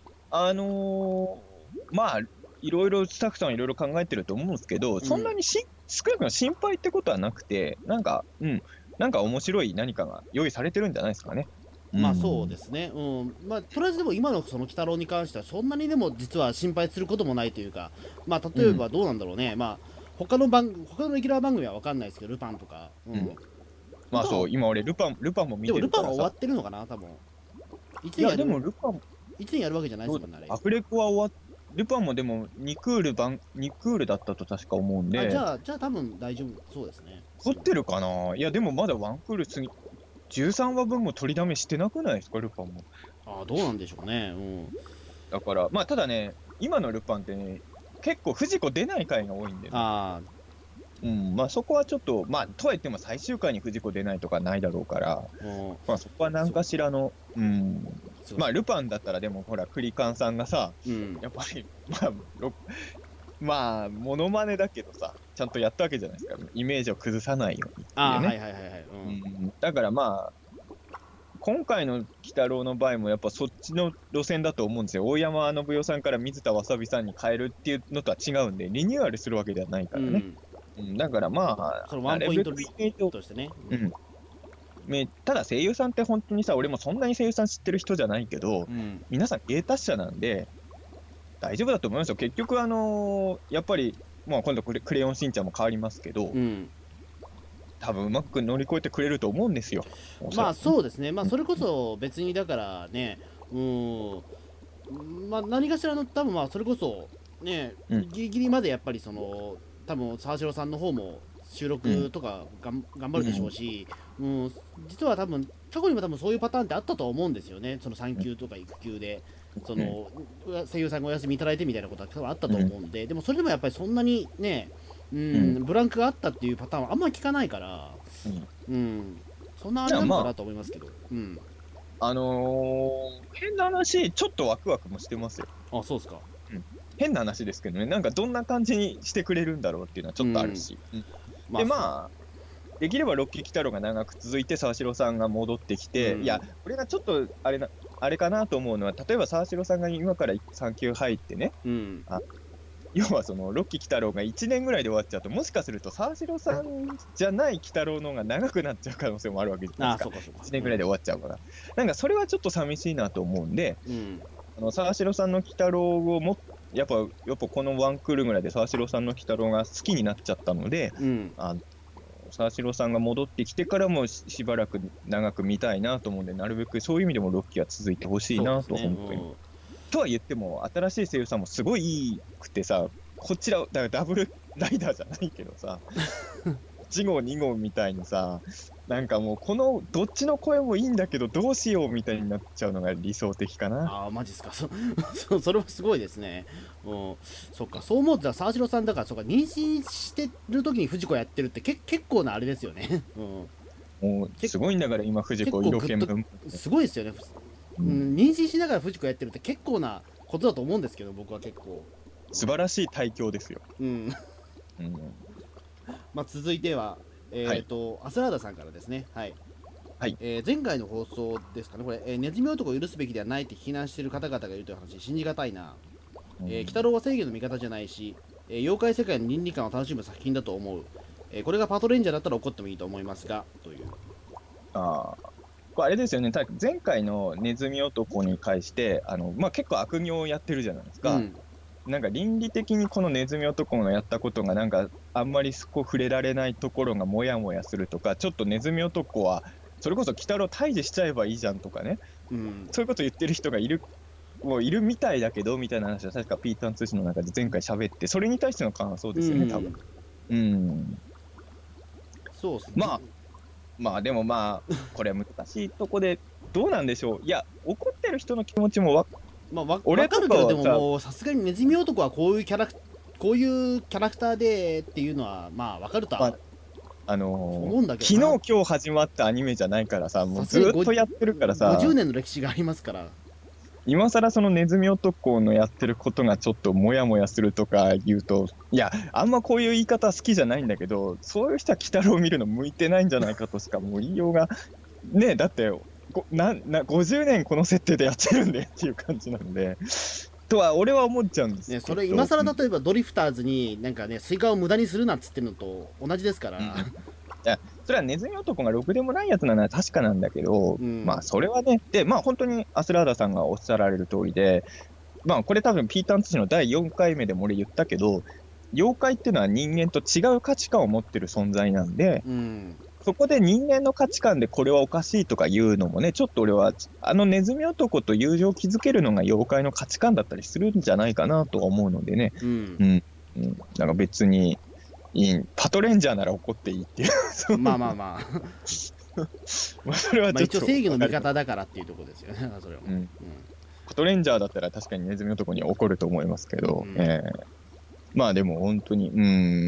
[SPEAKER 3] いろいろスタッフさんはいろいろ考えてると思うんですけど、そんなに少なくとも心配ってことはなくて、なんか面白い何かが用意されてるんじゃないですかね。
[SPEAKER 2] そうですね。とりあえずでも今のその鬼太郎に関してはそんなにでも実は心配することもないというか、例えばどうなんだろうね。他のレギュラー番組は分かんないですけど、ルパンとか。
[SPEAKER 3] そう、今俺ルパンも見てるからさ。
[SPEAKER 2] でもルパンは終わってるのかな、多分。
[SPEAKER 3] いや、
[SPEAKER 2] 一年やる、
[SPEAKER 3] でもルパン、
[SPEAKER 2] 一年やるわけじゃないで
[SPEAKER 3] どうだ
[SPEAKER 2] すもんね、あれ。
[SPEAKER 3] アフレコは終わっ、ルパンもでも2クールだったと確か思うん
[SPEAKER 2] あ、じ
[SPEAKER 3] で、
[SPEAKER 2] ゃあ、多分大丈夫そうですね。
[SPEAKER 3] 撮ってるかな。いや、でもまだワンクール過ぎ、13話分も取りだめしてなくないですか、ルパンも。
[SPEAKER 2] あ、どうなんでしょうね。うん。
[SPEAKER 3] だから、まあ、ただね、今のルパンってね、結構藤子出ない回が多いんでね。
[SPEAKER 2] あ
[SPEAKER 3] うん、まあそこはちょっと、まあ、とはいっても最終回に藤子出ないとかないだろうから、
[SPEAKER 2] あ、も
[SPEAKER 3] まあそこは何かしらの、
[SPEAKER 2] そう
[SPEAKER 3] まあルパンだったらでもほら、クリカンさんがさ、
[SPEAKER 2] う。うん。
[SPEAKER 3] やっぱり、まあ、モノマネだけどさ、ちゃんとやったわけじゃないですか。イメージを崩さないようにって
[SPEAKER 2] ああ、は
[SPEAKER 3] いうね。
[SPEAKER 2] いはいはいはい。
[SPEAKER 3] だからまあ、今回の鬼太郎の場合もやっぱそっちの路線だと思うんですよ。大山信代さんから水田わさびさんに変えるっていうのとは違うんで、リニューアルするわけではないか
[SPEAKER 2] うん。
[SPEAKER 3] らね。
[SPEAKER 2] うん。
[SPEAKER 3] だからまあ、
[SPEAKER 2] そのワ
[SPEAKER 3] なるべ
[SPEAKER 2] ンポイント
[SPEAKER 3] くイメージを、
[SPEAKER 2] としてね。
[SPEAKER 3] ただ声優さんって本当にさ、俺もそんなに声優さん知ってる人じゃないけど、
[SPEAKER 2] うん。
[SPEAKER 3] 皆さん芸達者なんで、大丈夫だと思いますよ。結局、やっぱり、まあ今度クレヨンしんちゃんも変わりますけど、
[SPEAKER 2] うん。
[SPEAKER 3] 多分うまく乗り越えてくれると思うんですよ。
[SPEAKER 2] まあ
[SPEAKER 3] う。
[SPEAKER 2] そうですね。まあそれこそ別にだからね、うん。まあ何かしらの多分まあそれこそね、
[SPEAKER 3] うん。
[SPEAKER 2] ギリギリまでやっぱりその多分沢城さんの方も収録とか頑張るでしょうし、うん、実は多分過去にも多分そういうパターンってあったとは思うんですよね。その産休とか育休で。その声優さんがお休みいただいてみたいなことは多分あったと思うんで、でもそれでもやっぱりそんなにね、ブランクがあったっていうパターンはあんまり聞かないから、うん、そんなあれなのかなと思いますけど、うん。
[SPEAKER 3] 変な話、ちょっとワクワクもしてますよ。
[SPEAKER 2] あ、そうですか。
[SPEAKER 3] 変な話ですけどね、なんかどんな感じにしてくれるんだろうっていうのはちょっとあるし。で、まあ、できればロッキー鬼太郎が長く続いて、沢城さんが戻ってきて、いや、これがちょっとあれかなと思うのは、例えば沢城さんが今から産休入ってね、要はそのロッキー鬼太郎が1年ぐらいで終わっちゃうと、もしかすると沢城さんじゃない鬼太郎の方が長くなっちゃう可能性もあるわけじゃないですか。1年ぐらいで終わっちゃうから。なんかそれはちょっと寂しいなと思うんで、沢城さんの鬼太郎をやっぱこのワンクールぐらいで沢城さんの鬼太郎が好きになっちゃったので、沢城さんが戻ってきてからもしばらく長く見たいなと思うんで、なるべくそういう意味でもロッキーは続いてほしいなと、本当に。とは言っても、新しい声優さんもすごいいいくてさ、こちら、だからダブルライダーじゃないけどさ、1号、2号みたいにさ、なんかもう、どっちの声もいいんだけど、どうしようみたいになっちゃうのが理想的かな。
[SPEAKER 2] ああ、マジっすか。それはすごいですね。そっか、そう思うと、沢城さんだから、そうか、妊娠してる時に藤子やってるって結構なあれですよね。
[SPEAKER 3] もう、すごいんだから、今、藤子、色気も。
[SPEAKER 2] すごいですよね。妊娠しながら藤子やってるって結構なことだと思うんですけど、僕は結構。
[SPEAKER 3] 素晴らしい対響ですよ。
[SPEAKER 2] まあ続いては、アスラーダさんからですね。はい。前回の放送ですかね、これ、ネズミ男を許すべきではないって非難している方々がいるという話、信じがたいな。鬼太郎は正義の味方じゃないし、妖怪世界の倫理観を楽しむ作品だと思う。これがパトレンジャーだったら怒ってもいいと思いますが、という。
[SPEAKER 3] あれですよね、前回のネズミ男に関して、結構悪行をやってるじゃないですか。なんか倫理的にこのネズミ男のやったことがなんかあんまり触れられないところがモヤモヤするとか、ちょっとネズミ男はそれこそ鬼太郎退治しちゃえばいいじゃんとかね、そういうこと言ってる人がいるみたいだけどみたいな話は確かピーターン通信の中で前回喋って、それに対しての感想ですよね、多分。
[SPEAKER 2] そうっすね。
[SPEAKER 3] まあでもこれは難しいとこでどうなんでしょう。いや、怒ってる人の気持ちも
[SPEAKER 2] 分かるけど、でももうさすがにネズミ男はこういうキャラクターでっていうのはまあ分かるとは思うんだけど、
[SPEAKER 3] 昨日今日始まったアニメじゃないからさ、もうずっとやってるからさ、
[SPEAKER 2] 50年の歴史がありますから、
[SPEAKER 3] 今更そのネズミ男のやってることがちょっとモヤモヤするとか言うと、いや、あんまこういう言い方好きじゃないんだけど、そういう人は鬼太郎を見るの向いてないんじゃないかとしかもう言いようがねえ。だって50年この設定でやってるんでっていう感じなんで、とは俺は思っちゃうんです
[SPEAKER 2] ね。それ今更例えばドリフターズになんかね、スイカを無駄にするなっつってるのと同じですから、
[SPEAKER 3] いや、それはネズミ男がろくでもないやつなのは確かなんだけど、まあそれはね、でまあ本当にアスラーダさんがおっしゃられる通りで、まあこれ多分ピーターン通信の第4回目でも俺言ったけど、妖怪っていうのは人間と違う価値観を持ってる存在なんで、 そこで人間の価値観でこれはおかしいとか言うのもね、ちょっと俺は、ネズミ男と友情を築けるのが妖怪の価値観だったりするんじゃないかなとは思うのでね。
[SPEAKER 2] うん。
[SPEAKER 3] うん。うん。なんか別に、パトレンジャーなら怒っていいっていう。そう
[SPEAKER 2] まあまあまあ。
[SPEAKER 3] まあそれは
[SPEAKER 2] まあ
[SPEAKER 3] ちょっと
[SPEAKER 2] 一応正義の味
[SPEAKER 3] わかる。
[SPEAKER 2] 方だからっていうところですよね、それも。
[SPEAKER 3] うん。パトレンジャーだったら確かにネズミ男には怒ると思いますけど、
[SPEAKER 2] うん。
[SPEAKER 3] まあでも本当に、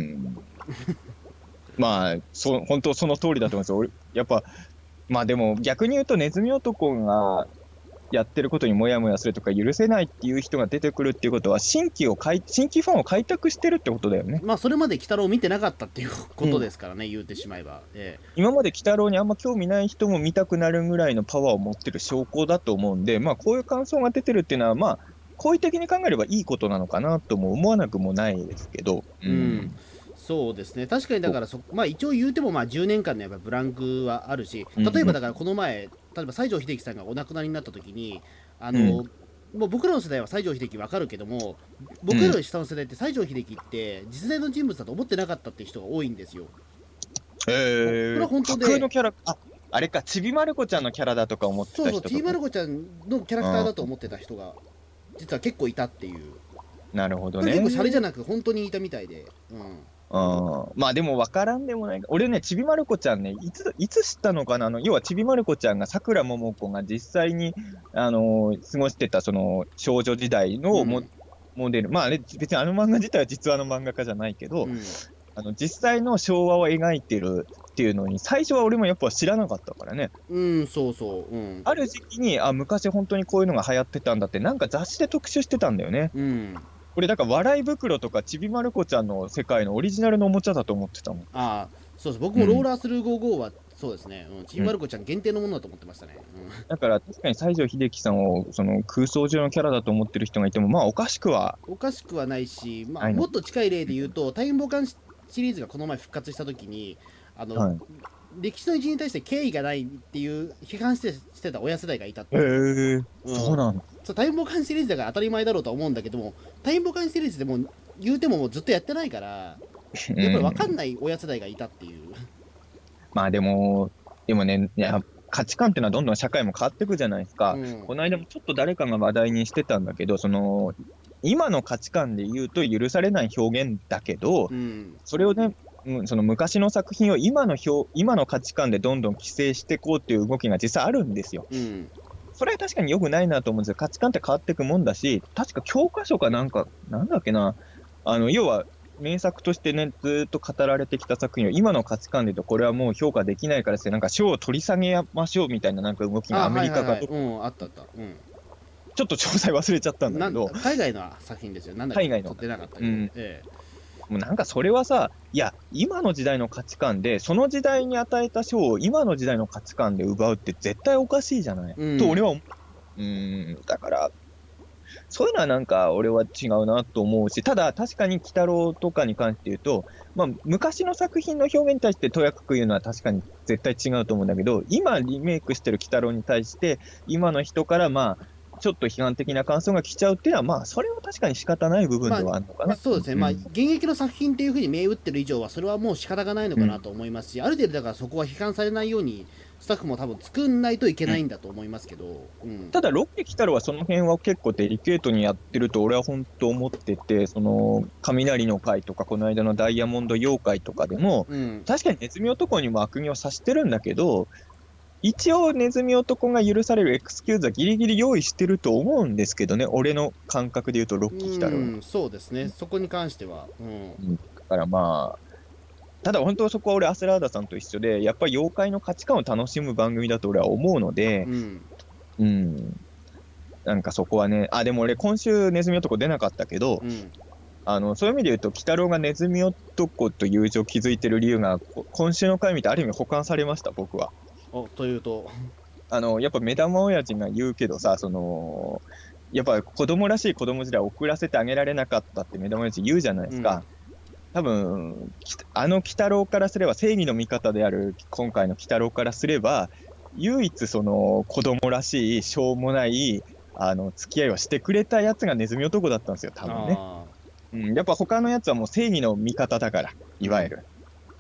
[SPEAKER 3] まあ、本当その通りだと思いますよ。やっぱ、まあでも逆に言うとネズミ男がやってることにモヤモヤするとか許せないっていう人が出てくるっていうことは新規ファンを開拓してるってことだよね。
[SPEAKER 2] まあそれまで鬼太郎を見てなかったっていうこと
[SPEAKER 3] うん。
[SPEAKER 2] ですからね、言うてしまえば。
[SPEAKER 3] 今まで鬼太郎にあんま興味ない人も見たくなるぐらいのパワーを持ってる証拠だと思うんで、まあこういう感想が出てるっていうのは、まあ、好意的に考えればいいことなのかなとも思わなくもないですけど、う
[SPEAKER 2] うん。
[SPEAKER 3] ん。
[SPEAKER 2] そうですね。確かにだからまあ一応言うてもまあ10年間のやっぱブランクはあるし、
[SPEAKER 3] うんうん
[SPEAKER 2] 例えばだからこの前、例えば西城秀樹さんがお亡くなりになった時に、あ
[SPEAKER 3] うん
[SPEAKER 2] の、もう僕らの世代は西城秀樹わかるけども、僕らよ
[SPEAKER 3] うん。
[SPEAKER 2] り下の世代って西城秀樹って実在の人物だと思ってなかったっていう人が多いんですよ。これは本当
[SPEAKER 3] 架空の
[SPEAKER 2] で、
[SPEAKER 3] キャラ、あれか、ちびまる子ちゃんのキャラだとか思って
[SPEAKER 2] そうそう、ちびま
[SPEAKER 3] た人とか。
[SPEAKER 2] る子ちゃんのキャラクターだと
[SPEAKER 3] あ
[SPEAKER 2] 思ってた人が、実は結構いたっていう。
[SPEAKER 3] なるほど
[SPEAKER 2] これ結構シャレじゃ
[SPEAKER 3] ね。
[SPEAKER 2] なく、本当にいたみたいで。うん。
[SPEAKER 3] まあでも分からんでもない。俺ね、ちびまる子ちゃんね、いつ知ったのかな要はちびまる子ちゃんがさくらももこが実際に、過ごしてたその少女時代の
[SPEAKER 2] うん。
[SPEAKER 3] モデル。まああれ、別にあの漫画自体は実話の漫画家じゃないけど、
[SPEAKER 2] うん。
[SPEAKER 3] 実際の昭和を描いてるっていうのに、最初は俺もやっぱ知らなかったからね。
[SPEAKER 2] うん、そうそう。うん。
[SPEAKER 3] ある時期に、昔本当にこういうのが流行ってたんだって、なんか雑誌で特集してたんだよね。
[SPEAKER 2] うん。
[SPEAKER 3] 俺、だから笑い袋とかちびまる子ちゃんの世界のオリジナルのおもちゃだと思ってたもん。
[SPEAKER 2] ああ、そうです。僕
[SPEAKER 3] うん。
[SPEAKER 2] もローラースルー55は、そうですね。うん。ちび
[SPEAKER 3] うん。
[SPEAKER 2] まる子ちゃん限定のものだと思ってましたね。
[SPEAKER 3] だから確かに西城秀樹さんをその空想上のキャラだと思ってる人がいても、まあおかしくは
[SPEAKER 2] おかしくはないし、まあ、
[SPEAKER 3] ないの。
[SPEAKER 2] もっと近い例で言うと、タイムボカンシリーズがこの前復活したときに、あの、
[SPEAKER 3] はい。
[SPEAKER 2] 歴史の偉人に対して敬意がないっていう批判してた親世代がいたっ
[SPEAKER 3] へ
[SPEAKER 2] ていう。
[SPEAKER 3] え、
[SPEAKER 2] うん。
[SPEAKER 3] そうなんだ。
[SPEAKER 2] そう、タイムボカンシリーズだから当たり前だろうとは思うんだけども、タイムボカンシリーズでも言うてももうずっとやってないから、
[SPEAKER 3] う
[SPEAKER 2] やっぱり分かん
[SPEAKER 3] ん。
[SPEAKER 2] ない親世代がいたっていう。
[SPEAKER 3] まあでもね、価値観っていうのはどんどん社会も変わっていくじゃないですか。
[SPEAKER 2] うん。
[SPEAKER 3] この間もちょっと誰かが話題にしてたんだけど、今の価値観で言うと許されない表現だけど、
[SPEAKER 2] うん。
[SPEAKER 3] それをね、その昔の作品を今の価値観でどんどん規制していこうっていう動きが実際あるんですよ。
[SPEAKER 2] うん。
[SPEAKER 3] それは確かに良くないなと思うんですよ。価値観って変わっていくもんだし、確か教科書かなんか、なんだっけな、要は、名作としてね、ずーっと語られてきた作品を今の価値観で言うと、これはもう評価できないからですね、なんか賞を取り下げましょうみたいななんか動きが
[SPEAKER 2] あ、
[SPEAKER 3] アメリカか
[SPEAKER 2] はいはいはい。うん、あったあった。う
[SPEAKER 3] ちょっと詳細忘れちゃったんだけど、
[SPEAKER 2] 海外の作品ですよ。なんだっけ、
[SPEAKER 3] 海外の、
[SPEAKER 2] 撮ってなかったけど。
[SPEAKER 3] うん、もうなんかそれはさ、いや、今の時代の価値観で、その時代に与えた賞を今の時代の価値観で奪うって絶対おかしいじゃない。
[SPEAKER 2] うん。
[SPEAKER 3] と俺は思う。だから、そういうのはなんか俺は違うなと思うし、ただ確かに鬼太郎とかに関して言うと、まあ昔の作品の表現に対してとやかく言うのは確かに絶対違うと思うんだけど、今リメイクしてる鬼太郎に対して、今の人からまあ、ちょっと批判的な感想が来ちゃうっていうのは、まあ、それは確かに仕方ない部分
[SPEAKER 2] ま
[SPEAKER 3] ではあるのか
[SPEAKER 2] あ、
[SPEAKER 3] なと。
[SPEAKER 2] そうですね。まあ、現役の作品っていうふうに銘打ってる以上は、それはもう仕方がないの
[SPEAKER 3] うん。
[SPEAKER 2] かなと思いますし、ある程度だからそこは批判されないように、スタッフも多分作んないといけ
[SPEAKER 3] うん。
[SPEAKER 2] ないんだと思いますけど、うん。
[SPEAKER 3] ただ、ロッケ来たらはその辺は結構デリケートにやってると俺は本当思ってて、雷の会とか、この間のダイヤモンド妖怪とかでも、
[SPEAKER 2] うん。
[SPEAKER 3] 確かにネズミ男にも悪行をさしてるんだけど、一応ネズミ男が許されるエクスキューズはギリギリ用意してると思うんですけどね、俺の感覚で言うとロッ
[SPEAKER 2] う
[SPEAKER 3] キー来たらは。
[SPEAKER 2] ん、そうですね。そこに関しては。うん。
[SPEAKER 3] うん。だからまあ、ただ本当そこは俺、アスラーダさんと一緒で、やっぱり妖怪の価値観を楽しむ番組だと俺は思うので、
[SPEAKER 2] うん。
[SPEAKER 3] うん、なんかそこはね、でも俺今週ネズミ男出なかったけど、
[SPEAKER 2] うん。
[SPEAKER 3] そういう意味で言うと、鬼太郎がネズミ男と友情を築いてる理由が、今週の回見てある意味補完されました、僕は。
[SPEAKER 2] というと、
[SPEAKER 3] やっぱ目玉親父が言うけどさ、やっぱ子供らしい子供時代を送らせてあげられなかったって目玉親父言うじゃないで
[SPEAKER 2] うん。
[SPEAKER 3] すか。多分、鬼太郎からすれば、正義の味方である今回の鬼太郎からすれば、唯一その子供らしい、しょうもない、付き合いをしてくれたやつがネズミ男だったんですよ、多分ね。
[SPEAKER 2] ああ。
[SPEAKER 3] うん、やっぱ他のやつはもう正義の味方だから、
[SPEAKER 2] うん。
[SPEAKER 3] いわゆる。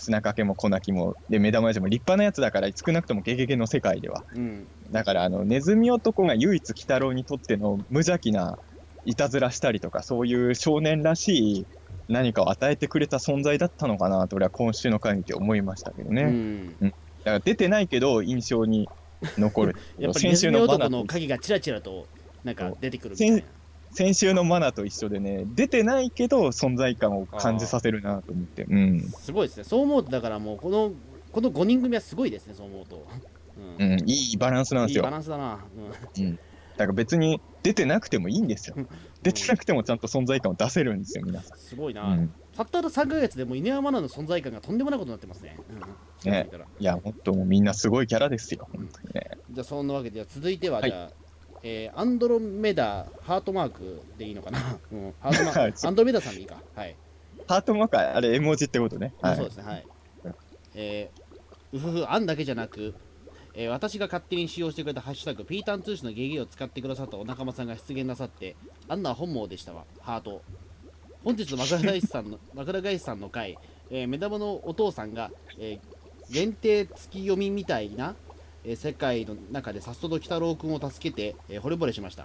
[SPEAKER 3] 砂かけも粉木もで目玉親父も立派なやつだから、少なくともゲゲゲの世界では。だからネズミ男が唯一鬼太郎にとっての無邪気ないたずらしたりとか、そういう少年らしい何かを与えてくれた存在だったのかなと俺は今週の回見て思いましたけどね。だから出てないけど印象に残る。
[SPEAKER 2] やっぱりネズミ男の影がチラチラとなんか出てくるみたいな。
[SPEAKER 3] 先週のマナと一緒でね、出てないけど存在感を感じさせるなと思って、
[SPEAKER 2] すごいですね。そう思うと、だからもうこの5人組はすごいですね、そう思うと。
[SPEAKER 3] いいバランスなんですよ。
[SPEAKER 2] いいバランスだな。
[SPEAKER 3] だから別に出てなくてもいいんですよ。出てなくてもちゃんと存在感を出せるんですよ、皆さん。
[SPEAKER 2] すごいな。たった3ヶ月でも犬山マナの存在感がとんでもないことになってますね。
[SPEAKER 3] いや、本当もうみんなすごいキャラですよ。
[SPEAKER 2] じゃあそんなわけで、続いてはじゃあ、アンドロメダハートマークでいいのかな、ハートマークアンドロメダさんでいいか、
[SPEAKER 3] ハートマークはあれ絵文字ってことね。
[SPEAKER 2] そうですね、うふふ、あんだけじゃなく、私が勝手に使用してくれたハッシュタグピータン通信のゲゲを使ってくださったお仲間さんが出現なさって、あんな本望でしたわ、ハート。本日の枕返しさんの回、目玉のお父さんが、限定月読みみたいな世界の中でさっそと鬼太郎くんを助けて、惚れ惚れしました。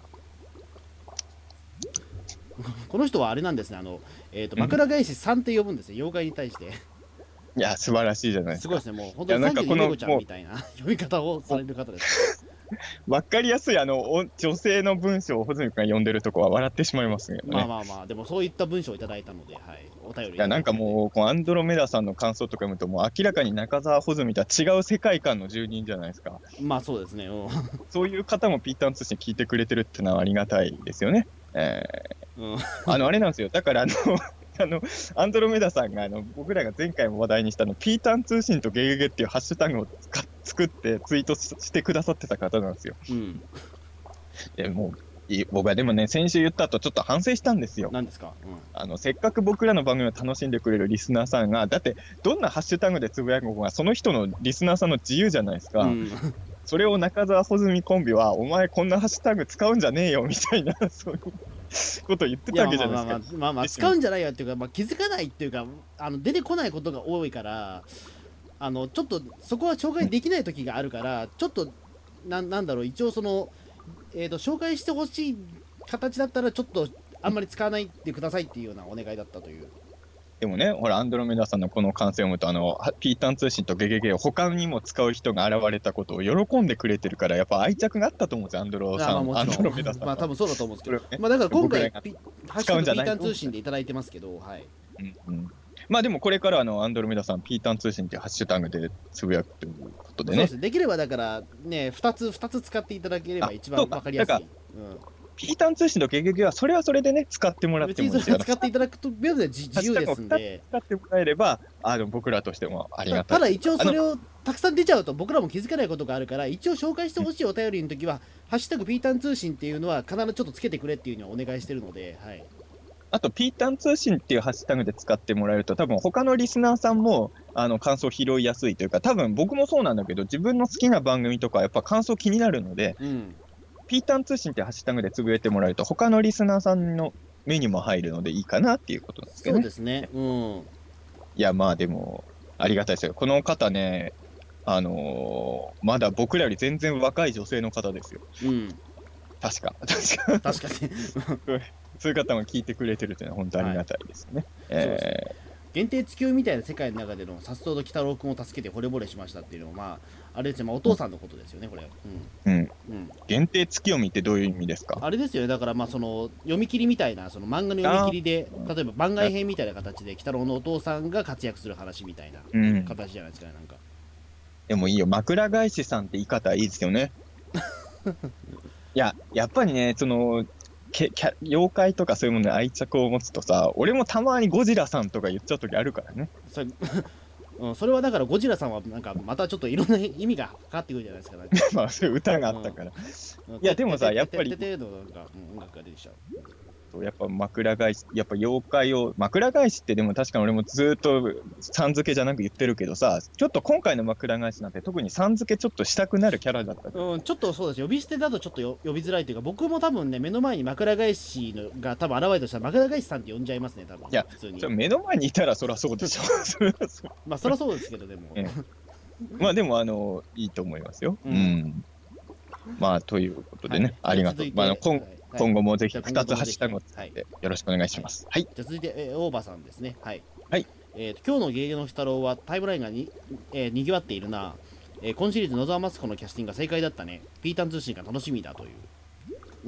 [SPEAKER 2] この人はあれなんですね、枕返しさんって呼ぶんですね、妖怪に対して。
[SPEAKER 3] いや、素晴らしいじゃないですか。
[SPEAKER 2] すごいですね、もう本当にさっきのゆめこちゃんみたいな呼び方をされる方です。
[SPEAKER 3] わかりやすい女性の文章を穂積君が読んでるとこは笑ってしまいますね。
[SPEAKER 2] まあ、でもそういった文章をいただいたので、お便り。
[SPEAKER 3] いや、なんかもう、このアンドロメダさんの感想とか読むと、もう明らかに中澤穂積とは違う世界観の住人じゃないですか。
[SPEAKER 2] まあそうですね。
[SPEAKER 3] そういう方もピーターン通信聞いてくれてるってのはありがたいですよね。あれなんですよ。だからアンドロメダさんが僕らが前回も話題にしたピーターン通信とゲゲゲっていうハッシュタグを作ってツイートしてくださってた方なんですよ。でも僕はでもね、先週言った後ちょっと反省したんですよ。
[SPEAKER 2] 何ですか？
[SPEAKER 3] せっかく僕らの番組を楽しんでくれるリスナーさんが、だってどんなハッシュタグでつぶやくのがその人のリスナーさんの自由じゃないですか。それを中澤穂積コンビはお前こんなハッシュタグ使うんじゃねえよみたいなそういうこと言ってたわけじゃないですか。
[SPEAKER 2] まあ使うんじゃないよっていうか、気づかないっていうか、出てこないことが多いから、ちょっとそこは紹介できない時があるから、ちょっとなんだろう、一応紹介してほしい形だったらちょっとあんまり使わないでくださいっていうようなお願いだったという。
[SPEAKER 3] でもね、ほらアンドロメダさんのこの感想を読むとピーターン通信とゲゲゲを他にも使う人が現れたことを喜んでくれてるから、やっぱ愛着があったと思うんですよ、アンドロメダさん。
[SPEAKER 2] まあ多分そうだと思うんですけど、だから今回ハッシュタグピーターン通信でいただいてますけど、
[SPEAKER 3] まあでもこれからアンドロメダさんピーターン通信っていうハッシュタグでつぶやくということでね。そうです。
[SPEAKER 2] できればだからね、2つ使っていただければ一番わかりやすい。
[SPEAKER 3] ピーターン通信とゲゲゲはそれはそれでね、使ってもらってもいいですよ。
[SPEAKER 2] 使っていただくと秒で自由ですんで、
[SPEAKER 3] 使ってもらえれば僕らとしてもありがたい。
[SPEAKER 2] ただ一応それをたくさん出ちゃうと僕らも気づかないことがあるから、一応紹介してほしいお便りの時はハッシュタグピーターン通信っていうのは必ずちょっとつけてくれっていうのをお願いしてるので、
[SPEAKER 3] あとピーターン通信っていうハッシュタグで使ってもらえると、多分他のリスナーさんも感想拾いやすいというか、多分僕もそうなんだけど、自分の好きな番組とかやっぱ感想気になるので、ピーターン通信ってハッシュタグでつぶやいてもらえると他のリスナーさんの目にも入るのでいいかなっていうことなんですけどね。
[SPEAKER 2] そうですね。
[SPEAKER 3] いやまあでもありがたいですよ。この方ね、まだ僕らより全然若い女性の方ですよ。確かにそういう方も聞いてくれてるというのは本当ありがたいですね。
[SPEAKER 2] 限定月読みみたいな世界の中でのさっそうと鬼太郎くんを助けて惚れ惚れしましたっていうのは、まああれですね、お父さんのことですよね、これ。
[SPEAKER 3] 限定月読みってどういう意味ですか？
[SPEAKER 2] あれですよね、だからまあ読み切りみたいな、漫画の読み切りで、例えば番外編みたいな形で鬼太郎のお父さんが活躍する話みたいな形じゃないですかね、なんか。
[SPEAKER 3] でもいいよ、枕返しさんって言い方いいですよね。いや、やっぱりね、妖怪とかそういうものに愛着を持つとさ、俺もたまにゴジラさんとか言っちゃう時あるからね。
[SPEAKER 2] それはだからゴジラさんはなんかまたちょっといろんな意味がかかってくるじゃないですか。
[SPEAKER 3] まあそういう歌があったから。いやでもさ、やっぱり
[SPEAKER 2] 程度なんか音楽が出てきちゃう。
[SPEAKER 3] やっぱ枕返し、やっぱ妖怪を、枕返しってでも確かに俺もずっとさん付けじゃなく言ってるけどさ、ちょっと今回の枕返しなんて特にさん付けちょっとしたくなるキャラだったじゃん。
[SPEAKER 2] うん、ちょっとそうです。呼び捨てだとちょっと呼びづらいというか、僕も多分ね、目の前に枕返しのが多分現れたとしたら、枕返しさんって呼んじゃいますね、多分。
[SPEAKER 3] いや
[SPEAKER 2] 普通に
[SPEAKER 3] それ。目の前にいたらそりゃそうでしょ。そりゃそう
[SPEAKER 2] まあ、そりゃそうですけど、でも。
[SPEAKER 3] まあでもいいと思いますよ。
[SPEAKER 2] う
[SPEAKER 3] うんん。まあということでね、
[SPEAKER 2] はい
[SPEAKER 3] ありがとう。まあ、
[SPEAKER 2] はい
[SPEAKER 3] 今後もぜひ
[SPEAKER 2] じゃあ
[SPEAKER 3] 2つハッシュタグをつ
[SPEAKER 2] はい
[SPEAKER 3] けてよろしくお願いします。はい。
[SPEAKER 2] じゃあ続いて、大場さんですね。はい。
[SPEAKER 3] はい
[SPEAKER 2] 今日のゲゲの鬼太郎はタイムラインがにぎわっているな。今シリーズ野沢雅子のキャスティングが正解だったね。ピータン通信が楽しみだという。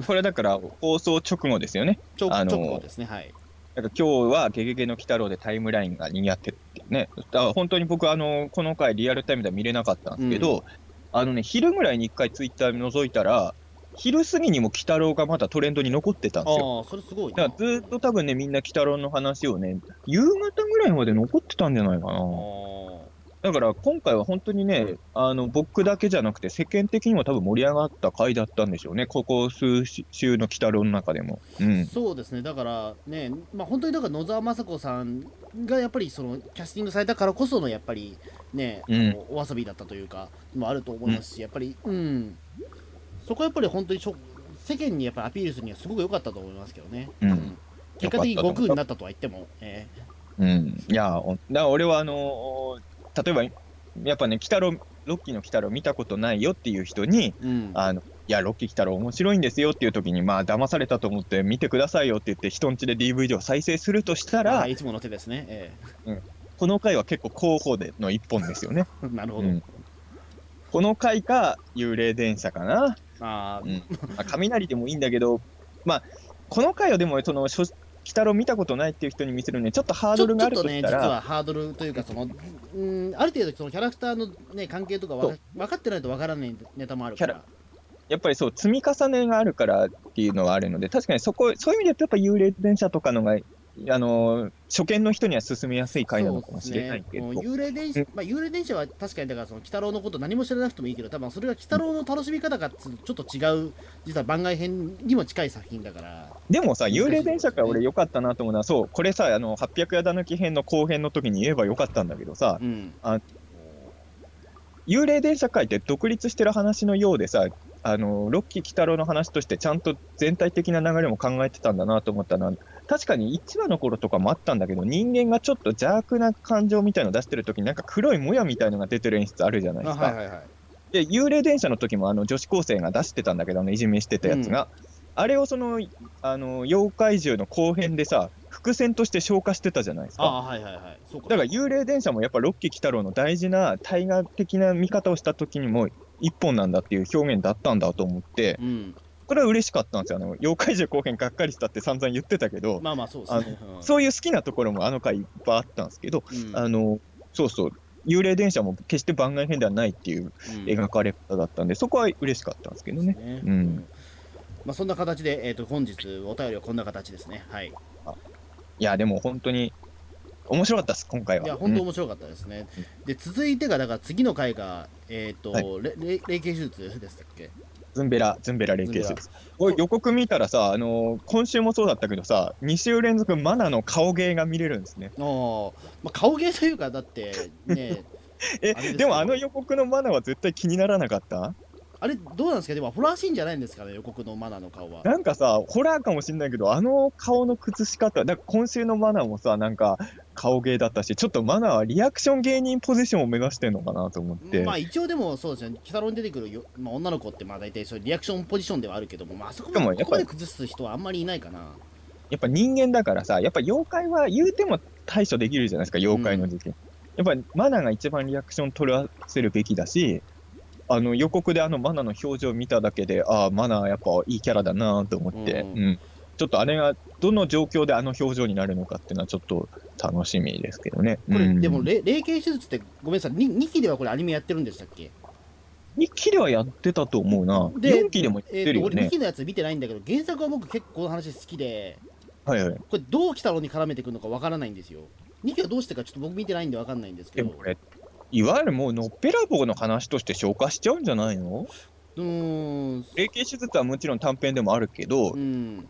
[SPEAKER 3] これだから放送直後ですよね。
[SPEAKER 2] 直後ですね。はい。
[SPEAKER 3] なんか今日はゲゲゲの鬼太郎でタイムラインが賑わってるっていうね。だから本当に僕この回リアルタイムでは見れなかったんですけど、昼ぐらいに一回ツイッター覗いたら、昼過ぎにも鬼太郎がまだトレンドに残ってたんですよ。
[SPEAKER 2] ああ、それすごいな。
[SPEAKER 3] だからずっと多分ね、みんな鬼太郎の話をね、夕方ぐらいまで残ってたんじゃないかな。だから今回は本当にね、僕だけじゃなくて世間的にも多分盛り上がった回だったんでしょうね。ここ数週の鬼太郎の中でも。うん。
[SPEAKER 2] そうですね。だからね、まあ本当にだから野沢雅子さんがやっぱりそのキャスティングされたからこそのやっぱりね、お遊びだったというかもあると思いますし、やっぱりそこはやっぱり本当に世間にやっぱアピールするにはすごく良かったと思いますけどね。結果的に悟空になったとは言っても。
[SPEAKER 3] いや、だから俺は例えば、やっぱね、ロッキーの鬼太郎見たことないよっていう人に、いや、ロッキー鬼太郎面白いんですよっていう時に、まあ、騙されたと思って見てくださいよって言って、人んちで DVD を再生するとしたら、
[SPEAKER 2] いつもの手ですね。
[SPEAKER 3] この回は結構候補での一本ですよね。
[SPEAKER 2] なるほど。
[SPEAKER 3] この回か幽霊電車かな。雷でもいいんだけど、まあ、この回はでも、鬼太郎見たことないっていう人に見せるのに、ちょっとハードルがあるとしたら、
[SPEAKER 2] ちょっとね、実はハードルというか、ある程度、そのキャラクターの、ね、関係とか分かってないと分からないネタもあるから。
[SPEAKER 3] やっぱりそう、積み重ねがあるからっていうのはあるので、確かにそういう意味で言うと、やっぱ幽霊電車とかのが、初見の人には進めやすい回なのかもしれないけど、
[SPEAKER 2] 幽霊電車は確かにだからその鬼太郎のこと何も知らなくてもいいけど、多分それが鬼太郎の楽しみ方がちょっと違う、実は番外編にも近い作品だから。
[SPEAKER 3] でもさ、幽霊電車から俺良かったなと思うのは、そう、これさ、800夜だ抜き編の後編の時に言えばよかったんだけどさ、幽霊電車界って独立してる話のようでさ、ロッキー鬼太郎の話としてちゃんと全体的な流れも考えてたんだなと思ったのは、確かに1話の頃とかもあったんだけど、人間がちょっと邪悪な感情みたいのを出してる時になんか黒いもやみたいのが出てる演出あるじゃないですか。で、幽霊電車の時も女子高生が出してたんだけど、いじめしてたやつが、あれを妖怪獣の後編でさ、伏線として消化してたじゃないですか。だから幽霊電車もやっぱロッキー鬼太郎の大事な対画的な見方をした時にも一本なんだっていう表現だったんだと思って、これは嬉しかったんですよ。妖怪獣後編がっかりしたって散々言ってたけど、そういう好きなところもあの回いっぱいあったんですけど、そうそう、幽霊電車も決して番外編ではないっていう描かれ方だったんで、そこは嬉しかったんですけどね。
[SPEAKER 2] そんな形で、本日お便りはこんな形ですね。はい。
[SPEAKER 3] いや、でも本当に面白かったです、今回は。
[SPEAKER 2] いや、本当面白かったですね。で、続いてが、だから次の回が、霊形手術でしたっけ？
[SPEAKER 3] ズンベラ霊形手術。これ予告見たらさ、今週もそうだったけどさ、2週連続マナの顔芸が見れるんですね。
[SPEAKER 2] 顔芸というか、だってね。
[SPEAKER 3] でも予告のマナは絶対気にならなかった？
[SPEAKER 2] あれどうなんですか？でもホラーシーンじゃないんですかね、予告のマナの顔は。
[SPEAKER 3] なんかさ、ホラーかもしれないけど、顔の崩し方、だから今週のマナもさ、なんか顔芸だったし、ちょっとマナはリアクション芸人ポジションを目指してるのかなと思って。
[SPEAKER 2] 一応でもそうですね、鬼太郎に出てくる女の子って大体そういうリアクションポジションではあるけども、あそこまで崩す人はあんまりいないかな。
[SPEAKER 3] やっぱ人間だからさ、やっぱ妖怪は言うても対処できるじゃないですか、妖怪の時期。やっぱマナが一番リアクション取らせるべきだし、予告でマナの表情を見ただけで、マナやっぱいいキャラだなと思って、ちょっとあれがどの状況で表情になるのかっていうのはちょっと楽しみですけどね。
[SPEAKER 2] これ、でも霊形手術ってごめんなさい、2期ではこれアニメやってるんでしたっけ
[SPEAKER 3] ？2期ではやってたと思うな。4期でもやってるよね。
[SPEAKER 2] 俺2期のやつ見てないんだけど、原作は僕結構この話好きで、これどう鬼太郎に絡めてくるのかわからないんですよ。2期はどうしてかちょっと僕見てないんでわかんないんですけど。
[SPEAKER 3] いわゆるもうのっぺらぼうの話として消化しちゃうんじゃないの？霊形手術はもちろん短編でもあるけど、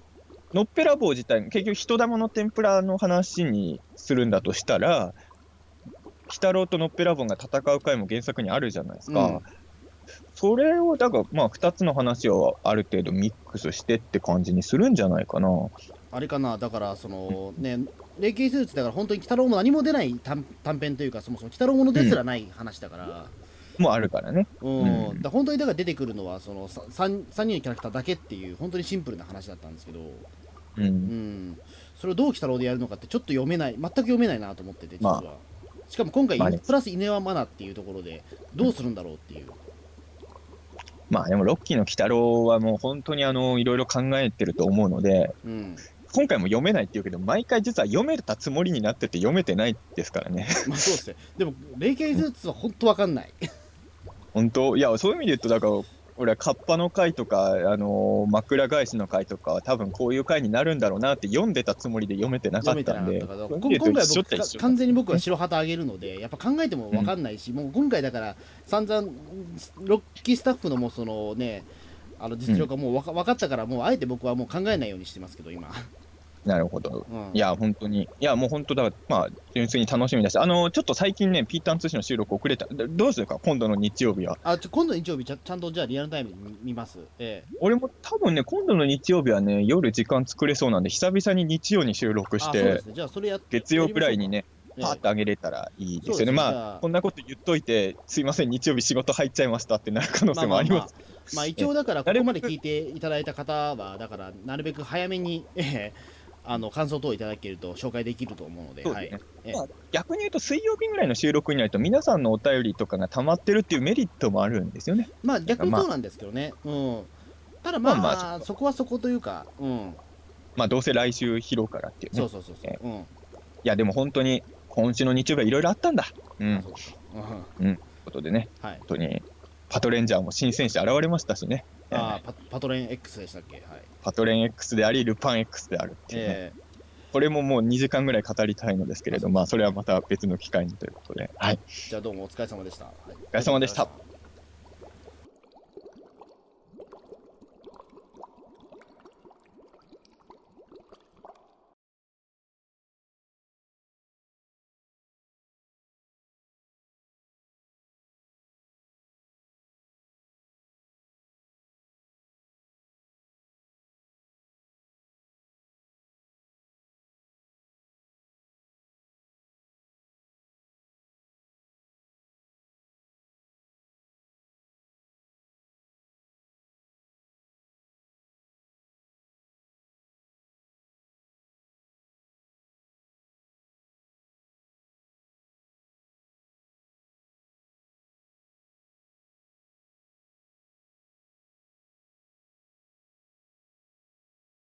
[SPEAKER 3] のっぺらぼう自体、結局、人玉の天ぷらの話にするんだとしたら、鬼太郎とのっぺらぼうが戦う回も原作にあるじゃないですか。
[SPEAKER 2] うん
[SPEAKER 3] それを、だから、まあ、2つの話をある程度ミックスしてって感じにするんじゃないかな。
[SPEAKER 2] あれかな、だからそのね、霊系スーツだから本当に鬼太郎も何も出ない短編というか、そもそも鬼太郎ものですらない話だから、
[SPEAKER 3] もあるからね。
[SPEAKER 2] だから本当にだから出てくるのはその3人のキャラクターだけっていう本当にシンプルな話だったんですけど、それをどう鬼太郎でやるのかってちょっと読めない、全く読めないなと思ってて、実は。しかも今回、プラス稲葉マナっていうところで、どうするんだろうっていう。
[SPEAKER 3] まあでも、ロッキーの鬼太郎はもう本当にいろいろ考えてると思うので、今回も読めないっていうけど、毎回実は読めたつもりになってて読めてないですからね。
[SPEAKER 2] まあそうですね。でも、霊系スーツは本当わかんない。
[SPEAKER 3] 本当いや、そういう意味で言うと、だから、俺はカッパの回とか、枕返しの回とかは多分こういう回になるんだろうなって読んでたつもりで読めてなかったんで、
[SPEAKER 2] 今回完全に僕は白旗あげるので、やっぱ考えても分かんないし、もう今回だから散々ロッキースタッフのもうそのね、実力がもう分かったから、もうあえて僕はもう考えないようにしてますけど、今。
[SPEAKER 3] なるほど。いや、本当に。いや、もう本当だ。まあ、純粋に楽しみだし、ちょっと最近ね、ピータン通信の収録遅れた。どうするか、今度の日曜日は。
[SPEAKER 2] 今度の日曜日ちゃんとじゃあリアルタイムに見ます。
[SPEAKER 3] 俺も多分ね、今度の日曜日はね、夜時間作れそうなんで、久々に日曜に収録して、月曜くらいにね、パーッと上げれたらいいですよね。まあ、こんなこと言っといて、すいません、日曜日仕事入っちゃいましたってなる可能性もあります。
[SPEAKER 2] まあ一応だから、ここまで聞いていただいた方は、だから、なるべく早めに、感想等いただけると紹介できると思うので、
[SPEAKER 3] 逆に言うと、水曜日ぐらいの収録になると、皆さんのお便りとかが溜まってるっていうメリットもあるんですよね。
[SPEAKER 2] まあ逆にそうなんですけどね。ただまあ、そこはそこというか、
[SPEAKER 3] まあどうせ来週拾うからっていうね。
[SPEAKER 2] そう。
[SPEAKER 3] いや、でも本当に、今週の日曜日はいろいろあったんだ。ということでね、本当に、パトレンジャーも新戦士現れましたしね。
[SPEAKER 2] パトレン X でしたっけ。
[SPEAKER 3] パトレン X であり、ルパン X であるっていうね。これももう2時間ぐらい語りたいのですけれど、まあ、それはまた別の機会にということで。はい。
[SPEAKER 2] じゃあどうもお疲れ様でした。
[SPEAKER 3] お疲れ様でした。